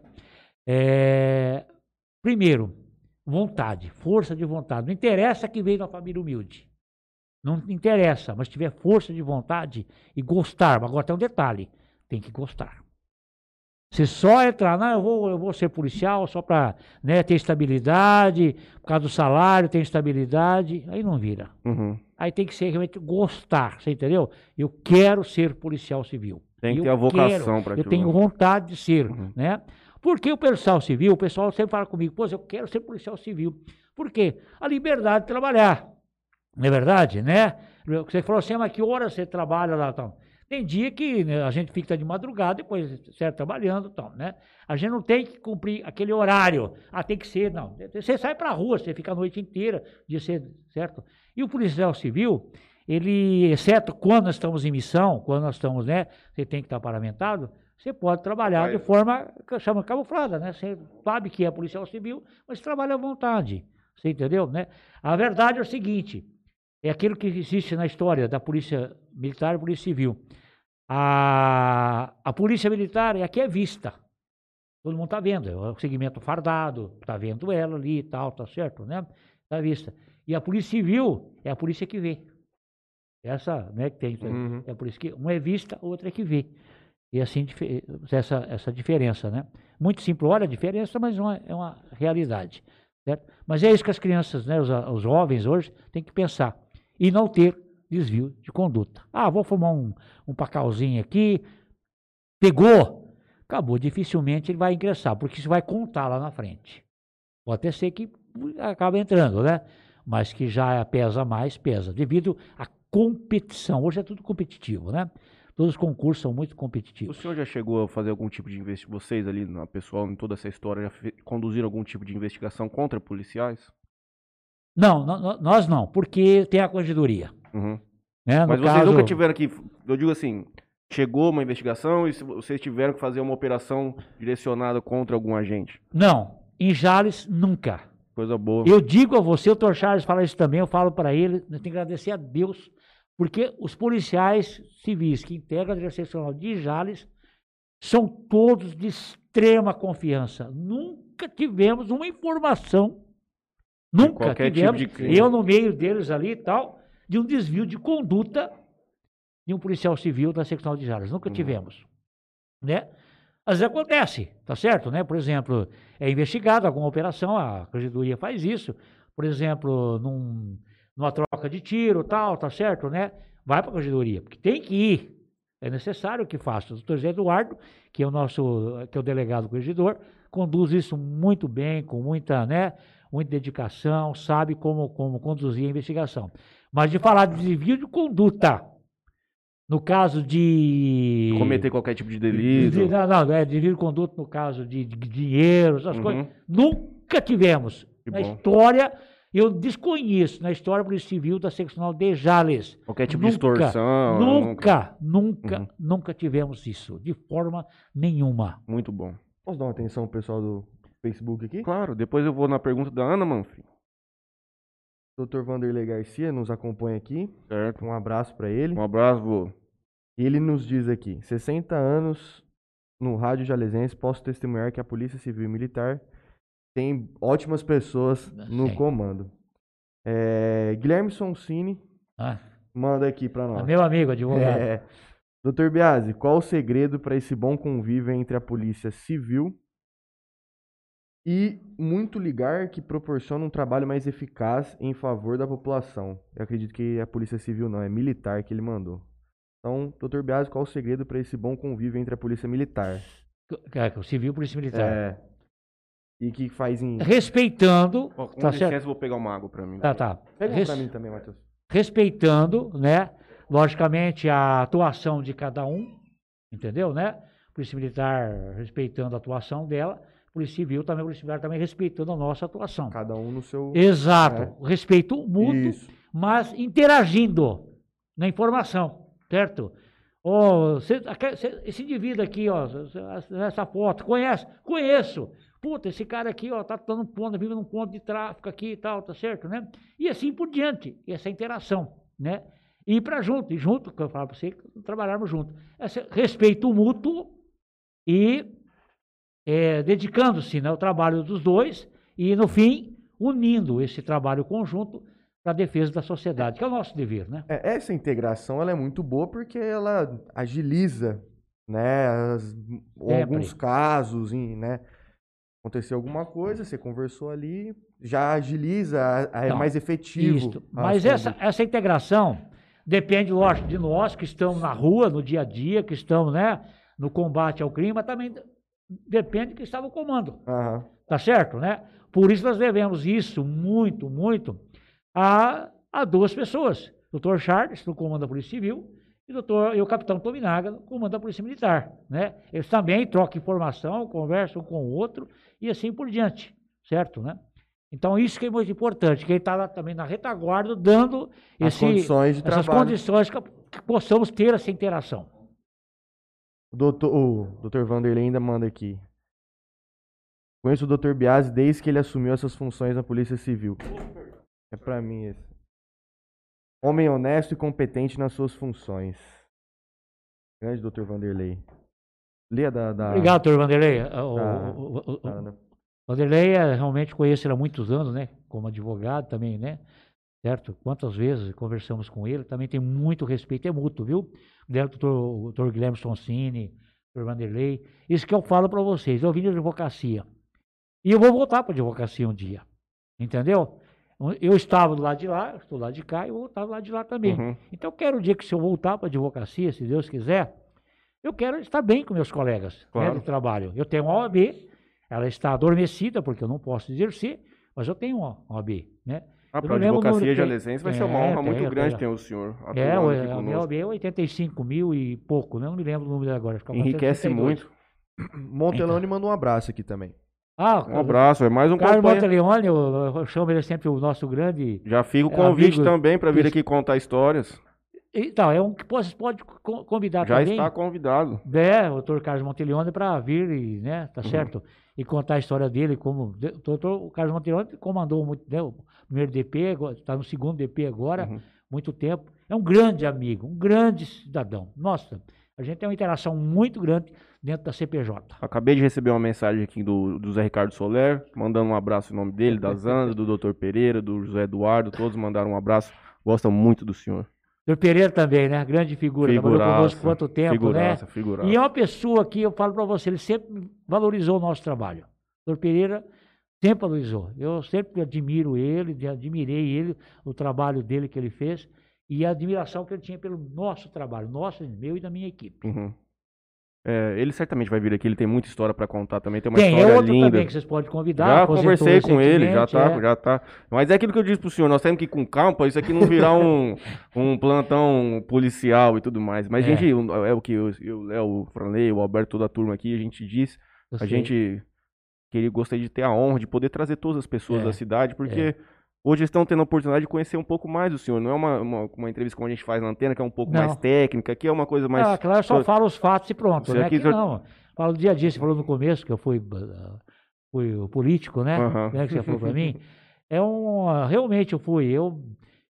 [SPEAKER 3] É, primeiro, vontade, força de vontade. Não interessa que veio de uma família humilde. Não interessa, mas tiver força de vontade e gostar. Agora tem um detalhe, tem que gostar. Se só entrar, não, eu vou, eu vou ser policial só para, né, ter estabilidade, por causa do salário, tem estabilidade, aí não vira.
[SPEAKER 2] Uhum.
[SPEAKER 3] Aí tem que ser realmente gostar, você entendeu? Eu quero ser policial civil.
[SPEAKER 2] Tem que
[SPEAKER 3] Eu
[SPEAKER 2] ter a vocação para
[SPEAKER 3] Eu
[SPEAKER 2] aquilo.
[SPEAKER 3] tenho vontade de ser,
[SPEAKER 2] Uhum.
[SPEAKER 3] né? Porque o policial civil, o pessoal sempre fala comigo, pô, eu quero ser policial civil. Por quê? A liberdade de trabalhar. Não é verdade, né? Você falou assim, mas que hora você trabalha lá, tal? Tem dia que, né, a gente fica de madrugada, depois certo, trabalhando, tal, né? A gente não tem que cumprir aquele horário. Ah, tem que ser, não. Você sai para a rua, você fica a noite inteira, de ser, certo? E o policial civil, ele, exceto quando nós estamos em missão, quando nós estamos, né? Você tem que estar paramentado, você pode trabalhar
[SPEAKER 2] Vai.
[SPEAKER 3] de forma, que chama camuflada, né? Você sabe que é policial civil, mas trabalha à vontade. Você entendeu, né? A verdade é o seguinte, é aquilo que existe na história da polícia militar e polícia civil. A, a polícia militar é a que é vista. Todo mundo está vendo, é o segmento fardado, está vendo ela ali e tal, tá certo, né? Está vista. E a polícia civil é a polícia que vê. Essa, né, que tem,
[SPEAKER 2] Uhum.
[SPEAKER 3] é por isso que uma é vista, outra é que vê. E assim, essa, essa diferença, né? Muito simples, olha a diferença, mas uma, é uma realidade. Certo? Mas é isso que as crianças, né, os, os jovens hoje, têm que pensar. E não ter desvio de conduta. Ah, vou fumar um, um pacauzinho aqui, pegou, acabou. Dificilmente ele vai ingressar, porque isso vai contar lá na frente. Pode até ser que acabe entrando, né? Mas que já pesa mais, pesa. Devido à competição. Hoje é tudo competitivo, né? Todos os concursos são muito
[SPEAKER 2] O
[SPEAKER 3] competitivos.
[SPEAKER 2] senhor já chegou a fazer algum tipo de investigação, vocês ali, na pessoal, em toda essa história, já fe- conduziram algum tipo de investigação contra policiais?
[SPEAKER 3] Não, não, nós não, porque tem a corregedoria.
[SPEAKER 2] Uhum.
[SPEAKER 3] Né? No
[SPEAKER 2] Mas vocês
[SPEAKER 3] caso,
[SPEAKER 2] nunca tiveram que, eu digo assim, chegou uma investigação e se vocês tiveram que fazer uma operação direcionada contra algum agente?
[SPEAKER 3] Não, em Jales, nunca.
[SPEAKER 2] Coisa boa.
[SPEAKER 3] Eu digo a você, o doutor Charles fala isso também, eu falo para ele, eu tenho que agradecer a Deus, porque os policiais civis que integram a Direção Seccional de Jales são todos de extrema confiança. Nunca tivemos uma informação, nunca
[SPEAKER 2] qualquer
[SPEAKER 3] tivemos,
[SPEAKER 2] tipo de crime.
[SPEAKER 3] eu no meio deles ali e tal, de um desvio de conduta de um policial civil da Seccional de Jales. Nunca
[SPEAKER 2] Uhum.
[SPEAKER 3] tivemos. Né? Às vezes acontece, tá certo, né? Por exemplo, é investigado alguma operação, a corregedoria faz isso. Por exemplo, num, numa troca de tiro, tal, tá certo, né? Vai para a corregedoria, porque tem que ir. É necessário que faça. O doutor Zé Eduardo, que é o nosso, que é o delegado corregedor, conduz isso muito bem, com muita, né, muita dedicação, sabe como, como conduzir a investigação. Mas de falar de desvio de conduta, no caso de...
[SPEAKER 2] Cometer qualquer tipo de
[SPEAKER 3] de-
[SPEAKER 2] delito.
[SPEAKER 3] de- não, não, é desvio de conduta no caso de, de dinheiro, essas
[SPEAKER 2] Uhum.
[SPEAKER 3] coisas. Nunca tivemos.
[SPEAKER 2] Que
[SPEAKER 3] Na
[SPEAKER 2] bom.
[SPEAKER 3] história, eu desconheço, na história polícia civil da seccional de Jales.
[SPEAKER 2] Qualquer tipo
[SPEAKER 3] Nunca,
[SPEAKER 2] de extorsão.
[SPEAKER 3] Nunca, nunca,
[SPEAKER 2] Uhum.
[SPEAKER 3] nunca tivemos isso, de forma nenhuma.
[SPEAKER 2] Muito bom.
[SPEAKER 1] Posso dar uma atenção pro pessoal do Facebook aqui?
[SPEAKER 2] Claro, depois eu vou na pergunta da Ana Manfrim.
[SPEAKER 1] doutor Vanderlei Garcia nos acompanha aqui.
[SPEAKER 2] Certo.
[SPEAKER 1] Um abraço para ele.
[SPEAKER 2] Um abraço, vô.
[SPEAKER 1] Ele nos diz aqui, sessenta anos no rádio jalesense, posso testemunhar que a Polícia Civil e Militar tem ótimas pessoas no
[SPEAKER 3] Sim.
[SPEAKER 1] comando. É, Guilherme Sonsini
[SPEAKER 3] Ah,
[SPEAKER 1] manda aqui para nós.
[SPEAKER 3] meu amigo, advogado.
[SPEAKER 1] É, doutor Biasi, qual o segredo para esse bom convívio entre a Polícia Civil E muito ligar que proporciona um trabalho mais eficaz em favor da população. Eu acredito que é a Polícia Civil não, é militar que ele mandou. Então, doutor Biasi, qual o segredo para esse bom convívio entre a Polícia Militar?
[SPEAKER 3] É, o civil e Polícia Militar.
[SPEAKER 1] É. E que faz em...
[SPEAKER 3] Respeitando...
[SPEAKER 2] Ó, com
[SPEAKER 3] tá
[SPEAKER 2] licença,
[SPEAKER 3] certo?
[SPEAKER 2] vou pegar uma água para mim.
[SPEAKER 3] Ah, tá.
[SPEAKER 1] Pega um
[SPEAKER 3] Res-
[SPEAKER 1] pra mim também, Matheus.
[SPEAKER 3] Respeitando, né? Logicamente, a atuação de cada um, entendeu, né? Polícia Militar respeitando a atuação dela, Polícia Civil também, Polícia Militar também respeitando a nossa atuação.
[SPEAKER 1] Cada um no seu...
[SPEAKER 3] Exato.
[SPEAKER 1] É.
[SPEAKER 3] Respeito mútuo,
[SPEAKER 1] Isso.
[SPEAKER 3] mas interagindo na informação, certo? Ó, cê- aque- cê- esse indivíduo aqui, ó, essa foto, conhece? Conheço. Puta, esse cara aqui, ó, tá dando um ponto, vive num ponto de tráfico aqui e tal, tá certo, né? E assim por diante, essa interação, né? E para junto, e junto, que eu falo para você, trabalharmos junto. Esse respeito mútuo e é, dedicando-se, né, ao trabalho dos dois e, no fim, unindo esse trabalho conjunto para a defesa da sociedade, que é o nosso dever, né?
[SPEAKER 1] É, essa integração ela é muito boa porque ela agiliza, né, as- alguns casos, em, né? Aconteceu alguma coisa, você conversou ali, já agiliza, a- a- é
[SPEAKER 3] Não,
[SPEAKER 1] mais efetivo.
[SPEAKER 3] Isto.
[SPEAKER 1] a
[SPEAKER 3] Mas
[SPEAKER 1] ação
[SPEAKER 3] essa,
[SPEAKER 1] do-
[SPEAKER 3] essa integração depende, lógico, de nós que estamos na rua, no dia a dia, que estamos, né, no combate ao crime, mas também depende de quem está no comando.
[SPEAKER 1] Aham.
[SPEAKER 3] Tá certo, né? Por isso nós devemos isso muito, muito a, a duas pessoas. doutor Charles, no comando da Polícia Civil, e, doutor, e o capitão Tominaga, no comando da Polícia Militar, né? Eles também trocam informação, conversam um com o outro e assim por diante, certo, né? Então isso que é muito importante, que ele está lá também na retaguarda dando
[SPEAKER 1] As
[SPEAKER 3] esse,
[SPEAKER 1] condições de
[SPEAKER 3] essas
[SPEAKER 1] trabalho.
[SPEAKER 3] condições que, que possamos ter essa interação.
[SPEAKER 1] O doutor, o doutor Vanderlei ainda manda aqui. Conheço o doutor Biasi desde que ele assumiu essas funções na Polícia Civil. É pra mim esse. Homem honesto e competente nas suas funções. Grande doutor Vanderlei. Lê da... da
[SPEAKER 3] Obrigado, doutor Vanderlei. O-
[SPEAKER 1] da-
[SPEAKER 3] o- o- o-
[SPEAKER 1] da- da-
[SPEAKER 3] Vanderlei, é, realmente conheço ele há muitos anos, né? Como advogado também, né? Certo? Quantas vezes conversamos com ele, também tem muito respeito, é mútuo, viu? O doutor Guilherme Sonsini, doutor Vanderlei. Isso que eu falo para vocês, eu vim de advocacia. E eu vou voltar para a advocacia um dia. Entendeu? Eu estava do lado de lá, estou do lado de cá e vou voltar do lado de lá também.
[SPEAKER 2] Uhum.
[SPEAKER 3] Então, eu quero o dia que se eu voltar para a advocacia, se Deus quiser, eu quero estar bem com meus colegas,
[SPEAKER 2] Claro.
[SPEAKER 3] né, de trabalho. Eu tenho uma O A B, ela está adormecida porque eu não posso exercer, mas eu tenho uma O A B, né?
[SPEAKER 2] Ah,
[SPEAKER 3] Eu
[SPEAKER 2] para a
[SPEAKER 3] não lembro o número
[SPEAKER 2] advocacia
[SPEAKER 3] que-
[SPEAKER 2] jalesense vai ser uma
[SPEAKER 3] É,
[SPEAKER 2] honra muito
[SPEAKER 3] tem,
[SPEAKER 2] grande
[SPEAKER 3] tem.
[SPEAKER 2] ter o senhor atuando
[SPEAKER 3] É,
[SPEAKER 2] aqui
[SPEAKER 3] o- a minha O
[SPEAKER 2] conosco.
[SPEAKER 3] A B é oitenta e cinco mil e pouco, né? Eu não me lembro o número agora. Fica
[SPEAKER 2] Enriquece
[SPEAKER 3] quatrocentos e trinta e dois.
[SPEAKER 2] muito.
[SPEAKER 1] Montelone manda um abraço aqui também.
[SPEAKER 3] Ah,
[SPEAKER 2] Um abraço, é mais um
[SPEAKER 3] Carlos
[SPEAKER 2] companheiro.
[SPEAKER 3] Monteleone, eu, eu chamo ele sempre o nosso grande...
[SPEAKER 2] Já fica o
[SPEAKER 3] É,
[SPEAKER 2] convite
[SPEAKER 3] amigo-
[SPEAKER 2] também para vir
[SPEAKER 3] Isso.
[SPEAKER 2] aqui contar histórias.
[SPEAKER 3] Então, é um que você pode co- convidar
[SPEAKER 2] Já
[SPEAKER 3] também.
[SPEAKER 2] está convidado.
[SPEAKER 3] É, o doutor Carlos Monteleone para vir, e, né,
[SPEAKER 2] Uhum.
[SPEAKER 3] tá certo? E contar a história dele, como de- o doutor Carlos Monteleone comandou muito, né, o primeiro D P, está no segundo D P agora,
[SPEAKER 2] Uhum.
[SPEAKER 3] muito tempo. É um grande amigo, um grande cidadão. Nossa, a gente tem uma interação muito grande dentro da C P J.
[SPEAKER 2] Acabei de receber uma mensagem aqui do, do Zé Ricardo Soler, mandando um abraço em nome dele, da Zanda, do doutor Pereira, do José Eduardo, todos mandaram um abraço. Gostam muito do senhor.
[SPEAKER 3] doutor Pereira também, né? Grande figura, trabalhou conosco quanto tempo,
[SPEAKER 2] figuraça,
[SPEAKER 3] né?
[SPEAKER 2] figuraça.
[SPEAKER 3] E é uma pessoa que eu falo para você, ele sempre valorizou o nosso trabalho. O doutor Pereira sempre valorizou. Eu sempre admiro ele, de- admirei ele, o trabalho dele que ele fez e a admiração que ele tinha pelo nosso trabalho, nosso, meu e da minha equipe.
[SPEAKER 2] Uhum. É, ele certamente vai vir aqui, ele tem muita história para contar também, tem uma
[SPEAKER 3] Tem, é
[SPEAKER 2] história
[SPEAKER 3] outro
[SPEAKER 2] linda.
[SPEAKER 3] também que vocês podem convidar.
[SPEAKER 2] Já
[SPEAKER 3] aposentou
[SPEAKER 2] conversei com ele, já
[SPEAKER 3] recentemente,
[SPEAKER 2] tá,
[SPEAKER 3] é.
[SPEAKER 2] já tá. Mas é aquilo que eu disse pro senhor, nós temos que ir com calma pra isso aqui não virar um, um plantão policial e tudo mais. Mas
[SPEAKER 3] É.
[SPEAKER 2] a gente, é o que eu, eu, Léo, o Franley, o Alberto, toda a turma aqui, a gente diz,
[SPEAKER 3] Eu
[SPEAKER 2] a
[SPEAKER 3] sei.
[SPEAKER 2] gente queria, gostaria de ter a honra de poder trazer todas as pessoas
[SPEAKER 3] É,
[SPEAKER 2] da cidade, porque hoje estão tendo a oportunidade de conhecer um pouco mais do senhor. Não é uma, uma, uma entrevista como a gente faz na antena, que é um pouco
[SPEAKER 3] Não.
[SPEAKER 2] mais técnica, aqui é uma coisa mais...
[SPEAKER 3] Ah, claro, eu só falo os fatos e pronto,
[SPEAKER 2] Você
[SPEAKER 3] né?
[SPEAKER 2] aqui
[SPEAKER 3] Aqui
[SPEAKER 2] já-
[SPEAKER 3] não. Falo do dia a dia, você falou no começo que eu fui, ah, fui o político, né?
[SPEAKER 2] Aham.
[SPEAKER 3] Né, que você falou para mim. É um, ah, realmente eu fui, eu,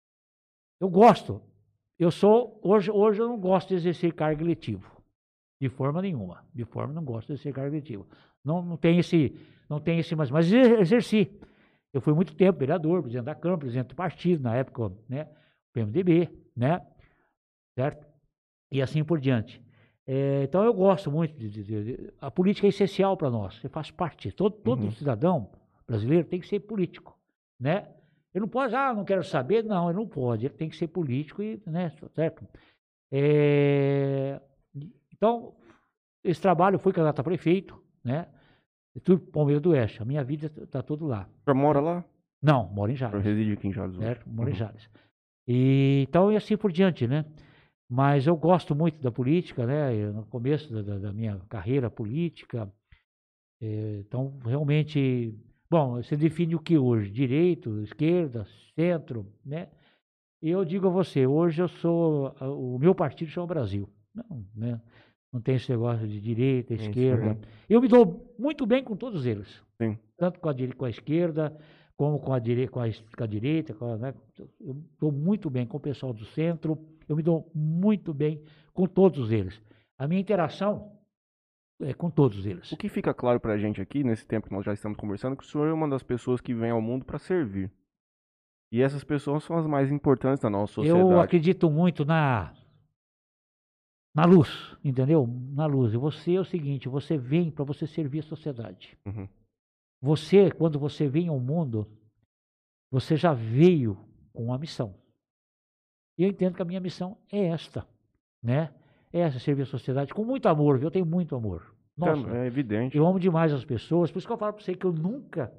[SPEAKER 3] eu gosto. Eu sou, hoje, hoje eu não gosto de exercer cargo eletivo, de forma nenhuma. De forma não gosto de exercer cargo eletivo. Não, não tem esse, não tem esse, mas, mas exer- exerci. Eu fui muito tempo vereador, presidente da Câmara, presidente do partido, na época, né? P M D B, né? Certo? E assim por diante. É, então eu gosto muito, de, de, de, a política é essencial para nós, você faz parte, todo, todo
[SPEAKER 2] Uhum.
[SPEAKER 3] cidadão brasileiro tem que ser político, né? Ele não pode, ah, não quero saber, não, ele não pode, ele tem que ser político, e, né, certo? É, então, esse trabalho foi candidato a prefeito, né? Tudo Palmeiras do Oeste, a minha vida está tudo lá.
[SPEAKER 2] O senhor mora lá?
[SPEAKER 3] Não, moro em
[SPEAKER 2] O senhor
[SPEAKER 3] Jales,
[SPEAKER 2] reside aqui em Jales hoje.
[SPEAKER 3] certo? Moro em
[SPEAKER 2] Uhum.
[SPEAKER 3] Jales. E, então, e assim por diante, né? Mas eu gosto muito da política, né? Eu, no começo da, da, da minha carreira política, eh, então realmente, bom, você define o que hoje? Direito, esquerda, centro, né? E eu digo a você, hoje eu sou, o meu partido chama Brasil, não, né? Não tem esse negócio de direita,
[SPEAKER 1] Sim,
[SPEAKER 3] esquerda.
[SPEAKER 2] sim.
[SPEAKER 3] Eu me dou muito bem com todos eles,
[SPEAKER 2] Sim.
[SPEAKER 3] tanto com a, dire- com a esquerda, como com a, dire, com a, es- com a direita, com a, né? Eu dou muito bem com o pessoal do centro, eu me dou muito bem com todos eles. A minha interação é com todos eles.
[SPEAKER 2] O que fica claro pra gente aqui, nesse tempo que nós já estamos conversando, é que o senhor é uma das pessoas que vem ao mundo para servir. E essas pessoas são as mais importantes da nossa
[SPEAKER 3] Eu
[SPEAKER 2] sociedade.
[SPEAKER 3] acredito muito na, na luz, entendeu? Na luz. E você é o seguinte, você vem para você servir a sociedade.
[SPEAKER 2] Uhum.
[SPEAKER 3] Você, quando você vem ao mundo, você já veio com uma missão. E eu entendo que a minha missão é esta, né? É essa, servir a sociedade com muito amor, viu? Eu tenho muito amor. Nossa,
[SPEAKER 2] É evidente.
[SPEAKER 3] eu amo demais as pessoas, por isso que eu falo para você que eu nunca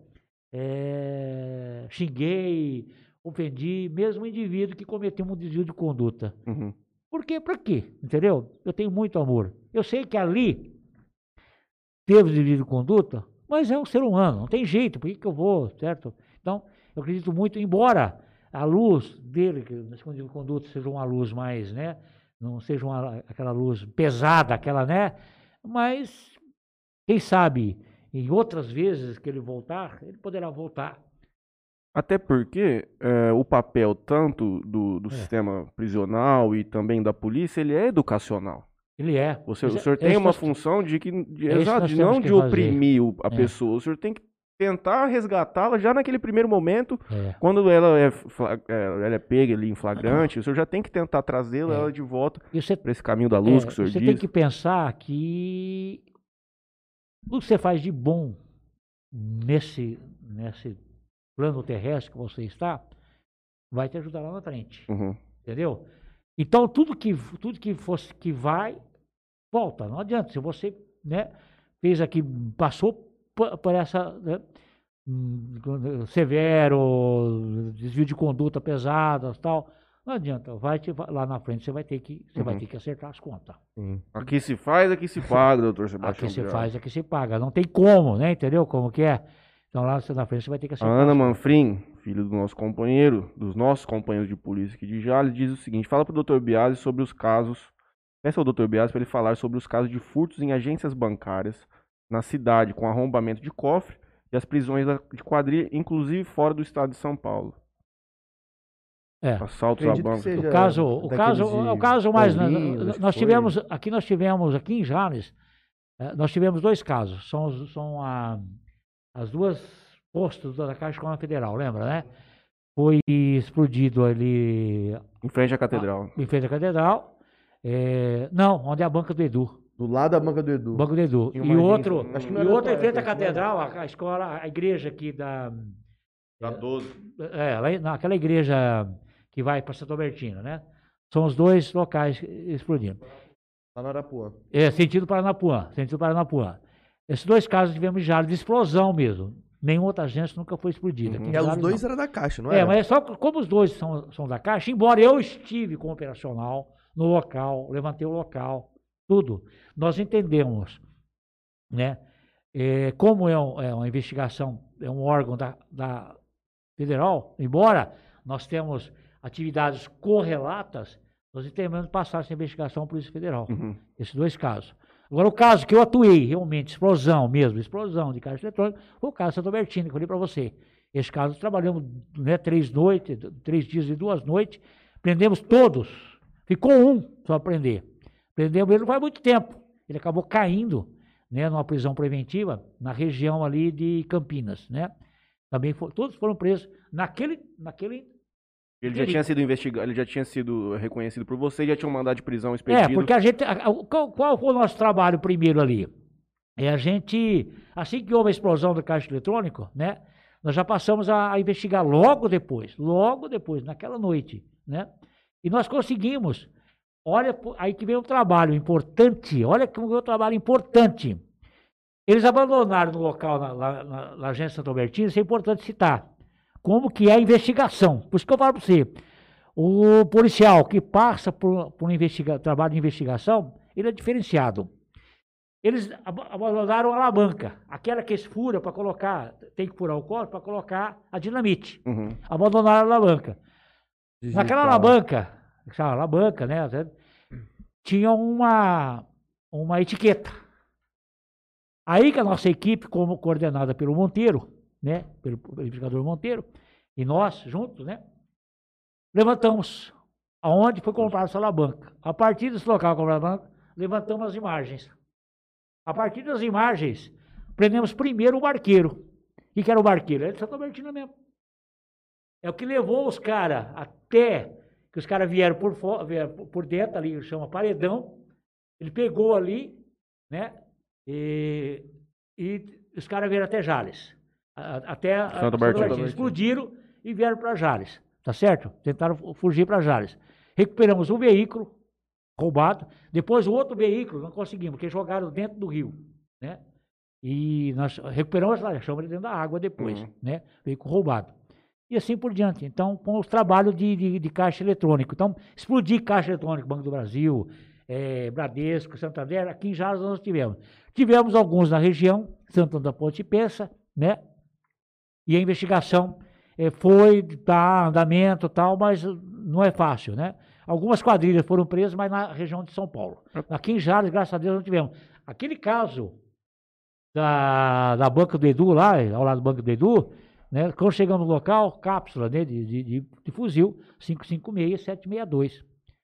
[SPEAKER 3] eh, xinguei, ofendi, mesmo um indivíduo que cometeu um desvio de conduta.
[SPEAKER 2] Uhum.
[SPEAKER 3] Por quê? Por quê? Entendeu? Eu tenho muito amor. Eu sei que ali teve desvio de conduta, mas é um ser humano, não tem jeito, por que, que eu vou, certo? Então, eu acredito muito, embora a luz dele, que nesse desvio de conduta seja uma luz mais, né? Não seja uma, aquela luz pesada, aquela, né? Mas, quem sabe, em outras vezes que ele voltar, ele poderá voltar.
[SPEAKER 2] Até porque é, o papel tanto do, do
[SPEAKER 3] É.
[SPEAKER 2] sistema prisional e também da polícia, ele é educacional.
[SPEAKER 3] Ele é.
[SPEAKER 2] Você,
[SPEAKER 3] Mas
[SPEAKER 2] o
[SPEAKER 3] é-
[SPEAKER 2] senhor
[SPEAKER 3] é
[SPEAKER 2] tem
[SPEAKER 3] isso que
[SPEAKER 2] uma
[SPEAKER 3] nós-
[SPEAKER 2] função de que, de,
[SPEAKER 3] é isso que
[SPEAKER 2] exato,
[SPEAKER 3] nós
[SPEAKER 2] de
[SPEAKER 3] temos
[SPEAKER 2] não
[SPEAKER 3] que
[SPEAKER 2] de
[SPEAKER 3] fazer.
[SPEAKER 2] oprimir o- a
[SPEAKER 3] É.
[SPEAKER 2] pessoa. O senhor tem que tentar resgatá-la já naquele primeiro momento,
[SPEAKER 3] É.
[SPEAKER 2] quando ela é, fla- é, ela é pega ali em flagrante, o senhor já tem que tentar trazê-la
[SPEAKER 3] É.
[SPEAKER 2] ela de volta
[SPEAKER 3] E você,
[SPEAKER 2] para esse caminho da luz
[SPEAKER 3] é,
[SPEAKER 2] que o senhor
[SPEAKER 3] você
[SPEAKER 2] diz.
[SPEAKER 3] tem que pensar que tudo que você faz de bom nesse, nesse plano terrestre que você está, vai te ajudar lá na frente.
[SPEAKER 2] Uhum.
[SPEAKER 3] Entendeu? Então, tudo que, tudo que fosse que vai, volta. Não adianta. Se você, né, fez aqui, passou por, por essa, né, hum, severo, desvio de conduta pesadas, tal, não adianta. Vai te, lá na frente você vai ter que, você vai
[SPEAKER 2] Uhum.
[SPEAKER 3] ter que acertar as contas.
[SPEAKER 1] Sim.
[SPEAKER 2] Aqui se faz, aqui se paga, doutor
[SPEAKER 3] Aqui
[SPEAKER 2] Sebastião
[SPEAKER 3] você
[SPEAKER 2] Bial.
[SPEAKER 3] faz, aqui você paga. Não tem como, né? Entendeu como que é? Então lá na frente você vai ter que
[SPEAKER 2] A
[SPEAKER 3] acertar
[SPEAKER 2] Ana
[SPEAKER 3] as contas.
[SPEAKER 2] Manfrim, filho do nosso companheiro, dos nossos companheiros de polícia aqui de Jales, diz o seguinte: fala pro doutor Biasi sobre os casos. Peça ao doutor Biasi para ele falar sobre os casos de furtos em agências bancárias na cidade, com arrombamento de cofre e as prisões da- de quadrilha, inclusive fora do estado de São Paulo.
[SPEAKER 3] É.
[SPEAKER 2] Assaltos a
[SPEAKER 1] Acredito que
[SPEAKER 2] bancos.
[SPEAKER 1] seja
[SPEAKER 3] O caso, o
[SPEAKER 1] daqueles
[SPEAKER 3] caso,
[SPEAKER 1] de
[SPEAKER 3] é o caso mais.
[SPEAKER 1] Paulinho,
[SPEAKER 3] Nós,
[SPEAKER 1] acho que
[SPEAKER 3] nós
[SPEAKER 1] foi.
[SPEAKER 3] tivemos, aqui nós tivemos, aqui em Jales, eh, nós tivemos dois casos. São, os- são a, as duas postos da Caixa Econômica Federal, lembra, né? Foi explodido ali
[SPEAKER 2] Em frente à catedral.
[SPEAKER 3] em frente à Catedral. eh, não, onde é a banca do Edu.
[SPEAKER 1] Do lado da banca do Edu.
[SPEAKER 3] Banco do Edu.
[SPEAKER 1] Tinha
[SPEAKER 3] E
[SPEAKER 1] uma
[SPEAKER 3] outro,
[SPEAKER 1] agência- acho que não
[SPEAKER 3] e
[SPEAKER 1] era
[SPEAKER 3] outro em
[SPEAKER 1] da
[SPEAKER 3] frente à
[SPEAKER 1] época,
[SPEAKER 3] Catedral, a, a escola, a igreja aqui da.
[SPEAKER 2] Da doze.
[SPEAKER 3] É, lá, naquela igreja que vai para Santo Albertino, né? São os dois locais que explodiram.
[SPEAKER 1] Lá no Arapuã.
[SPEAKER 3] É, sentido Paranapuã, sentido Paranapuã. Esses dois casos tivemos em Jales de explosão mesmo. Nenhuma outra agência nunca foi explodida.
[SPEAKER 2] Uhum.
[SPEAKER 3] Aqui em
[SPEAKER 1] É, os
[SPEAKER 3] Jales,
[SPEAKER 1] dois
[SPEAKER 3] não.
[SPEAKER 1] eram da Caixa, não
[SPEAKER 3] É,
[SPEAKER 1] era?
[SPEAKER 3] mas é só que- como os dois são, são da Caixa, embora eu estive com o operacional no local, levantei o local, tudo. Nós entendemos, né? É, como é, um- é uma investigação, é um órgão da, da federal, embora nós temos atividades correlatas, nós entendemos passar essa investigação à Polícia Federal.
[SPEAKER 2] Uhum.
[SPEAKER 3] Esses dois casos. Agora, o caso que eu atuei, realmente, explosão mesmo, explosão de caixa eletrônica, foi o caso Santo Albertino, que eu falei para você. Esse caso, trabalhamos, né, três noites, três dias e duas noites, prendemos todos. Ficou um só a prender. Prendemos ele não faz muito tempo. Ele acabou caindo, né, numa prisão preventiva, na região ali de Campinas, né. Também for, todos foram presos naquele, naquele
[SPEAKER 2] Ele já tinha sido investigado, ele já tinha sido reconhecido por você, já tinha um mandado de prisão
[SPEAKER 3] É,
[SPEAKER 2] expedido.
[SPEAKER 3] porque a gente. a- a- Qual, qual foi o nosso trabalho primeiro ali? É a gente. Assim que houve a explosão do caixa eletrônico, né? Nós já passamos a, a investigar logo depois, logo depois, naquela noite, né? E nós conseguimos. Olha, pô, aí que vem um trabalho importante. Olha que vem um trabalho importante. Eles abandonaram no local, na, na- na- na agência Santo Albertino, isso é importante citar. Como que é a investigação. Por isso que eu falo para você. O policial que passa por, por um investiga- trabalho de investigação, ele é diferenciado. Eles ab- abandonaram a alavanca, aquela que fura para colocar, tem que furar o corpo para colocar a dinamite.
[SPEAKER 2] Uhum.
[SPEAKER 3] Abandonaram a alavanca.
[SPEAKER 1] Digital.
[SPEAKER 3] Naquela alavanca, aquela alavanca, né, tinha uma, uma etiqueta. Aí que a nossa equipe, como coordenada pelo Monteiro, né, pelo verificador Monteiro, e nós juntos, né, levantamos aonde foi comprada essa alavanca. A partir desse local comprado a alavanca, levantamos as imagens. A partir das imagens, prendemos primeiro o barqueiro. O que era o barqueiro? Era de Santo Albertino mesmo. É o que levou os caras até que os caras vieram por, fo- vieram por dentro, ali chama paredão. Ele pegou ali, né? E, e os caras vieram até Jales. A- Até a-
[SPEAKER 2] Santo
[SPEAKER 3] Santo
[SPEAKER 2] Albertino.
[SPEAKER 3] Albertino. Explodiram e vieram para Jales. Tá certo? Tentaram fu- fugir para Jales. Recuperamos um veículo roubado. Depois o outro veículo não conseguimos, porque jogaram dentro do rio, né? E nós recuperamos lá, achamos ele dentro da água depois,
[SPEAKER 2] Uhum.
[SPEAKER 3] né? Veículo roubado. E assim por diante. Então, com os trabalhos de, de, de caixa eletrônico. Então, explodir caixa eletrônico, Banco do Brasil, eh, Bradesco, Santander, aqui em Jales nós tivemos. Tivemos alguns na região, Santana da Ponte Pensa, né? E a investigação eh, foi, tá, andamento e tal, mas não é fácil, né? Algumas quadrilhas foram presas, mas na região de São Paulo. Aqui em Jales, graças a Deus, não tivemos. Aquele caso da, da banca do Edu, lá, ao lado do banco do Edu, né, quando chegamos no local, cápsula, né, de, de, de, de fuzil, cinco cinco seis, sete seis dois.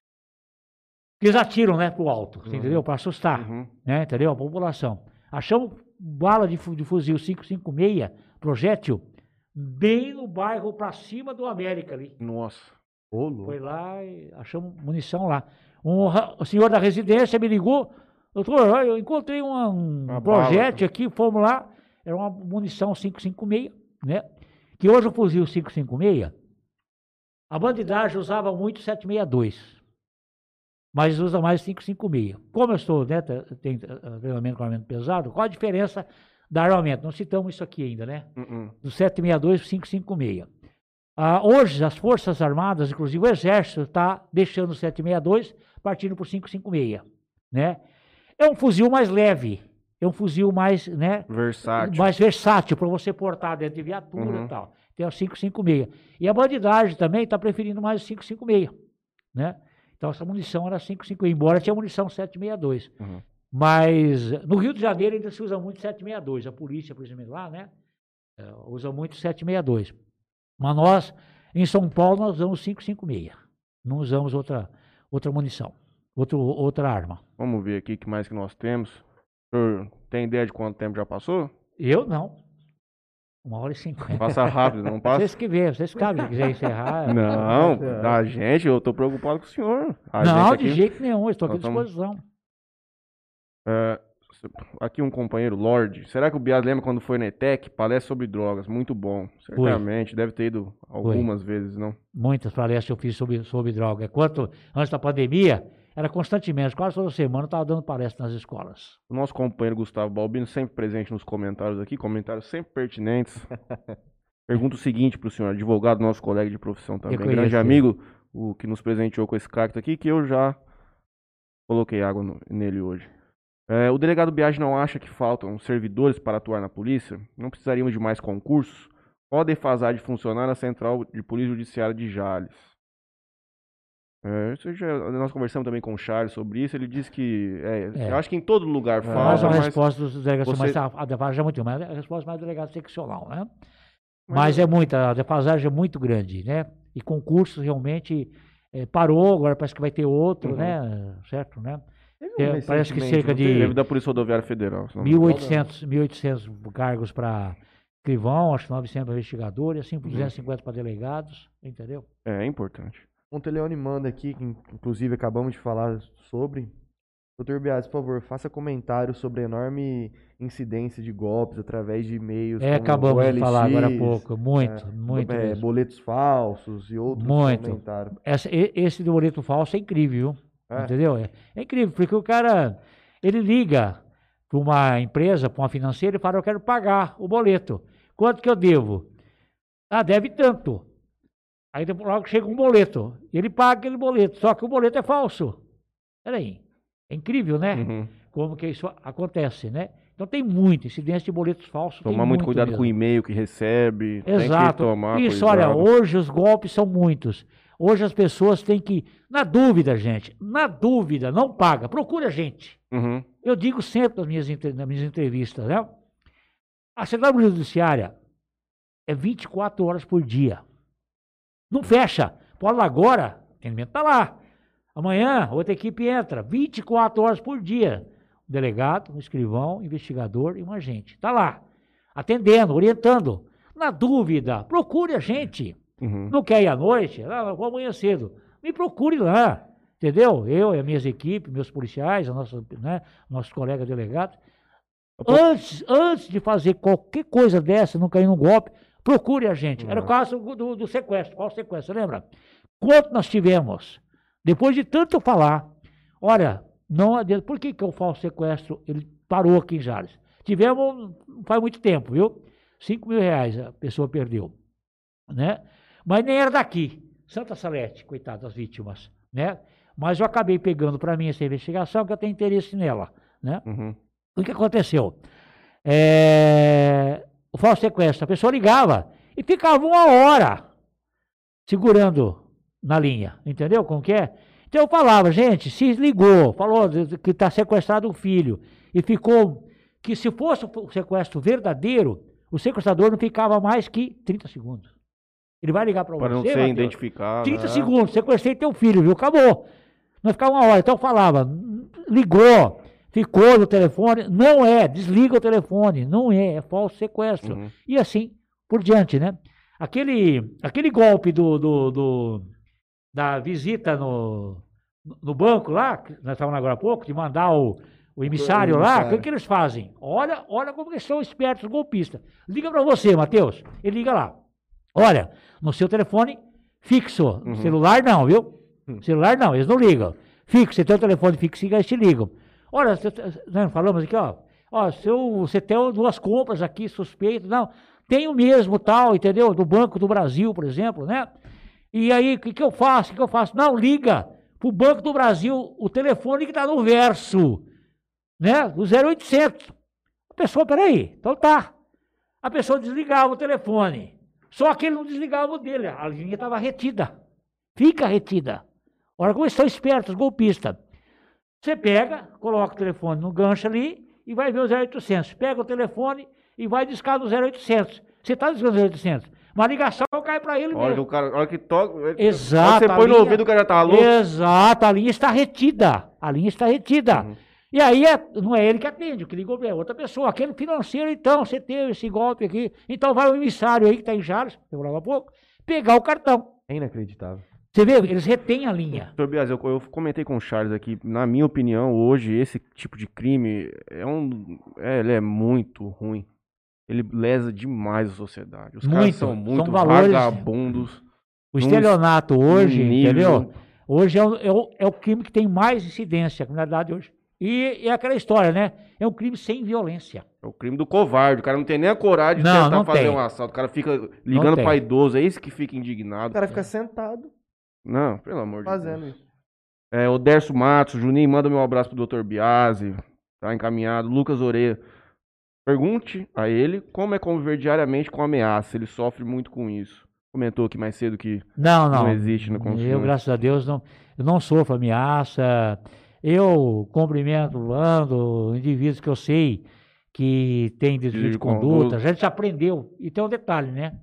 [SPEAKER 3] Eles atiram, né, pro alto, você
[SPEAKER 1] Uhum.
[SPEAKER 3] entendeu? Para assustar,
[SPEAKER 2] Uhum.
[SPEAKER 3] né, entendeu? A população. Achamos bala de, fu- de fuzil cinco cinco seis, projétil, bem no bairro para cima do América ali.
[SPEAKER 2] Nossa.
[SPEAKER 1] Ô, louco.
[SPEAKER 3] Foi lá e achamos munição lá. Um, ra- o senhor da residência me ligou, doutor, eu encontrei uma- um
[SPEAKER 2] Uma
[SPEAKER 3] projétil aqui, fomos lá, era uma munição cinco cinco seis, né? Que hoje o fuzil cinco cinco seis, a bandidagem usava muito sete seis dois, mas usa mais cinco cinco seis. Como eu estou, né, te- tenho eh, treinamento com armamento pesado, qual a diferença da armamento? Não citamos isso aqui ainda, né?
[SPEAKER 2] Uhum.
[SPEAKER 3] Do sete seis dois para cinco cinco seis. Ah, hoje, as Forças Armadas, inclusive o Exército, está deixando o sete seis dois, partindo para o cinco cinco seis, né? É um fuzil mais leve, é um fuzil mais, né,
[SPEAKER 2] Versátil.
[SPEAKER 3] mais versátil para você portar dentro de viatura
[SPEAKER 2] Uhum.
[SPEAKER 3] e tal. Tem o cinco cinco seis. E a bandidagem também está preferindo mais o cinco cinco seis, né? Então essa munição era cinco cinco seis, embora tinha munição sete seis dois.
[SPEAKER 2] Uhum.
[SPEAKER 3] Mas no Rio de Janeiro ainda se usa muito sete seis dois. A polícia, por exemplo, lá, né, eh, usa muito sete seis dois. Mas nós, em São Paulo, nós usamos cinco cinco seis. Não usamos outra, outra munição, outro, outra arma.
[SPEAKER 2] Vamos ver aqui o que mais que nós temos. O senhor tem ideia de quanto tempo já passou?
[SPEAKER 3] Eu não. Uma hora e cinquenta.
[SPEAKER 2] Passa rápido, não passa?
[SPEAKER 3] Vocês que vê, vocês cabem, se quiser encerrar.
[SPEAKER 2] Não, da gente, eu tô preocupado com o senhor. A
[SPEAKER 3] Não,
[SPEAKER 2] gente
[SPEAKER 3] de
[SPEAKER 2] aqui-
[SPEAKER 3] jeito nenhum, eu estou aqui à
[SPEAKER 2] nós estamos-
[SPEAKER 3] disposição.
[SPEAKER 2] É, aqui um companheiro, Lorde. Será que o Bias lembra quando foi na ETEC? Palestra sobre drogas, muito bom. Certamente, deve ter ido algumas vezes, não?
[SPEAKER 3] Muitas palestras eu fiz sobre, sobre droga. Enquanto, antes da pandemia, era constantemente, quase toda semana, eu estava dando palestra nas escolas.
[SPEAKER 2] O nosso companheiro Gustavo Balbino, sempre presente nos comentários aqui, comentários sempre pertinentes. Pergunta o seguinte pro senhor, advogado, nosso colega de profissão também,
[SPEAKER 3] conheço
[SPEAKER 2] grande
[SPEAKER 3] ele.
[SPEAKER 2] amigo, o que nos presenteou com esse cacto aqui, que eu já coloquei água no- nele hoje. É, o delegado Biagi não acha que faltam servidores para atuar na polícia? Não precisaríamos de mais concursos? Qual a defasagem de funcionar na Central de Polícia Judiciária de Jales? É, isso já, nós conversamos também com o Charles sobre isso, ele disse que, é,
[SPEAKER 3] É.
[SPEAKER 2] eu acho que em todo lugar
[SPEAKER 3] Mas
[SPEAKER 2] falta,
[SPEAKER 3] a
[SPEAKER 2] mas...
[SPEAKER 3] resposta dos delegados,
[SPEAKER 2] você-
[SPEAKER 3] mas a, a defasagem é muito, mas a resposta mais do delegado seccional, né?
[SPEAKER 2] Mas
[SPEAKER 3] Mas é muita, a defasagem é muito grande, né? E concursos realmente eh, parou, agora parece que vai ter outro,
[SPEAKER 2] Uhum.
[SPEAKER 3] né? Certo, né?
[SPEAKER 1] Teve
[SPEAKER 3] É,
[SPEAKER 1] um
[SPEAKER 3] parece que
[SPEAKER 1] recentemente,
[SPEAKER 3] cerca
[SPEAKER 1] não
[SPEAKER 3] de
[SPEAKER 1] teve?
[SPEAKER 2] Teve da Polícia Rodoviária Federal. senão-
[SPEAKER 3] mil e oitocentos, mil e oitocentos cargos para escrivão, acho que novecentos para investigador, e assim por duzentos e cinquenta para delegados, entendeu?
[SPEAKER 2] É, é importante.
[SPEAKER 1] Monteleone manda aqui, que inclusive acabamos de falar sobre. doutor Biasi, por favor, faça comentário sobre a enorme incidência de golpes através de e-mails.
[SPEAKER 3] É, acabamos
[SPEAKER 1] O L X,
[SPEAKER 3] de falar agora há pouco, muito,
[SPEAKER 1] é,
[SPEAKER 3] muito
[SPEAKER 1] é,
[SPEAKER 3] mesmo.
[SPEAKER 1] boletos falsos e outros
[SPEAKER 3] Muito.
[SPEAKER 1] comentários.
[SPEAKER 3] Essa, e- esse do boleto falso é incrível, viu?
[SPEAKER 1] É.
[SPEAKER 3] Entendeu? É, é incrível, porque o cara, ele liga para uma empresa, para uma financeira e fala, eu quero pagar o boleto. Quanto que eu devo? Ah, deve tanto. Aí depois logo chega um boleto, ele paga aquele boleto, só que o boleto é falso. Peraí, é incrível, né?
[SPEAKER 2] Uhum.
[SPEAKER 3] Como que isso acontece, né? Então tem muita incidência de boletos falsos. tem
[SPEAKER 2] Tomar muito cuidado
[SPEAKER 3] mesmo.
[SPEAKER 2] com o e-mail que recebe. Tem que
[SPEAKER 3] Exato.
[SPEAKER 2] tomar
[SPEAKER 3] Isso,
[SPEAKER 2] cuidado.
[SPEAKER 3] olha, hoje os golpes são muitos. Hoje as pessoas têm que, na dúvida, gente, na dúvida, não paga, procure a gente.
[SPEAKER 2] Uhum.
[SPEAKER 3] Eu digo sempre nas minhas, entre- nas minhas entrevistas, né? A Central Judiciária é vinte e quatro horas por dia. Não fecha. Pode lá agora, o atendimento está lá. Amanhã, outra equipe entra, vinte e quatro horas por dia. Um delegado, um escrivão, um investigador e um agente. Está lá, atendendo, orientando. Na dúvida, procure a gente.
[SPEAKER 2] Uhum.
[SPEAKER 3] Não quer ir à noite? Ah, vou amanhã cedo. Me procure lá, entendeu? Eu e as minhas equipes, meus policiais, os nossos, né, nossos colegas delegados. Antes, antes de fazer qualquer coisa dessa, não cair num golpe, procure a gente. Era o caso do, do sequestro. Qual sequestro? Você lembra? Quanto nós tivemos? Depois de tanto falar, olha, não adianta. Por que, que o falso sequestro ele parou aqui em Jales? Tivemos, não faz muito tempo, viu? cinco mil reais a pessoa perdeu, né? Mas nem era daqui. Santa Salete, coitado das vítimas, né? Mas eu acabei pegando para mim essa investigação, que eu tenho interesse nela, né?
[SPEAKER 2] Uhum.
[SPEAKER 3] O que aconteceu? É... O falso sequestro, a pessoa ligava e ficava uma hora segurando na linha, entendeu como que é? Então eu falava, gente, se ligou, falou que está sequestrado o filho, e ficou, que se fosse o sequestro verdadeiro, o sequestrador não ficava mais que trinta segundos. Ele vai ligar para você,
[SPEAKER 2] Para não ser
[SPEAKER 3] Mateus,
[SPEAKER 2] identificado.
[SPEAKER 3] trinta
[SPEAKER 2] né?
[SPEAKER 3] segundos, sequestrei teu filho, viu? Acabou. Não ficava uma hora. Então eu falava, ligou, ficou no telefone, não é, desliga o telefone, não é, é falso sequestro.
[SPEAKER 2] Uhum.
[SPEAKER 3] E assim por diante, né? Aquele, aquele golpe do, do, do- da visita no, no banco lá, que nós estávamos agora há pouco, de mandar o, o emissário
[SPEAKER 1] O
[SPEAKER 3] lá, o
[SPEAKER 1] emissário.
[SPEAKER 3] que, que eles fazem? Olha, olha como eles são espertos, os golpistas. Liga para você, Matheus. Ele liga lá. Olha, no seu telefone fixo, no
[SPEAKER 2] Uhum.
[SPEAKER 3] celular não, viu? Celular não, eles não ligam. Fixo, você tem o telefone fixo, eles te ligam. Olha, cê- né, falamos aqui, ó. Ó, seu, você tem duas compras aqui suspeitas, não. Tem o mesmo tal, entendeu? Do Banco do Brasil, por exemplo, né? E aí, o que, que eu faço? O que, que eu faço? Não, liga pro Banco do Brasil, o telefone que está no verso, né? Do zero oitocentos. A pessoa, peraí, então tá. A pessoa desligava o telefone. Só que ele não desligava o dele, a linha estava retida. Fica retida. Olha como estão espertos, os golpistas. Você pega, coloca o telefone no gancho ali e vai ver o zero oitocentos. Pega o telefone e vai discar do zero oitocentos. Você está discando do zero oitocentos. Uma ligação cai para ele
[SPEAKER 2] A hora que
[SPEAKER 3] mesmo.
[SPEAKER 2] o cara, a hora que toca.
[SPEAKER 3] Exato.
[SPEAKER 2] Quando você
[SPEAKER 3] a
[SPEAKER 2] põe no
[SPEAKER 3] linha-
[SPEAKER 2] ouvido, o cara já tá louco.
[SPEAKER 3] Exato, a linha está retida. A linha está retida.
[SPEAKER 2] Uhum.
[SPEAKER 3] E aí é- não é ele que atende, o que ligou é outra pessoa. Aquele financeiro, então, você teve esse golpe aqui. Então vai o emissário aí que está em Jales, eu falava há pouco, pegar o cartão.
[SPEAKER 1] É inacreditável.
[SPEAKER 3] Você vê, eles retêm a linha.
[SPEAKER 2] Doutor Biasi, eu, eu comentei com o Charles aqui, na minha opinião, hoje, esse tipo de crime é um. É, ele é muito ruim. Ele lesa demais a sociedade. Os caras
[SPEAKER 3] Muito.
[SPEAKER 2] são
[SPEAKER 3] São
[SPEAKER 2] muito
[SPEAKER 3] valores-
[SPEAKER 2] vagabundos.
[SPEAKER 3] O estelionato hoje,
[SPEAKER 2] num nível-
[SPEAKER 3] entendeu? Hoje é o, é, o, é o crime que tem mais incidência, a criminalidade hoje. E é aquela história, né? É um crime sem violência.
[SPEAKER 2] É o crime do covarde. O cara não tem nem a coragem de
[SPEAKER 3] Não,
[SPEAKER 2] tentar
[SPEAKER 3] não
[SPEAKER 2] fazer
[SPEAKER 3] tem.
[SPEAKER 2] um assalto. O cara fica ligando
[SPEAKER 3] tem.
[SPEAKER 2] pra idoso. É esse que fica
[SPEAKER 1] O
[SPEAKER 2] indignado.
[SPEAKER 1] cara fica sentado
[SPEAKER 2] Não, pelo amor de Deus.
[SPEAKER 1] fazendo isso.
[SPEAKER 2] É, o Derso Matos, Juninho, manda meu abraço pro doutor Biasi. Tá encaminhado. Lucas Oreia. Pergunte a ele como é conviver diariamente com ameaça. Ele sofre muito com isso. Comentou aqui mais cedo que
[SPEAKER 3] Não, não.
[SPEAKER 2] não existe no
[SPEAKER 3] Eu,
[SPEAKER 2] consumo.
[SPEAKER 3] graças a Deus, não, eu não sofro ameaça. Eu cumprimento, ando indivíduos que eu sei que tem desvio
[SPEAKER 2] Desvio
[SPEAKER 3] de
[SPEAKER 2] de
[SPEAKER 3] conduta.
[SPEAKER 2] conduta.
[SPEAKER 3] A gente já aprendeu. E tem um detalhe, né?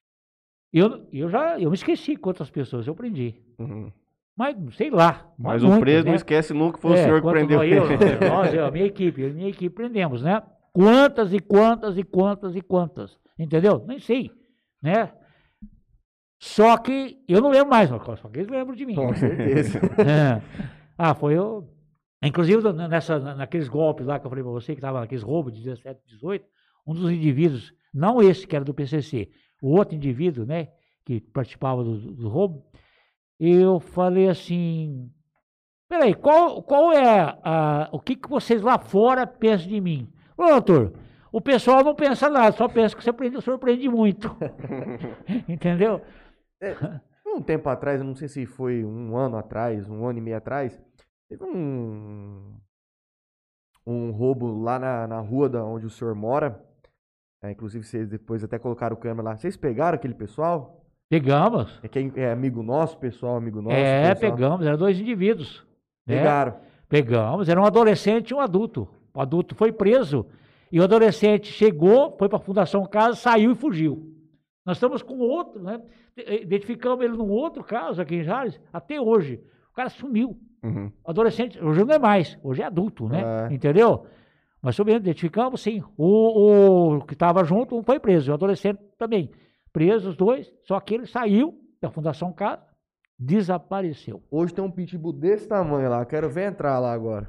[SPEAKER 3] Eu, eu já eu me esqueci quantas pessoas eu prendi.
[SPEAKER 2] Uhum.
[SPEAKER 3] Mas, sei lá.
[SPEAKER 2] Mas
[SPEAKER 3] muitas,
[SPEAKER 2] o preso
[SPEAKER 3] né?
[SPEAKER 2] não esquece nunca que foi o
[SPEAKER 3] É,
[SPEAKER 2] senhor que
[SPEAKER 3] quanto
[SPEAKER 2] prendeu
[SPEAKER 3] nós-
[SPEAKER 2] ele.
[SPEAKER 3] eu, nós, eu, a minha equipe, eu e minha equipe prendemos, né? Quantas e quantas e quantas e quantas. Entendeu? Nem sei, né? Só que eu não lembro mais, só que eles lembram de mim.
[SPEAKER 1] Com certeza.
[SPEAKER 3] É. Ah, foi eu. Inclusive, nessa, naqueles golpes lá que eu falei para você, que estava naqueles roubos de dezessete, dezoito, um dos indivíduos, não esse que era do P C C, o outro indivíduo, né, que participava do, do roubo, eu falei assim, peraí, qual, qual é a, o que, que vocês lá fora pensam de mim? Ô, doutor, o pessoal não pensa nada, só pensa que você surpreende, surpreende muito. Entendeu?
[SPEAKER 1] É, um tempo atrás, eu não sei se foi um ano atrás, um ano e meio atrás, teve um, um roubo lá na, na rua da onde o senhor mora. É, inclusive, vocês depois até colocaram câmera lá. Vocês pegaram aquele pessoal?
[SPEAKER 3] Pegamos.
[SPEAKER 1] É, que é amigo nosso, pessoal, amigo nosso?
[SPEAKER 3] É,
[SPEAKER 1] pessoal.
[SPEAKER 3] pegamos, eram dois indivíduos. Né?
[SPEAKER 1] Pegaram.
[SPEAKER 3] Pegamos, era um adolescente e um adulto. O adulto foi preso e o adolescente chegou, foi para a Fundação Casa, saiu e fugiu. Nós estamos com outro, né? Identificamos ele num outro caso aqui em Jales, até hoje. O cara sumiu.
[SPEAKER 2] Uhum.
[SPEAKER 3] O adolescente, hoje não é mais, hoje é adulto, né?
[SPEAKER 1] É.
[SPEAKER 3] Entendeu? Mas sobre identificamos, sim. O, o que estava junto, um foi preso, o adolescente também. Preso os dois, só que ele saiu da Fundação Casa, desapareceu.
[SPEAKER 1] Hoje tem um pitbull desse tamanho lá, quero ver entrar lá agora.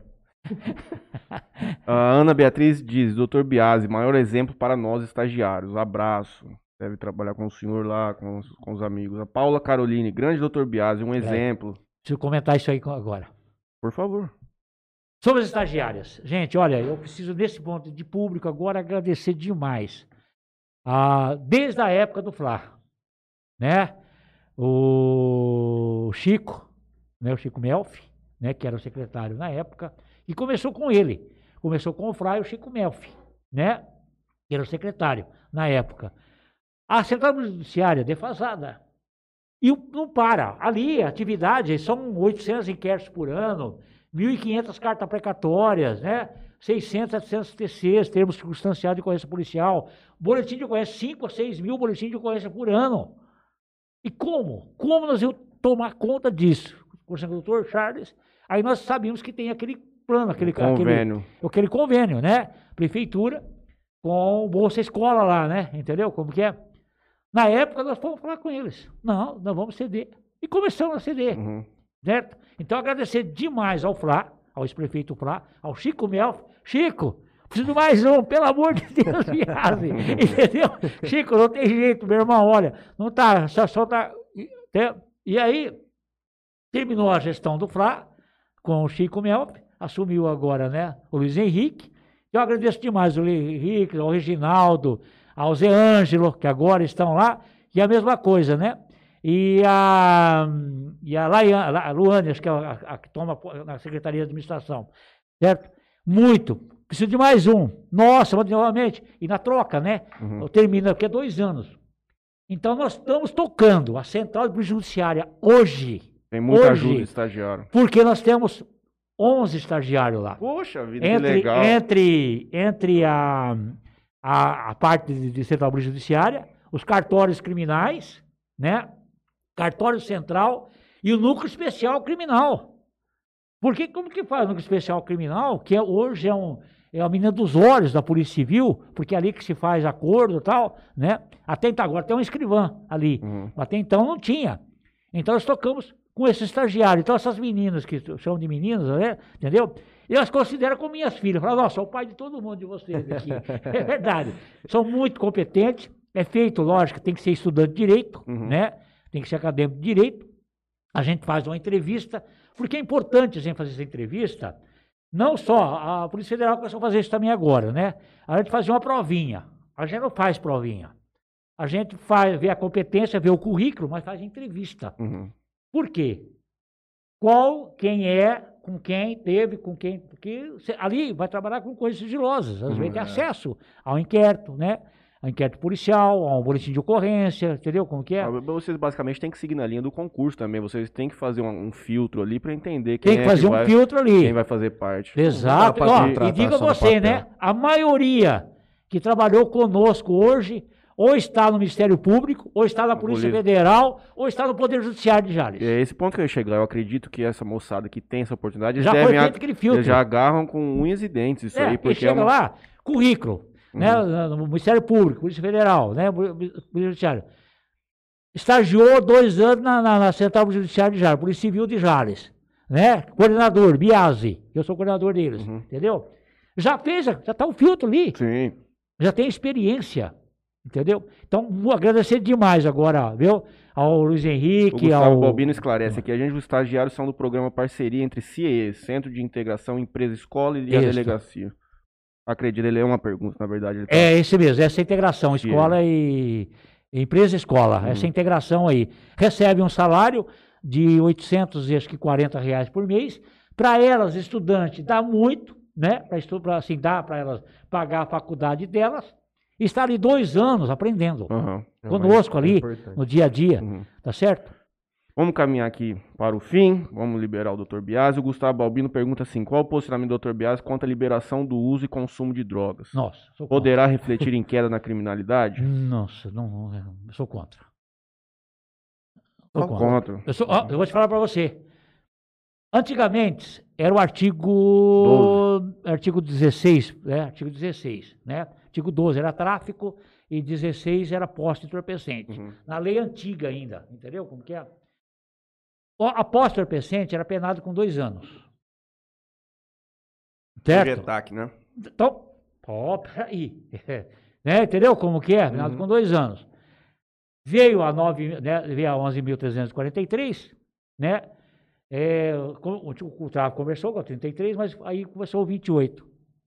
[SPEAKER 2] A Ana Beatriz diz, doutor Biasi, maior exemplo para nós estagiários. Abraço. Deve trabalhar com o senhor lá, com os, com os amigos. A Paula Caroline, grande doutor Biasi, um exemplo.
[SPEAKER 3] Preciso comentar isso aí agora.
[SPEAKER 2] Por favor.
[SPEAKER 3] Sobre as estagiárias. Gente, olha, eu preciso nesse ponto de público agora agradecer demais. Ah, desde a época do F L A, né? O Chico, né? O Chico Melfi, né? Que era o secretário na época, e começou com ele. Começou com o F L A e o Chico Melfi, né? Que era o secretário na época. A Central Judiciária defasada. E não para. Ali, a atividade, são oitocentos inquéritos por ano, mil e quinhentas cartas precatórias, né? seiscentos, setecentos T Cs, termos circunstanciados de ocorrência policial, boletim de ocorrência, cinco a seis mil boletins de ocorrência por ano. E como? Como nós íamos tomar conta disso? Conversando com o doutor Charles, aí nós sabíamos que tem aquele plano, aquele
[SPEAKER 2] convênio.
[SPEAKER 3] Aquele, aquele convênio, né? Prefeitura com o Bolsa Escola lá, né? Entendeu? Como que é? Na época, nós fomos falar com eles. Não, nós vamos ceder. E começamos a ceder. Uhum. Certo? Então, agradecer demais ao F L A, ao ex-prefeito F L A, ao Chico Melfi. Chico, preciso de mais um, pelo amor de Deus, viagem. Entendeu? Chico, não tem jeito, meu irmão, olha, não tá, só, só tá... E aí, terminou a gestão do F L A com o Chico Melfi, assumiu agora, né, o Luiz Henrique. Eu agradeço demais ao Luiz Henrique, ao Reginaldo, ao Zé Ângelo, que agora estão lá, e a mesma coisa, né? E a, e a, Laiane, a Luane, acho que é a, a que toma na Secretaria de Administração, certo? Muito. Preciso de mais um. Nossa, novamente. E na troca, né? Uhum. Eu termino aqui há dois anos. Então, nós estamos tocando a Central Judiciária hoje.
[SPEAKER 2] Tem muita
[SPEAKER 3] hoje,
[SPEAKER 2] ajuda de estagiário.
[SPEAKER 3] Porque nós temos onze estagiários lá.
[SPEAKER 2] Poxa vida,
[SPEAKER 3] entre,
[SPEAKER 2] que legal.
[SPEAKER 3] Entre, entre a... A, a parte de, de Central Judiciária, os cartórios criminais, né? Cartório Central e o Núcleo Especial Criminal. Porque como que faz o Núcleo Especial Criminal, que é, hoje é, um, é a menina dos olhos da Polícia Civil, porque é ali que se faz acordo e tal, né? Até então, agora tem um escrivã ali, uhum. Até então não tinha. Então nós tocamos com esse estagiário. Então essas meninas, que chamam de meninas, né? Entendeu? Eu as considero como minhas filhas. Falam, nossa, sou o pai de todo mundo de vocês aqui. É verdade. São muito competentes. É feito, lógico, tem que ser estudante de direito, uhum. Né? Tem que ser acadêmico de direito. A gente faz uma entrevista, porque é importante a gente fazer essa entrevista. Não só, a Polícia Federal começou a fazer isso também agora, né? A gente fazia uma provinha. A gente não faz provinha. A gente faz, vê a competência, vê o currículo, mas faz entrevista. Uhum. Por quê? Qual, quem é, com quem teve, com quem... Porque ali vai trabalhar com coisas sigilosas. Às uhum, vezes tem acesso ao inquérito, né? Ao inquérito policial, ao boletim de ocorrência, entendeu como que é?
[SPEAKER 2] Vocês basicamente têm que seguir na linha do concurso também. Vocês têm que fazer um, um filtro ali para entender quem
[SPEAKER 3] tem que fazer
[SPEAKER 2] é que
[SPEAKER 3] um
[SPEAKER 2] vai,
[SPEAKER 3] filtro ali.
[SPEAKER 2] Quem vai fazer parte.
[SPEAKER 3] Exato. Ó, e diga você, né? A maioria que trabalhou conosco hoje, ou está no Ministério Público, ou está na Polícia
[SPEAKER 2] Polícia.
[SPEAKER 3] Federal, ou está no Poder Judiciário de Jales.
[SPEAKER 2] É esse ponto que eu ia chegar. Eu acredito que essa moçada que tem essa oportunidade, eles,
[SPEAKER 3] Já foi
[SPEAKER 2] devem
[SPEAKER 3] feito
[SPEAKER 2] a-
[SPEAKER 3] aquele filtro.
[SPEAKER 2] eles já agarram com unhas e dentes isso
[SPEAKER 3] É,
[SPEAKER 2] aí,
[SPEAKER 3] ele
[SPEAKER 2] porque
[SPEAKER 3] chega
[SPEAKER 2] é uma...
[SPEAKER 3] lá, currículo,
[SPEAKER 2] Uhum.
[SPEAKER 3] né, no Ministério Público, Polícia Federal, né, Polícia Judiciária. Estagiou dois anos na, na, na Central Judiciária de Jales, Polícia Civil de Jales, né, coordenador, Biase, eu sou coordenador deles,
[SPEAKER 2] Uhum.
[SPEAKER 3] entendeu? Já fez, já está o filtro ali,
[SPEAKER 2] Sim.
[SPEAKER 3] já tem experiência, entendeu? Então, vou agradecer demais agora, viu, ao Luiz
[SPEAKER 2] O
[SPEAKER 3] Henrique,
[SPEAKER 2] Gustavo
[SPEAKER 3] ao...
[SPEAKER 2] Balbino esclarece aqui, a gente, os estagiários são do programa Parceria entre C I E, Centro de Integração Empresa Escola e a
[SPEAKER 3] Isso.
[SPEAKER 2] Delegacia. Acredito, ele é uma pergunta, na verdade. Ele tá...
[SPEAKER 3] É esse mesmo, essa integração,
[SPEAKER 2] Sim.
[SPEAKER 3] escola e empresa-escola,
[SPEAKER 2] Uhum.
[SPEAKER 3] essa integração aí. Recebe um salário de oitocentos e quarenta reais por mês. Para elas, estudantes, dá muito, né? Para assim, dá para elas pagar a faculdade delas. E estar ali dois anos aprendendo
[SPEAKER 2] Uhum.
[SPEAKER 1] É o
[SPEAKER 3] conosco
[SPEAKER 1] mais
[SPEAKER 3] ali,
[SPEAKER 1] importante.
[SPEAKER 3] no dia a dia,
[SPEAKER 2] Uhum.
[SPEAKER 3] tá certo?
[SPEAKER 2] Vamos caminhar aqui para o fim, vamos liberar o doutor Biasi. O Gustavo Balbino pergunta assim, qual o posicionamento do doutor Biasi quanto à liberação do uso e consumo de drogas?
[SPEAKER 3] Nossa, sou contra.
[SPEAKER 2] Poderá refletir em queda na criminalidade?
[SPEAKER 3] Nossa, não, não, eu sou contra. Sou
[SPEAKER 2] Sou
[SPEAKER 3] contra.
[SPEAKER 2] contra.
[SPEAKER 3] Eu, sou, ó, eu vou te falar para você. Antigamente era o artigo
[SPEAKER 2] doze.
[SPEAKER 3] artigo dezesseis, né? Artigo dezesseis, né? Artigo doze era tráfico e dezesseis era posse de entorpecente.
[SPEAKER 2] Uhum.
[SPEAKER 3] Na lei antiga ainda, entendeu como que é? A posse de entorpecente era penado com dois anos. Certo?
[SPEAKER 2] Projetac, né?
[SPEAKER 3] Então, ó, peraí. Né? Entendeu como que é? Penado
[SPEAKER 2] Uhum.
[SPEAKER 3] com dois anos. Veio a, nove, né? Veio a onze mil trezentos e quarenta e três, né? É, o, o, o tráfico conversou com a trinta e três, mas aí começou o vinte e oito.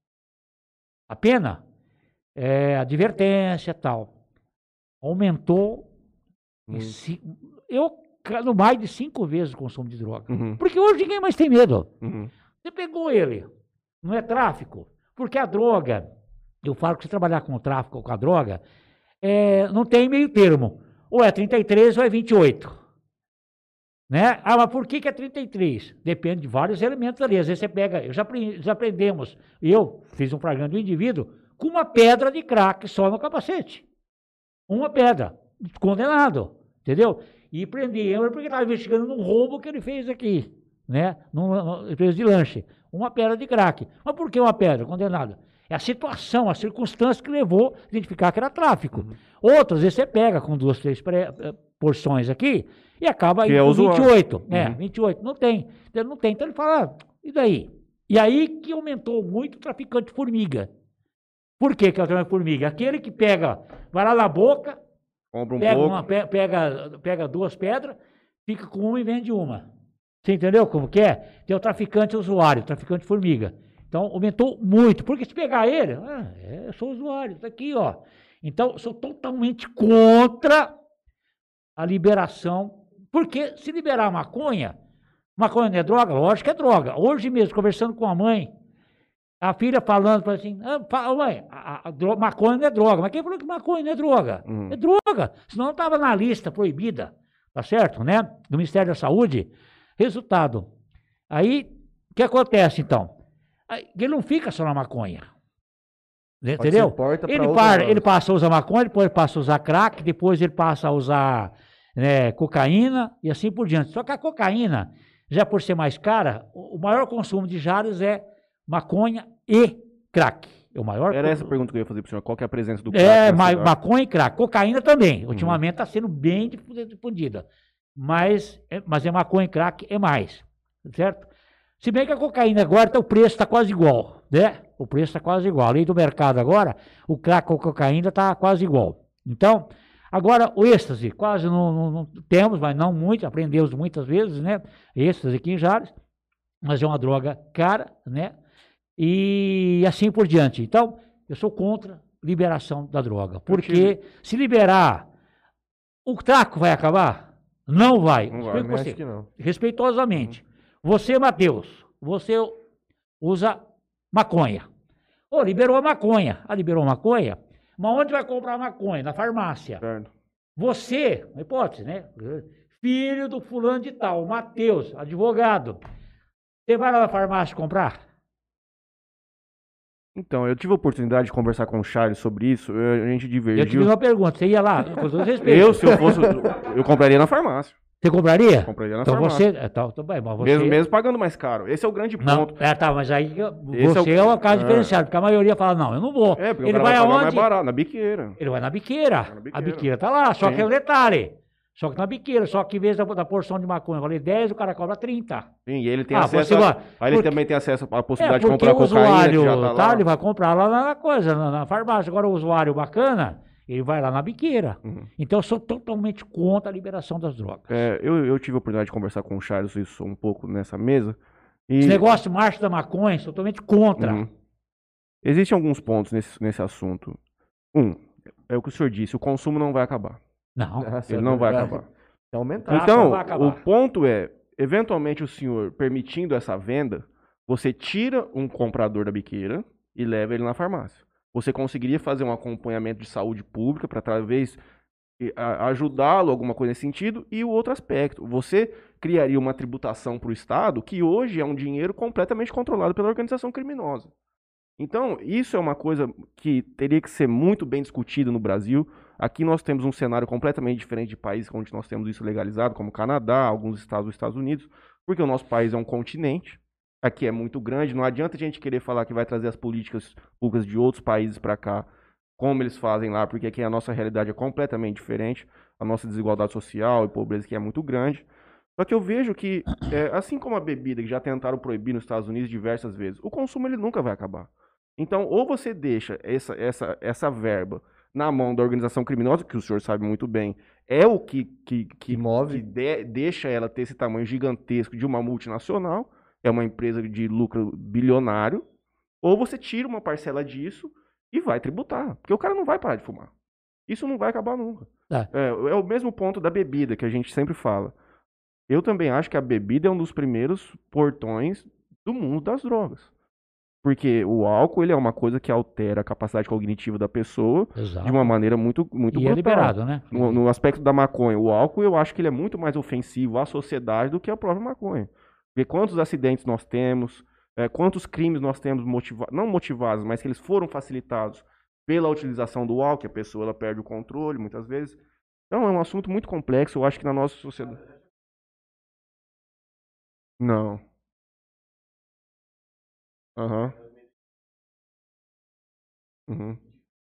[SPEAKER 3] A pena, é, advertência e tal, aumentou em
[SPEAKER 2] Uhum.
[SPEAKER 3] ci- eu no mais de cinco vezes o consumo de droga.
[SPEAKER 2] Uhum.
[SPEAKER 3] Porque hoje ninguém mais tem medo.
[SPEAKER 2] Uhum.
[SPEAKER 3] Você pegou ele, não é tráfico, porque a droga, eu falo que você trabalhar com o tráfico ou com a droga, é, não tem meio termo. Ou é trinta e três ou é vinte e oito. Né? Ah, mas por que, que é trinta e três? Depende de vários elementos ali. Às vezes você pega, eu já, apre- já aprendemos, eu fiz um programa do indivíduo com uma pedra de crack só no capacete. Uma pedra, condenado, entendeu? E prendemos porque estava investigando num roubo que ele fez aqui, né? Numa numa empresa de lanche. Uma pedra de crack. Mas por que uma pedra? Condenado. É a situação, a circunstância que levou a identificar que era tráfico.
[SPEAKER 2] Uhum.
[SPEAKER 3] Outras vezes você pega com duas, três pré- eh, porções aqui e acaba
[SPEAKER 2] Que
[SPEAKER 3] aí
[SPEAKER 2] é
[SPEAKER 3] com
[SPEAKER 2] usuário.
[SPEAKER 3] vinte e oito. É,
[SPEAKER 2] Uhum.
[SPEAKER 3] vinte e oito. Não tem. Ele não tem. Então ele fala, ah, e daí? E aí que aumentou muito o traficante formiga. Por que que é o traficante formiga? Aquele que pega, vai lá na boca,
[SPEAKER 2] Compra um
[SPEAKER 3] pega,
[SPEAKER 2] pouco.
[SPEAKER 3] uma, pe- pega, pega duas pedras, fica com uma e vende uma. Você entendeu como que é? Tem o traficante usuário, o traficante formiga. Então, aumentou muito. Porque se pegar ele, ah, é, eu sou usuário, tá aqui, ó. Então, eu sou totalmente contra a liberação. Porque se liberar a maconha, maconha não é droga? Lógico que é droga. Hoje mesmo, conversando com a mãe, a filha falando falou assim, ah, fala, mãe, a, a dro- maconha não é droga. Mas quem falou que maconha não é droga?
[SPEAKER 2] Uhum.
[SPEAKER 3] É droga. Senão não estava na lista proibida, tá certo, né? Do Ministério da Saúde. Resultado. Aí, o que acontece então? Aí, ele não fica só na maconha.
[SPEAKER 1] Pode
[SPEAKER 3] Entendeu?
[SPEAKER 1] ser porta pra
[SPEAKER 3] Ele,
[SPEAKER 1] outras
[SPEAKER 3] para,
[SPEAKER 1] drogas.
[SPEAKER 3] ele passa a usar maconha, depois passa a usar crack, depois ele passa a usar né, cocaína e assim por diante. Só que a cocaína, já por ser mais cara, o o maior consumo de Jales é maconha e crack. É o maior.
[SPEAKER 2] Era essa a pergunta que eu ia fazer pro senhor. Qual que é a presença do crack
[SPEAKER 3] É,
[SPEAKER 2] na
[SPEAKER 3] ma
[SPEAKER 2] cidade?
[SPEAKER 3] maconha e crack. Cocaína também.
[SPEAKER 2] Uhum.
[SPEAKER 3] Ultimamente está sendo bem difu- difundida. Mas é, mas é maconha e crack é mais. Certo? Se bem que a cocaína agora tá, o preço está quase igual. Né? O preço está quase igual. Além do mercado agora, o crack com a cocaína está quase igual. Então, agora o êxtase, quase não, não- não temos, mas não muito, aprendemos muitas vezes, né? Êxtase aqui em Jales, mas é uma droga cara, né? E assim por diante. Então, eu sou contra liberação da droga. Porque se liberar, o tráfico vai acabar? Não vai.
[SPEAKER 2] Não vai,
[SPEAKER 3] Explico
[SPEAKER 1] Também
[SPEAKER 3] pra
[SPEAKER 1] acho
[SPEAKER 3] você.
[SPEAKER 1] que não.
[SPEAKER 3] Respeitosamente. Você, Matheus, você usa maconha. Ô, liberou a maconha. Ah, liberou a maconha? Mas onde vai comprar maconha? Na farmácia.
[SPEAKER 2] Certo.
[SPEAKER 3] Você, uma hipótese, né? Filho do fulano de tal, Matheus, advogado. Você vai lá na farmácia comprar?
[SPEAKER 2] Então, eu tive a oportunidade de conversar com o Charles sobre isso, eu- a gente divergiu.
[SPEAKER 3] Eu te fiz uma pergunta, você ia lá, com todo respeito.
[SPEAKER 2] Eu, se eu fosse, eu compraria na farmácia.
[SPEAKER 3] Você compraria?
[SPEAKER 2] Compraria na
[SPEAKER 3] Então
[SPEAKER 2] farmácia.
[SPEAKER 3] você... é, tá, tá bem, mas você...
[SPEAKER 2] Mesmo, mesmo pagando mais caro. Esse é o grande
[SPEAKER 3] Não,
[SPEAKER 2] ponto.
[SPEAKER 3] é, tá, mas aí
[SPEAKER 2] Esse
[SPEAKER 3] você
[SPEAKER 2] é
[SPEAKER 3] é
[SPEAKER 2] o-
[SPEAKER 3] o caso
[SPEAKER 2] é.
[SPEAKER 3] diferenciado, porque a maioria fala, não, eu não vou.
[SPEAKER 2] É, porque
[SPEAKER 3] Ele
[SPEAKER 2] o cara
[SPEAKER 3] vai
[SPEAKER 2] vai pagar mais
[SPEAKER 3] aonde?
[SPEAKER 2] barato, na biqueira.
[SPEAKER 3] Ele vai na biqueira.
[SPEAKER 2] Vai na biqueira.
[SPEAKER 3] A biqueira tá lá, só
[SPEAKER 2] Sim.
[SPEAKER 3] que é o detalhe. Só que na biqueira, só que em vez da, da porção de maconha valer dez, o cara cobra trinta.
[SPEAKER 2] Sim, e ele tem
[SPEAKER 3] Ah,
[SPEAKER 2] acesso
[SPEAKER 3] você
[SPEAKER 2] a,
[SPEAKER 3] vai-
[SPEAKER 2] Aí ele
[SPEAKER 3] porque-
[SPEAKER 2] também tem acesso à
[SPEAKER 3] É,
[SPEAKER 2] possibilidade de
[SPEAKER 3] porque
[SPEAKER 2] comprar
[SPEAKER 3] o
[SPEAKER 2] cocaína,
[SPEAKER 3] usuário,
[SPEAKER 2] que já tá
[SPEAKER 3] tá,
[SPEAKER 2] lá.
[SPEAKER 3] ele vai comprar lá na coisa, na, na farmácia. Agora o usuário bacana, ele vai lá na biqueira.
[SPEAKER 2] Uhum.
[SPEAKER 3] Então eu sou totalmente contra a liberação das drogas.
[SPEAKER 2] É, eu, eu tive a oportunidade de conversar com o Charles isso um pouco nessa mesa. E...
[SPEAKER 3] Esse negócio de marcha da maconha, sou totalmente contra.
[SPEAKER 2] Uhum. Existem alguns pontos nesse, nesse assunto. Um, é o que o senhor disse, o consumo não vai acabar.
[SPEAKER 3] Não.
[SPEAKER 1] Nossa,
[SPEAKER 2] Ele
[SPEAKER 1] é
[SPEAKER 2] não vai
[SPEAKER 1] verdade.
[SPEAKER 2] acabar.
[SPEAKER 1] Vai aumentar.
[SPEAKER 3] Ah,
[SPEAKER 2] Então,
[SPEAKER 3] vai acabar.
[SPEAKER 2] o ponto é, eventualmente o senhor permitindo essa venda, você tira um comprador da biqueira e leva ele na farmácia. Você conseguiria fazer um acompanhamento de saúde pública para talvez eh, a- ajudá-lo, alguma coisa nesse sentido, e o outro aspecto, você criaria uma tributação para o Estado que hoje é um dinheiro completamente controlado pela organização criminosa. Então, isso é uma coisa que teria que ser muito bem discutida no Brasil. Aqui nós temos um cenário completamente diferente de países onde nós temos isso legalizado, como o Canadá, alguns estados dos Estados Unidos, porque o nosso país é um continente, aqui é muito grande, não adianta a gente querer falar que vai trazer as políticas públicas de outros países para cá, como eles fazem lá, porque aqui a nossa realidade é completamente diferente, a nossa desigualdade social e pobreza aqui é muito grande. Só que eu vejo que, é, assim como a bebida, que já tentaram proibir nos Estados Unidos diversas vezes, o consumo ele nunca vai acabar. Então, ou você deixa essa, essa, essa verba na mão da organização criminosa, que o senhor sabe muito bem, é o que, que, que,
[SPEAKER 1] Que move.
[SPEAKER 2] que de- deixa ela ter esse tamanho gigantesco de uma multinacional, é uma empresa de lucro bilionário, ou você tira uma parcela disso e vai tributar, porque o cara não vai parar de fumar. Isso não vai acabar nunca.
[SPEAKER 3] É.
[SPEAKER 2] É, é o mesmo ponto da bebida que a gente sempre fala. Eu também acho que a bebida é um dos primeiros portões do mundo das drogas. Porque o álcool ele é uma coisa que altera a capacidade cognitiva da pessoa
[SPEAKER 3] Exato.
[SPEAKER 2] de uma maneira muito, muito
[SPEAKER 3] e
[SPEAKER 2] brutal.
[SPEAKER 3] é liberado, né?
[SPEAKER 2] No, no aspecto da maconha, o álcool eu acho que ele é muito mais ofensivo à sociedade do que a própria maconha. Porque quantos acidentes nós temos, é, quantos crimes nós temos motivados, não motivados, mas que eles foram facilitados pela utilização do álcool, que a pessoa ela perde o controle muitas vezes. Então é um assunto muito complexo, eu acho que na nossa sociedade... Não. Aham. Uhum.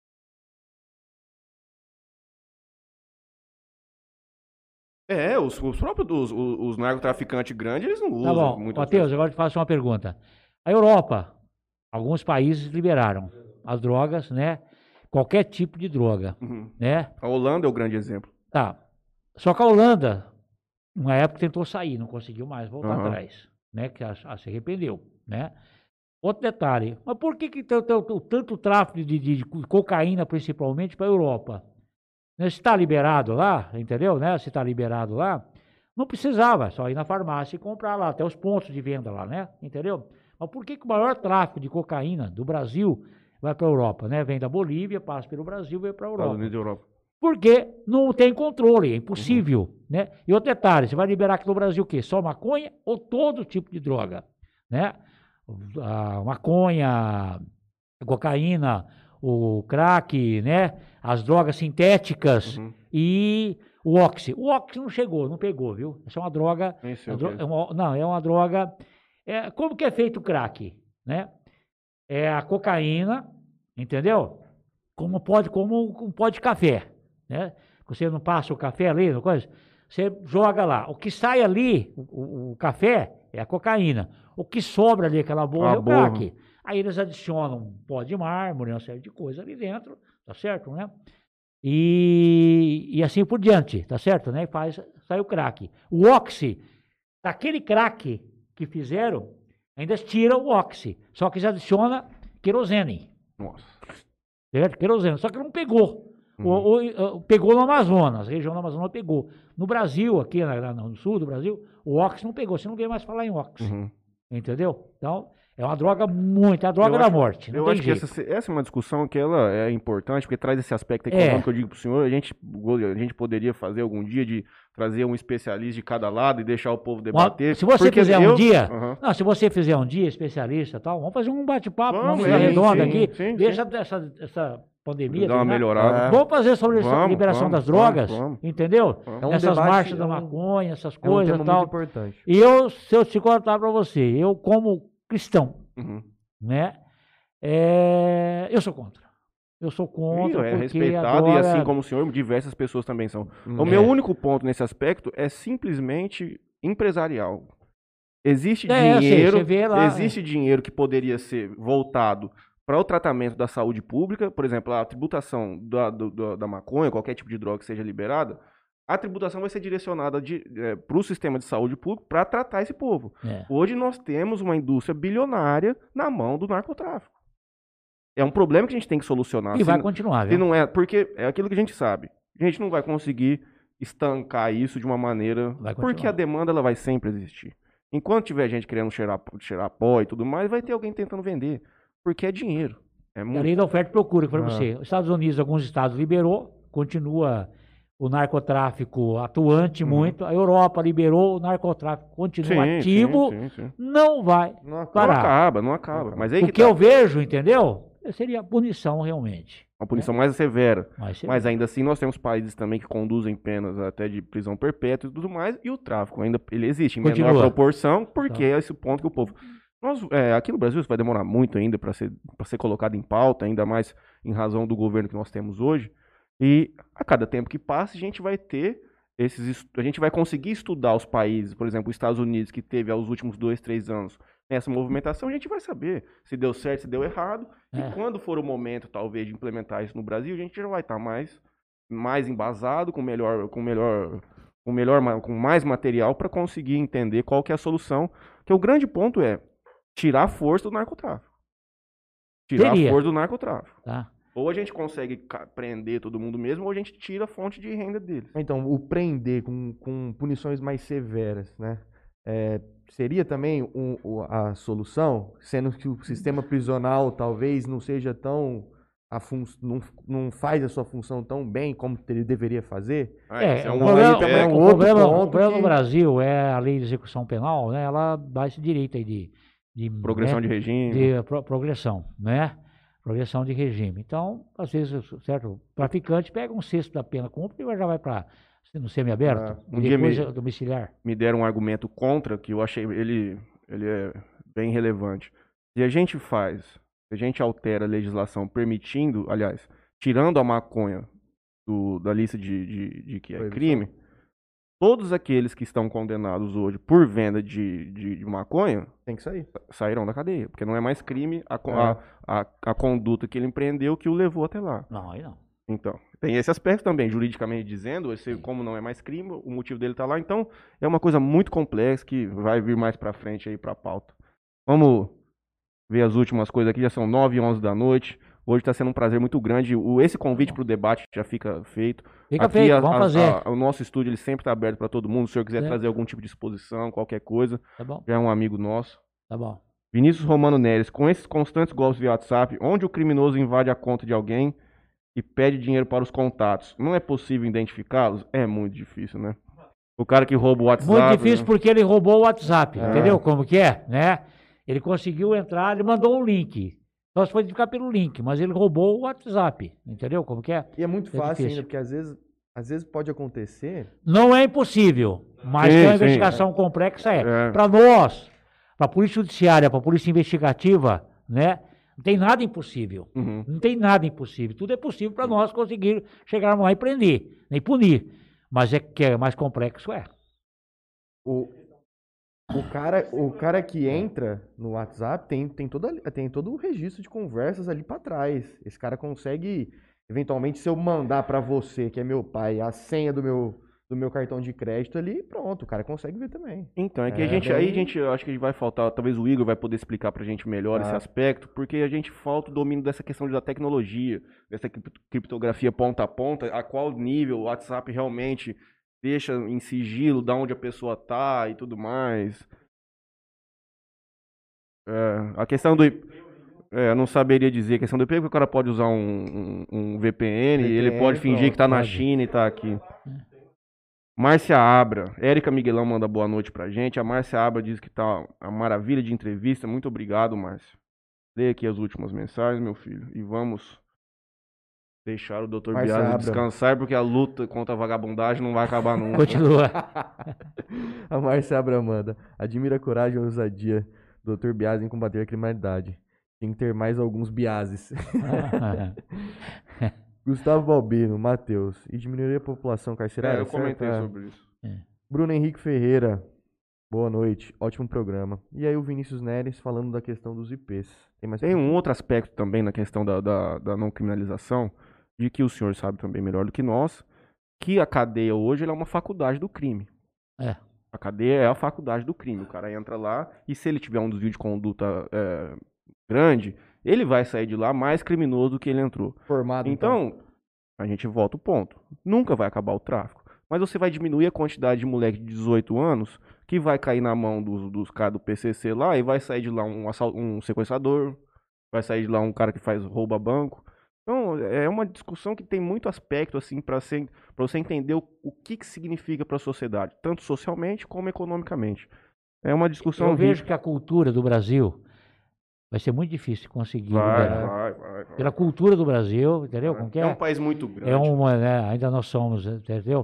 [SPEAKER 2] É, os, os próprios os, os, os narcotraficantes grandes, eles não
[SPEAKER 3] Tá
[SPEAKER 2] usam
[SPEAKER 3] bom,
[SPEAKER 2] muitas
[SPEAKER 3] Matheus,
[SPEAKER 2] vezes.
[SPEAKER 3] agora eu te faço uma pergunta. A Europa, alguns países liberaram as drogas, né? Qualquer tipo de droga,
[SPEAKER 2] Uhum.
[SPEAKER 3] né?
[SPEAKER 2] A Holanda é o grande exemplo.
[SPEAKER 3] Tá. Só que a Holanda, numa época, tentou sair, não conseguiu mais voltar
[SPEAKER 2] Aham.
[SPEAKER 3] atrás, né? Que a, a se arrependeu, né? Outro detalhe, mas por que, que tem, tem, tem tanto tráfico de, de, de cocaína, principalmente, para a Europa? Né, se está liberado lá, entendeu? Né? Se está liberado lá, não precisava, só ir na farmácia e comprar lá, até os pontos de venda lá, né? Entendeu? Mas por que, que o maior tráfico de cocaína do Brasil vai para a Europa, né? Vem da Bolívia, passa pelo Brasil, vem para a
[SPEAKER 2] Estados
[SPEAKER 3] Europa.
[SPEAKER 2] Unidos e Europa.
[SPEAKER 3] Porque não tem controle, é impossível, né? E outro detalhe, você vai liberar aqui no Brasil o quê? Só maconha ou todo tipo de droga, né? A maconha, a cocaína, o crack, né? As drogas sintéticas
[SPEAKER 2] Uhum.
[SPEAKER 3] e o oxi. O oxi não chegou, não pegou, viu? Essa é uma droga,
[SPEAKER 2] Nem sei
[SPEAKER 3] uma
[SPEAKER 2] o
[SPEAKER 3] dro-
[SPEAKER 2] que
[SPEAKER 3] é
[SPEAKER 2] é.
[SPEAKER 3] uma- não, é uma droga, é, como que é feito o crack, né? É a cocaína, entendeu? Como pode, como um pó de café, né? Você não passa o café ali, não coisa, você joga lá. O que sai ali, o, o- o café, é a cocaína. O que sobra ali, aquela borra,
[SPEAKER 2] A
[SPEAKER 3] é o
[SPEAKER 2] borra.
[SPEAKER 3] crack. Aí eles adicionam pó de mármore, uma série de coisas ali dentro, tá certo, né? E, e assim por diante, tá certo, né? E faz, sai o crack. O oxi, daquele crack que fizeram, ainda tira o oxi, só que eles adiciona querosene.
[SPEAKER 2] Nossa.
[SPEAKER 3] Certo? Querosene. Só que não pegou.
[SPEAKER 2] Uhum.
[SPEAKER 3] O- o- o- pegou no Amazonas, a região do Amazonas pegou. No Brasil, aqui na- na- no sul do Brasil, o óxido não pegou. Você não vê mais falar em óxido.
[SPEAKER 2] Uhum.
[SPEAKER 3] Entendeu? Então, É uma droga muito, é a droga
[SPEAKER 2] Eu
[SPEAKER 3] da
[SPEAKER 2] acho-
[SPEAKER 3] morte. Não
[SPEAKER 2] Eu
[SPEAKER 3] tem
[SPEAKER 2] acho
[SPEAKER 3] jeito.
[SPEAKER 2] que essa, essa é uma discussão que ela é importante, porque traz esse aspecto econômico,
[SPEAKER 3] É.
[SPEAKER 2] eu digo pro senhor, a gente, a gente poderia fazer algum dia de trazer um especialista de cada lado e deixar o povo
[SPEAKER 3] Uma-
[SPEAKER 2] debater.
[SPEAKER 3] se você
[SPEAKER 2] porque
[SPEAKER 3] fizer um
[SPEAKER 2] eu-
[SPEAKER 3] dia,
[SPEAKER 2] Aham.
[SPEAKER 3] não, se você fizer um dia especialista e tal, vamos fazer um bate-papo, uma
[SPEAKER 2] Vamos,
[SPEAKER 3] mesa
[SPEAKER 1] sim,
[SPEAKER 3] redonda
[SPEAKER 1] sim,
[SPEAKER 3] aqui,
[SPEAKER 2] sim,
[SPEAKER 3] deixa essa, essa pandemia
[SPEAKER 2] Dar uma
[SPEAKER 3] terminar.
[SPEAKER 2] melhorada.
[SPEAKER 1] É.
[SPEAKER 3] Vamos fazer sobre essa
[SPEAKER 2] Vamos,
[SPEAKER 3] liberação
[SPEAKER 2] vamos,
[SPEAKER 3] das drogas,
[SPEAKER 2] vamos, vamos.
[SPEAKER 3] entendeu?
[SPEAKER 1] É um
[SPEAKER 3] Essas
[SPEAKER 1] debate,
[SPEAKER 3] marchas
[SPEAKER 1] é
[SPEAKER 3] da
[SPEAKER 1] um-
[SPEAKER 3] maconha, essas
[SPEAKER 1] É um
[SPEAKER 3] coisas
[SPEAKER 1] tema
[SPEAKER 3] e tal.
[SPEAKER 1] muito importante.
[SPEAKER 3] E eu, se eu te contar para você, eu como cristão,
[SPEAKER 2] Uhum.
[SPEAKER 3] né? É, eu sou contra. Eu sou contra
[SPEAKER 2] Ih, é
[SPEAKER 3] porque
[SPEAKER 2] respeitado
[SPEAKER 3] agora...
[SPEAKER 2] e assim como o senhor, diversas pessoas também são. O
[SPEAKER 1] É.
[SPEAKER 2] meu único ponto nesse aspecto é simplesmente empresarial. Existe
[SPEAKER 3] É, eu sei,
[SPEAKER 2] dinheiro,
[SPEAKER 3] você vê lá,
[SPEAKER 2] existe dinheiro que poderia ser voltado para o tratamento da saúde pública, por exemplo, a tributação da, do- do- da maconha, qualquer tipo de droga que seja liberada, a tributação vai ser direcionada para o sistema de saúde público para tratar esse povo.
[SPEAKER 3] É.
[SPEAKER 2] Hoje nós temos uma indústria bilionária na mão do narcotráfico. É um problema que a gente tem que solucionar.
[SPEAKER 3] E
[SPEAKER 2] Se
[SPEAKER 3] vai
[SPEAKER 2] n-
[SPEAKER 3] continuar,
[SPEAKER 2] se
[SPEAKER 3] viu?
[SPEAKER 2] não é, porque é aquilo que a gente sabe. A gente não vai conseguir estancar isso de uma maneira,
[SPEAKER 3] Vai
[SPEAKER 2] porque
[SPEAKER 3] continuar.
[SPEAKER 2] a demanda ela vai sempre existir. Enquanto tiver gente querendo cheirar, cheirar pó e tudo mais, vai ter alguém tentando vender, porque é dinheiro. É
[SPEAKER 3] É a
[SPEAKER 2] muito.
[SPEAKER 3] lei da oferta e procura, que foi
[SPEAKER 1] Ah.
[SPEAKER 3] você. Os Estados Unidos, alguns estados liberou, continua o narcotráfico atuante
[SPEAKER 2] Uhum.
[SPEAKER 3] muito. A Europa liberou, o narcotráfico continua
[SPEAKER 2] Sim,
[SPEAKER 3] ativo,
[SPEAKER 2] sim, sim, sim.
[SPEAKER 3] não vai
[SPEAKER 1] Não
[SPEAKER 2] Não
[SPEAKER 3] parar.
[SPEAKER 2] acaba, não acaba. Mas aí
[SPEAKER 3] O
[SPEAKER 2] que,
[SPEAKER 3] que
[SPEAKER 2] tá.
[SPEAKER 3] eu vejo, entendeu? Seria a punição realmente.
[SPEAKER 2] Uma punição mais severa.
[SPEAKER 3] Mas,
[SPEAKER 2] Mas ainda assim nós temos países também que conduzem penas até de prisão perpétua e tudo mais, e o tráfico ainda ele existe em menor
[SPEAKER 3] Continua.
[SPEAKER 2] proporção, porque
[SPEAKER 3] Tá.
[SPEAKER 2] é esse o ponto que o povo. Nós, é, aqui no Brasil isso vai demorar muito ainda para ser, para ser colocado em pauta, ainda mais em razão do governo que nós temos hoje. E a cada tempo que passa, a gente vai ter esses. estu- A gente vai conseguir estudar os países, por exemplo, os Estados Unidos, que teve aos últimos dois, três anos essa movimentação, a gente vai saber se deu certo, se deu errado.
[SPEAKER 3] É.
[SPEAKER 2] E quando for o momento, talvez, de implementar isso no Brasil, a gente já vai estar mais, mais embasado, com melhor, com melhor, com melhor, ma- com mais material para conseguir entender qual que é a solução. Que o grande ponto é tirar a força do narcotráfico. Tirar
[SPEAKER 3] Teria.
[SPEAKER 2] a força do narcotráfico.
[SPEAKER 3] Tá?
[SPEAKER 2] Ou a gente consegue ca- prender todo mundo mesmo, ou a gente tira a fonte de renda deles.
[SPEAKER 1] Então, o prender com, com punições mais severas, né? É, seria também um- o- a solução, sendo que o sistema prisional talvez não seja tão. A fun- não, não faz a sua função tão bem como ele deveria fazer?
[SPEAKER 2] Ah,
[SPEAKER 3] É,
[SPEAKER 2] esse é
[SPEAKER 3] o
[SPEAKER 2] um
[SPEAKER 3] problema,
[SPEAKER 2] aspecto.
[SPEAKER 1] também é um
[SPEAKER 3] o
[SPEAKER 1] outro
[SPEAKER 3] problema- o
[SPEAKER 1] ponto
[SPEAKER 3] problema
[SPEAKER 1] que-
[SPEAKER 3] no Brasil é a lei de execução penal, né? Ela dá esse direito aí de, de
[SPEAKER 2] Progressão
[SPEAKER 3] né?
[SPEAKER 2] de regime.
[SPEAKER 3] de pro- progressão, né? Progressão de regime. Então, às vezes, certo, o traficante pega um sexto da pena, cumpre e já vai para no semiaberto,
[SPEAKER 1] Ah,
[SPEAKER 3] e
[SPEAKER 2] um dia
[SPEAKER 3] depois
[SPEAKER 2] me-
[SPEAKER 3] é domiciliar.
[SPEAKER 2] Me deram um argumento contra, que eu achei ele, ele é bem relevante. Se a gente faz, se a gente altera a legislação permitindo, aliás, tirando a maconha do- da lista de, de, de que é
[SPEAKER 1] Proibição.
[SPEAKER 2] crime, todos aqueles que estão condenados hoje por venda de, de, de maconha
[SPEAKER 1] Tem que sair.
[SPEAKER 2] sairão da cadeia, porque não é mais crime a, co-
[SPEAKER 1] É.
[SPEAKER 2] a, a, a conduta que ele empreendeu que o levou até lá.
[SPEAKER 3] Não, aí não.
[SPEAKER 2] Então, tem esse aspecto também, juridicamente dizendo, esse, como não é mais crime, o motivo dele tá lá. Então, é uma coisa muito complexa que vai vir mais pra frente aí pra pauta. Vamos ver as últimas coisas aqui, já são nove e onze da noite. Hoje tá sendo um prazer muito grande. O, esse convite pro debate já fica feito.
[SPEAKER 3] Fica
[SPEAKER 2] Aqui
[SPEAKER 3] feito,
[SPEAKER 2] a-
[SPEAKER 3] vamos
[SPEAKER 2] a-
[SPEAKER 3] fazer.
[SPEAKER 2] a- o nosso estúdio ele sempre tá aberto pra todo mundo. Se o senhor quiser
[SPEAKER 3] É.
[SPEAKER 2] trazer algum tipo de exposição, qualquer coisa,
[SPEAKER 3] Tá bom,
[SPEAKER 2] já é um amigo nosso.
[SPEAKER 3] tá bom.
[SPEAKER 2] Vinícius Romano Neres, com esses constantes golpes via WhatsApp, onde o criminoso invade a conta de alguém e pede dinheiro para os contatos, não é possível identificá-los? É muito difícil, né? O cara que rouba o WhatsApp...
[SPEAKER 3] Muito difícil
[SPEAKER 2] né?
[SPEAKER 3] porque ele roubou o WhatsApp,
[SPEAKER 1] É.
[SPEAKER 3] entendeu como que é, né? Ele conseguiu entrar, ele mandou um link. Só se foi identificar pelo link, mas ele roubou o WhatsApp, entendeu como que é?
[SPEAKER 1] E é muito
[SPEAKER 3] É
[SPEAKER 1] fácil
[SPEAKER 3] difícil.
[SPEAKER 1] ainda, porque às vezes, às vezes pode acontecer.
[SPEAKER 3] Não é impossível, mas
[SPEAKER 2] Sim,
[SPEAKER 3] que é uma
[SPEAKER 2] sim.
[SPEAKER 3] investigação complexa é.
[SPEAKER 2] É.
[SPEAKER 3] Para nós, para a Polícia Judiciária, para a Polícia Investigativa, né? Não tem nada impossível.
[SPEAKER 2] Uhum.
[SPEAKER 3] Não tem nada impossível. Tudo é possível para nós conseguir chegarmos lá e prender, nem punir. Mas é que é mais complexo, é.
[SPEAKER 1] O, o, cara, o cara que entra no WhatsApp tem, tem, toda, tem todo o registro de conversas ali pra trás. Esse cara consegue, eventualmente, se eu mandar pra você, que é meu pai, a senha do meu, do meu cartão de crédito ali, pronto, o cara consegue ver também.
[SPEAKER 2] Então, é que
[SPEAKER 1] É,
[SPEAKER 2] a gente,
[SPEAKER 1] bem-
[SPEAKER 2] aí a gente, eu acho que vai faltar, talvez o Igor vai poder explicar pra gente melhor esse
[SPEAKER 1] Ah.
[SPEAKER 2] aspecto, porque a gente falta o domínio dessa questão da tecnologia, dessa cripto- criptografia ponta a ponta, a qual nível o WhatsApp realmente deixa em sigilo de onde a pessoa tá e tudo mais. É, a questão do I P, é, eu não saberia dizer a questão do I P, porque o cara pode usar um, um, um V P N, e ele pode fingir
[SPEAKER 1] pronto,
[SPEAKER 2] que tá na
[SPEAKER 3] pode.
[SPEAKER 2] China e tá aqui. Márcia Abra, Érica Miguelão manda boa noite pra gente. A Márcia Abra diz que tá uma maravilha de entrevista. Muito obrigado, Márcia. Lê aqui as últimas mensagens, meu filho, e vamos deixar o doutor
[SPEAKER 1] Márcia
[SPEAKER 2] Biasi
[SPEAKER 1] Abra.
[SPEAKER 2] descansar, porque a luta contra a vagabundagem não vai acabar nunca.
[SPEAKER 3] Continua.
[SPEAKER 1] A Márcia Abra manda. Admira a coragem e a ousadia do doutor Biasi em combater a criminalidade. Tem que ter mais alguns Biases. Gustavo Balbino, Matheus. E diminuiria a população carcerária?
[SPEAKER 2] É, eu
[SPEAKER 1] certo?
[SPEAKER 2] comentei
[SPEAKER 1] É.
[SPEAKER 2] sobre isso.
[SPEAKER 1] Bruno Henrique Ferreira. Boa noite. Ótimo programa. E aí o Vinícius Neres falando da questão dos I Ps. Tem mais
[SPEAKER 2] Tem um outro aspecto também na questão da, da, da não criminalização, de que o senhor sabe também melhor do que nós, que a cadeia hoje ela é uma faculdade do crime.
[SPEAKER 3] É.
[SPEAKER 2] A cadeia é a faculdade do crime. O cara entra lá e se ele tiver um desvio de conduta é, grande, ele vai sair de lá mais criminoso do que ele entrou.
[SPEAKER 1] formado. Então,
[SPEAKER 2] Então, a gente volta o ponto. Nunca vai acabar o tráfico. Mas você vai diminuir a quantidade de moleque de dezoito anos que vai cair na mão dos, dos caras do P C C lá e vai sair de lá um, assal- um sequestrador, vai sair de lá um cara que faz rouba banco. Então, é uma discussão que tem muito aspecto assim para você entender o, o que, que significa para a sociedade, tanto socialmente como economicamente. É uma discussão
[SPEAKER 3] Eu vejo
[SPEAKER 2] rica.
[SPEAKER 3] que a cultura do Brasil vai ser muito difícil conseguir
[SPEAKER 2] Vai,
[SPEAKER 3] liberar.
[SPEAKER 2] vai, vai, vai.
[SPEAKER 3] Pela cultura do Brasil, entendeu? Como que
[SPEAKER 2] É
[SPEAKER 3] é?
[SPEAKER 2] um país muito grande.
[SPEAKER 3] É uma, né, ainda nós somos, entendeu?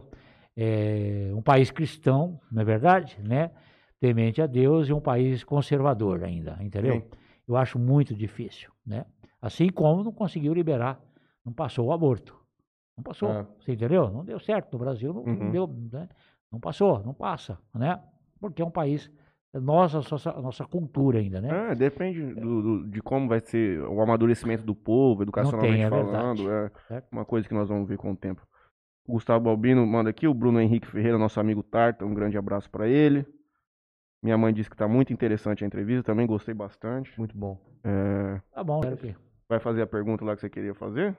[SPEAKER 3] É um país cristão, não é verdade, né? Temente a Deus e um país conservador ainda, entendeu?
[SPEAKER 2] Sim.
[SPEAKER 3] Eu acho muito difícil, né? Assim como não conseguiu liberar, não passou o aborto. Não passou,
[SPEAKER 1] Ah.
[SPEAKER 3] você entendeu? Não deu certo no Brasil, não, não
[SPEAKER 2] Uhum.
[SPEAKER 3] deu, né? Não passou, não passa, né? Porque é um país, é nossa, nossa, nossa cultura ainda, né?
[SPEAKER 2] É, depende do, do- de como vai ser o amadurecimento do povo, educacionalmente
[SPEAKER 3] é
[SPEAKER 2] falando.
[SPEAKER 3] verdade.
[SPEAKER 2] É
[SPEAKER 3] Certo.
[SPEAKER 2] uma coisa que nós vamos ver com o tempo. O Gustavo Balbino manda aqui, o Bruno Henrique Ferreira, nosso amigo Tarta, um grande abraço pra ele. Minha mãe disse que tá muito interessante a entrevista, também gostei bastante.
[SPEAKER 1] muito bom.
[SPEAKER 2] É,
[SPEAKER 3] Tá bom, quero que.
[SPEAKER 2] vai fazer a pergunta lá que você queria fazer?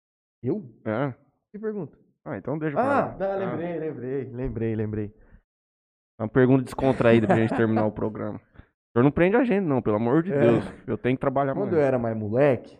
[SPEAKER 1] Eu?
[SPEAKER 2] É.
[SPEAKER 1] Que pergunta?
[SPEAKER 2] Ah, então deixa pra
[SPEAKER 1] Ah,
[SPEAKER 2] lá.
[SPEAKER 1] tá, lembrei, lembrei, lembrei, lembrei.
[SPEAKER 2] Uma pergunta descontraída pra gente terminar o programa. O senhor não prende a gente, não, pelo amor de
[SPEAKER 1] É.
[SPEAKER 2] Deus. Eu tenho que trabalhar
[SPEAKER 1] Quando
[SPEAKER 2] mais.
[SPEAKER 1] eu era mais moleque,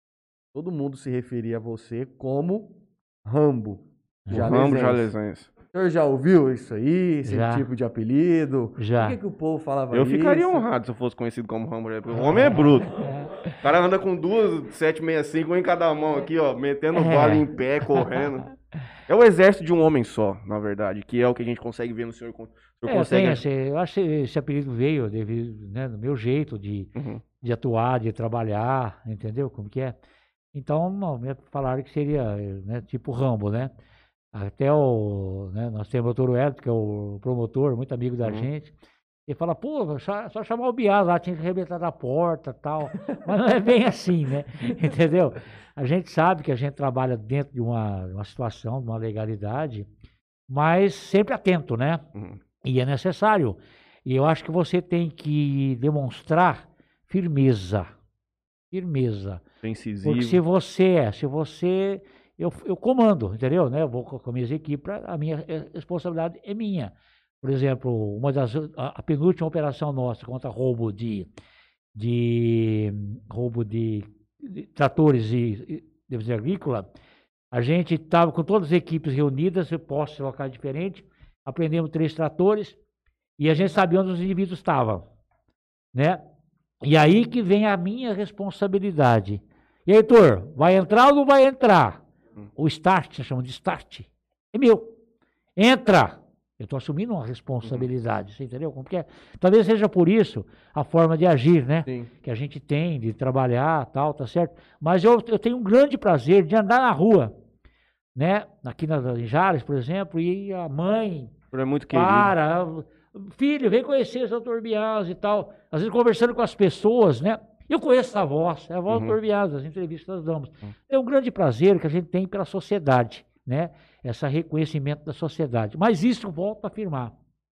[SPEAKER 1] todo mundo se referia a você como Rambo.
[SPEAKER 2] O Rambo
[SPEAKER 1] Jalesense.
[SPEAKER 2] Jalesense.
[SPEAKER 1] O senhor já ouviu isso aí? Esse
[SPEAKER 3] Já.
[SPEAKER 1] tipo de apelido?
[SPEAKER 3] Já.
[SPEAKER 1] Por que, que o povo falava
[SPEAKER 2] Eu
[SPEAKER 1] isso?
[SPEAKER 2] ficaria honrado se eu fosse conhecido como Rambo Jalesense, porque o homem é bruto. O cara anda com duas sete sessenta e cinco, um em cada mão aqui, ó, metendo
[SPEAKER 3] É.
[SPEAKER 2] bala em pé, correndo. É o exército de um homem só, na verdade, que é o que a gente consegue ver no senhor. O senhor
[SPEAKER 3] É, eu,
[SPEAKER 2] consegue...
[SPEAKER 3] tenho esse, eu acho que esse apelido veio devido, né, do meu jeito de,
[SPEAKER 2] Uhum.
[SPEAKER 3] de atuar, de trabalhar, entendeu? Como que é? Então, não, me falaram que seria, né, tipo Rambo, né? Até o, né, nós temos o doutor Wellington, que é o promotor, muito amigo da
[SPEAKER 2] Uhum.
[SPEAKER 3] gente. Ele fala, pô, só, só chamar o Bias lá, tinha que arrebentar a porta e tal. Mas não é bem assim, né? Entendeu? A gente sabe que a gente trabalha dentro de uma, uma situação, de uma legalidade, mas sempre atento, né?
[SPEAKER 2] Uhum.
[SPEAKER 3] E é necessário. E eu acho que você tem que demonstrar firmeza. Firmeza.
[SPEAKER 2] Bem incisivo.
[SPEAKER 3] Porque se você é, se você. Eu, eu comando, entendeu? Né? Eu vou com com as minhas equipes, a minha eh, responsabilidade é minha. Por exemplo, uma das, a, a penúltima operação nossa contra roubo de, de roubo de, de tratores e, e de agrícola, a gente estava com todas as equipes reunidas, postos em locais diferentes, apreendemos três tratores e a gente sabia onde os indivíduos estavam, né? E aí que vem a minha responsabilidade. E aí, Heitor, vai entrar ou não vai entrar? O start, nós chamamos de start, é meu. Entra! Eu estou assumindo uma responsabilidade, você entendeu? Como que é? Talvez seja por isso a forma de agir, né?
[SPEAKER 1] Sim.
[SPEAKER 3] Que a gente tem, de trabalhar, tal, tá certo? Mas eu, eu tenho um grande prazer de andar na rua, né? Aqui na, em Jales, por exemplo, e a mãe
[SPEAKER 2] O senhor é muito querido.
[SPEAKER 3] para, filho, vem conhecer o doutor Bias e tal. Às vezes conversando com as pessoas, né? Eu conheço essa voz, é a voz
[SPEAKER 2] Uhum.
[SPEAKER 3] do doutor Bias, as entrevistas que nós damos. É um grande prazer que a gente tem pela sociedade, né? Esse reconhecimento da sociedade. Mas isso, volto a afirmar,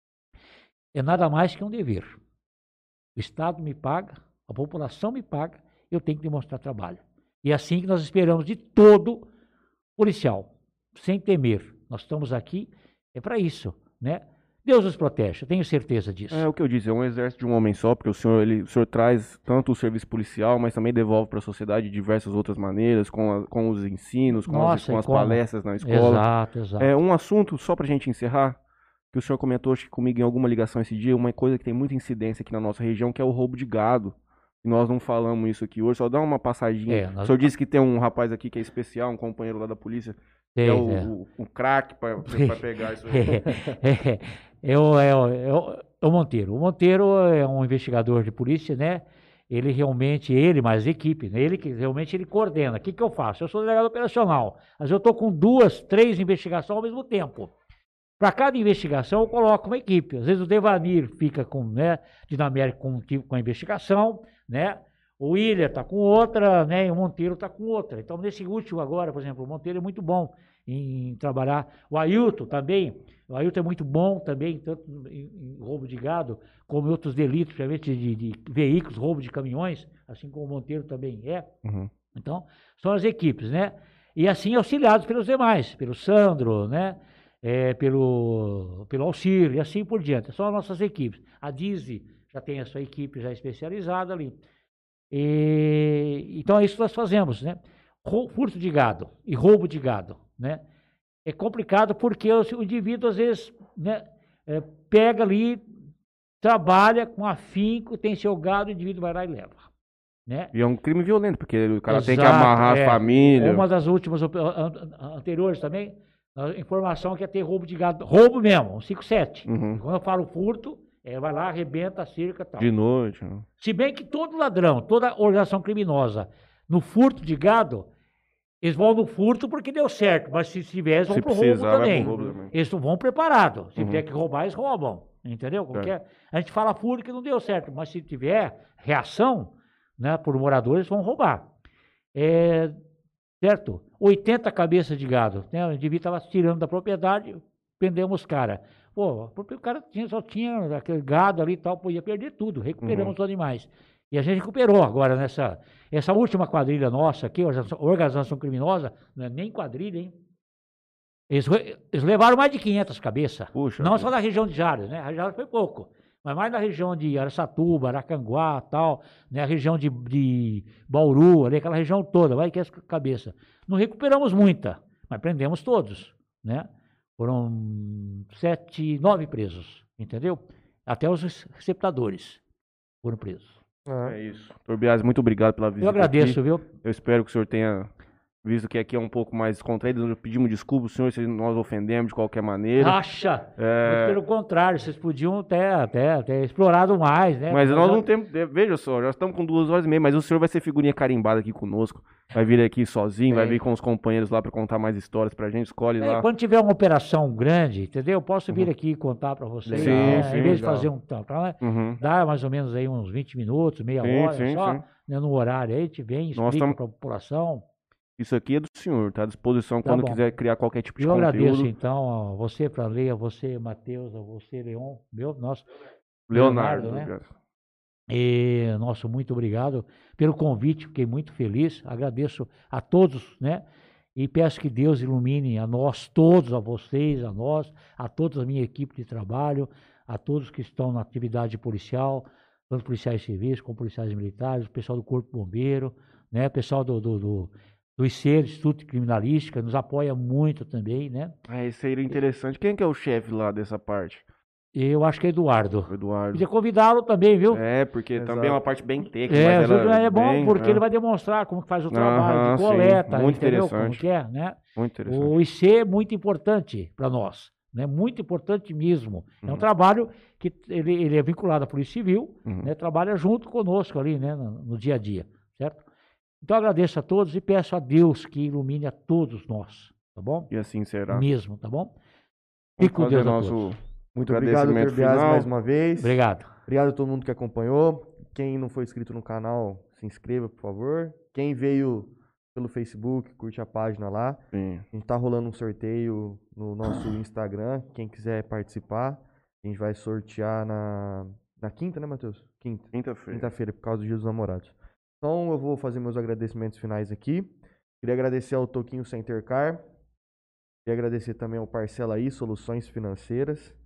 [SPEAKER 3] é nada mais que um dever. O Estado me paga, a população me paga, eu tenho que demonstrar trabalho. E é assim que nós esperamos de todo policial, sem temer. Nós estamos aqui, é para isso, né? Deus nos protege, eu tenho certeza disso.
[SPEAKER 2] É o que eu disse, é um exército de um homem só, porque o senhor, ele, o senhor traz tanto o serviço policial, mas também devolve para a sociedade de diversas outras maneiras, com, a, com os ensinos, com
[SPEAKER 3] Nossa,
[SPEAKER 2] as, com
[SPEAKER 3] e
[SPEAKER 2] as
[SPEAKER 3] como?
[SPEAKER 2] palestras na escola.
[SPEAKER 3] Exato, exato.
[SPEAKER 2] É um assunto, só pra gente encerrar, que o senhor comentou acho que comigo em alguma ligação esse dia, uma coisa que tem muita incidência aqui na nossa região, que é o roubo de gado. E nós não falamos isso aqui hoje, só dá uma passadinha.
[SPEAKER 3] É, nós-
[SPEAKER 2] O senhor disse que tem um rapaz aqui que é especial, um companheiro lá da polícia, que
[SPEAKER 3] Tem,
[SPEAKER 2] é o,
[SPEAKER 3] é.
[SPEAKER 2] o, o craque pra, pra pegar isso aí.
[SPEAKER 3] É, é, o, é, o, é o- é o Monteiro. O Monteiro é um investigador de polícia, né? Ele realmente, ele mais a equipe, né? Ele que realmente ele coordena. O que, que eu faço? Eu sou delegado operacional, mas eu estou com duas, três investigações ao mesmo tempo. Para cada investigação eu coloco uma equipe. Às vezes o Devanir fica com, né, Dinamérica com, com a investigação, né? O William está com outra, né? E o Monteiro está com outra. Então, nesse último agora, por exemplo, o Monteiro é muito bom em, em trabalhar. O Ailton também. O Ailton é muito bom também, tanto em, em roubo de gado, como em outros delitos, principalmente de, de veículos, roubo de caminhões, assim como o Monteiro também é.
[SPEAKER 2] Uhum.
[SPEAKER 3] Então, são as equipes, né? E assim auxiliados pelos demais, pelo Sandro, né? É, pelo, pelo Alcir e assim por diante. São as nossas equipes. A Dizzy já tem a sua equipe já especializada ali. E, então é isso que nós fazemos, né? Rou- Furto de gado e roubo de gado, né? É complicado porque o, o indivíduo às vezes, né, é, pega ali, trabalha com afinco, tem seu gado, o indivíduo vai lá e leva, né?
[SPEAKER 2] E é um crime violento, porque o cara tem que
[SPEAKER 3] Exato,
[SPEAKER 2] amarrar
[SPEAKER 3] é.
[SPEAKER 2] a família.
[SPEAKER 3] Uma das últimas ope- an- an- anteriores também, a informação que ia ter roubo de gado, roubo mesmo, um cinco sete.
[SPEAKER 2] Uhum.
[SPEAKER 3] E quando eu falo furto, é, vai lá, arrebenta a cerca e tal.
[SPEAKER 2] De noite. né?
[SPEAKER 3] Se bem que todo ladrão, toda organização criminosa, no furto de gado, eles vão no furto porque deu certo, mas se tiver, eles vão
[SPEAKER 2] Se
[SPEAKER 3] pro roubo
[SPEAKER 2] precisar, vai
[SPEAKER 3] também.
[SPEAKER 2] pro roubo também.
[SPEAKER 3] Eles não vão preparados. Se
[SPEAKER 2] Uhum.
[SPEAKER 3] tiver que roubar, eles roubam. Entendeu? Qualquer... A gente fala furto que não deu certo, mas se tiver reação, né, por moradores, eles vão roubar. É, certo? oitenta cabeças de gado. Né? O indivíduo estava tirando da propriedade, prendemos os caras. Pô, porque o cara tinha, só tinha aquele gado ali e tal, podia perder tudo. Recuperamos
[SPEAKER 2] Uhum.
[SPEAKER 3] os animais. E a gente recuperou agora nessa essa última quadrilha nossa aqui, organização, organização criminosa, não é nem quadrilha, hein? Eles, re- eles levaram mais de quinhentas cabeças.
[SPEAKER 2] Puxa
[SPEAKER 3] Não
[SPEAKER 2] vida.
[SPEAKER 3] só da região de Jales, né? A Jales foi pouco. Mas mais na região de Araçatuba, Aracanguá, tal, né? A região de, de Bauru, ali, aquela região toda, vai que as cabeças. Não recuperamos muita, mas prendemos todos, né? Foram sete, nove presos, entendeu? Até os receptadores foram presos.
[SPEAKER 1] Ah,
[SPEAKER 2] É isso. Doutor Biasi, muito obrigado pela visita
[SPEAKER 3] Eu agradeço,
[SPEAKER 2] aqui.
[SPEAKER 3] viu?
[SPEAKER 2] Eu espero que o senhor tenha visto que aqui é um pouco mais descontraído. Nós pedimos desculpa, senhor, se nós ofendemos de qualquer maneira.
[SPEAKER 3] Acha?
[SPEAKER 2] É.
[SPEAKER 3] Muito pelo contrário, vocês podiam até, até, até explorado mais, né?
[SPEAKER 2] Mas
[SPEAKER 3] Nós
[SPEAKER 2] nós
[SPEAKER 3] já-
[SPEAKER 2] não temos. é, Veja só, já estamos com duas horas e meia, mas o senhor vai ser figurinha carimbada aqui conosco. Vai vir aqui sozinho, vai
[SPEAKER 1] Sim.
[SPEAKER 2] vir com os companheiros lá para contar mais histórias pra gente. Escolhe
[SPEAKER 3] É,
[SPEAKER 2] lá.
[SPEAKER 3] quando tiver uma operação grande, entendeu? Eu posso vir aqui e contar para vocês.
[SPEAKER 2] Sim,
[SPEAKER 3] né?
[SPEAKER 2] sim,
[SPEAKER 3] Em vez de
[SPEAKER 1] legal.
[SPEAKER 3] fazer um. Tá, tá,
[SPEAKER 2] Uhum.
[SPEAKER 3] dá mais ou menos aí uns vinte minutos, meia
[SPEAKER 2] Sim,
[SPEAKER 3] hora
[SPEAKER 2] sim,
[SPEAKER 3] só,
[SPEAKER 2] sim.
[SPEAKER 3] né, no horário aí, a gente vem,
[SPEAKER 2] Nós
[SPEAKER 3] explica
[SPEAKER 2] tam-
[SPEAKER 3] para a população.
[SPEAKER 2] Isso aqui é do senhor, tá à disposição
[SPEAKER 3] Tá
[SPEAKER 2] quando
[SPEAKER 3] bom.
[SPEAKER 2] quiser criar qualquer tipo de
[SPEAKER 3] Eu
[SPEAKER 2] conteúdo.
[SPEAKER 3] agradeço, então, a você, para ler, a você, Matheus, a você, Leon, meu, nosso.
[SPEAKER 2] Leonardo.
[SPEAKER 3] Leonardo, né?
[SPEAKER 2] obrigado.
[SPEAKER 3] E, nosso, muito obrigado pelo convite, fiquei muito feliz, agradeço a todos, né? E peço que Deus ilumine a nós todos, a vocês, a nós, a toda a minha equipe de trabalho, a todos que estão na atividade policial, tanto policiais civis como policiais militares, o pessoal do Corpo Bombeiro, né? O pessoal do, do, do, do I C E R, Instituto de Criminalística, nos apoia muito também, né?
[SPEAKER 2] Ah, esse seria interessante. Quem que é o chefe lá dessa parte?
[SPEAKER 3] E eu acho que é Eduardo.
[SPEAKER 2] O Eduardo.
[SPEAKER 3] Podia convidá-lo também, viu?
[SPEAKER 2] É, porque
[SPEAKER 1] Exato.
[SPEAKER 2] também é uma parte bem técnica.
[SPEAKER 3] É,
[SPEAKER 2] mas ela
[SPEAKER 3] é bom
[SPEAKER 2] bem,
[SPEAKER 3] porque
[SPEAKER 2] né?
[SPEAKER 3] ele vai demonstrar como que faz o trabalho
[SPEAKER 2] Aham,
[SPEAKER 3] de
[SPEAKER 2] sim,
[SPEAKER 3] coleta,
[SPEAKER 2] muito
[SPEAKER 3] entendeu? Como
[SPEAKER 2] interessante.
[SPEAKER 3] que é, né?
[SPEAKER 2] Muito interessante.
[SPEAKER 3] O I C é muito importante para nós, né? Muito importante mesmo. É um
[SPEAKER 2] Uhum.
[SPEAKER 3] trabalho que ele, ele é vinculado à Polícia Civil,
[SPEAKER 2] Uhum.
[SPEAKER 3] né? Trabalha junto conosco ali, né? No, no dia a dia, certo? Então eu agradeço a todos e peço a Deus que ilumine a todos nós, tá bom?
[SPEAKER 2] E assim será.
[SPEAKER 3] Mesmo, tá bom?
[SPEAKER 2] Vamos
[SPEAKER 3] Fique com
[SPEAKER 2] fazer
[SPEAKER 3] Deus a
[SPEAKER 2] nosso
[SPEAKER 3] todos.
[SPEAKER 1] muito obrigado,
[SPEAKER 2] agradecimento
[SPEAKER 1] doutor Biasi,
[SPEAKER 2] final.
[SPEAKER 1] mais uma vez.
[SPEAKER 3] Obrigado.
[SPEAKER 1] Obrigado a todo mundo que acompanhou. Quem não foi inscrito no canal, se inscreva, por favor. Quem veio pelo Facebook, curte a página lá.
[SPEAKER 2] Sim.
[SPEAKER 1] A gente tá rolando um sorteio no nosso Instagram. Quem quiser participar, a gente vai sortear na, na quinta, né, Matheus? Quinta.
[SPEAKER 2] Quinta-feira.
[SPEAKER 1] Quinta-feira, por causa do Dia dos Namorados. Então eu vou fazer meus agradecimentos finais aqui. Queria agradecer ao Toquinho Center Car. Queria agradecer também ao Parcela aí, Soluções Financeiras.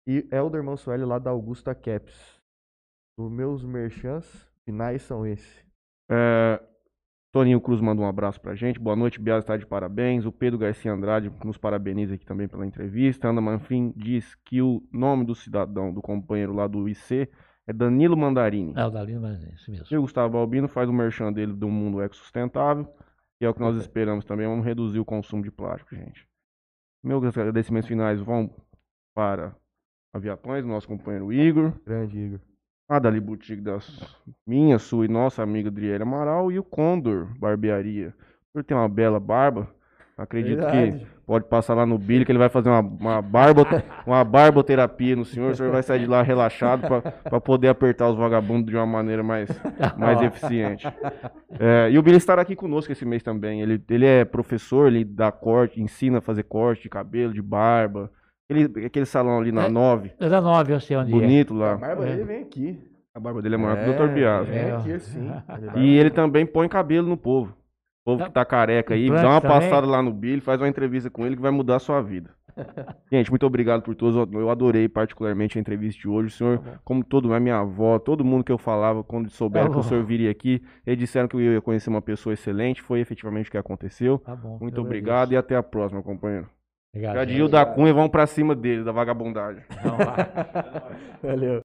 [SPEAKER 1] E Elder Mansueli lá da Augusta Caps. Os meus merchants finais são esses.
[SPEAKER 2] É, Toninho Cruz manda um abraço pra gente. Boa noite, Bias está de parabéns. O Pedro Garcia Andrade nos parabeniza aqui também pela entrevista. Ana Manfrim diz que o nome do cidadão, do companheiro lá do I C, é Danilo Mandarini.
[SPEAKER 3] É o Danilo, mas é isso mesmo.
[SPEAKER 2] E o Gustavo Albino faz o merchan dele do Mundo Eco Sustentável, que é o que nós esperamos também. Vamos reduzir o consumo de plástico, gente. Meus agradecimentos finais vão para a Viatões, nosso companheiro Igor.
[SPEAKER 1] Grande, Igor.
[SPEAKER 2] A Dali Boutique das minha, sua e nossa amiga Adriele Amaral. E o Condor Barbearia. Ele tem uma bela barba. Acredito
[SPEAKER 1] Verdade.
[SPEAKER 2] que pode passar lá no Billy, que ele vai fazer uma, uma, barbo, uma barboterapia no senhor. O senhor vai sair de lá relaxado para poder apertar os vagabundos de uma maneira mais, mais eficiente. É, e o Billy estará aqui conosco esse mês também. Ele, ele é professor, ele dá corte, ensina a fazer corte de cabelo, de barba. Aquele, aquele salão ali na
[SPEAKER 3] É,
[SPEAKER 2] nove.
[SPEAKER 3] É da nove, eu sei onde
[SPEAKER 2] Bonito
[SPEAKER 1] A
[SPEAKER 2] lá.
[SPEAKER 1] barba
[SPEAKER 3] É.
[SPEAKER 1] dele vem aqui.
[SPEAKER 2] A barba dele é maior que o doutor Bias.
[SPEAKER 1] Vem
[SPEAKER 3] É.
[SPEAKER 1] aqui assim.
[SPEAKER 2] E ele também põe cabelo no povo. O povo que tá careca aí,
[SPEAKER 3] Implante
[SPEAKER 2] dá uma
[SPEAKER 3] também?
[SPEAKER 2] passada lá no Billy, faz uma entrevista com ele que vai mudar a sua vida. Gente, muito obrigado por todos. Eu adorei particularmente a entrevista de hoje. O senhor,
[SPEAKER 3] Tá bom.
[SPEAKER 2] como todo, a minha avó, todo mundo que eu falava, quando souberam
[SPEAKER 3] Tá
[SPEAKER 2] que o
[SPEAKER 3] bom.
[SPEAKER 2] senhor viria aqui, eles disseram que eu ia conhecer uma pessoa excelente. Foi efetivamente o que aconteceu.
[SPEAKER 3] Tá bom.
[SPEAKER 2] Muito
[SPEAKER 3] eu
[SPEAKER 2] obrigado
[SPEAKER 3] agradeço.
[SPEAKER 2] e até a próxima, companheiro.
[SPEAKER 3] Obrigado.
[SPEAKER 2] Gadinho da Cunha, vamos pra cima dele, da vagabundagem.
[SPEAKER 3] Então, vai.
[SPEAKER 1] Valeu.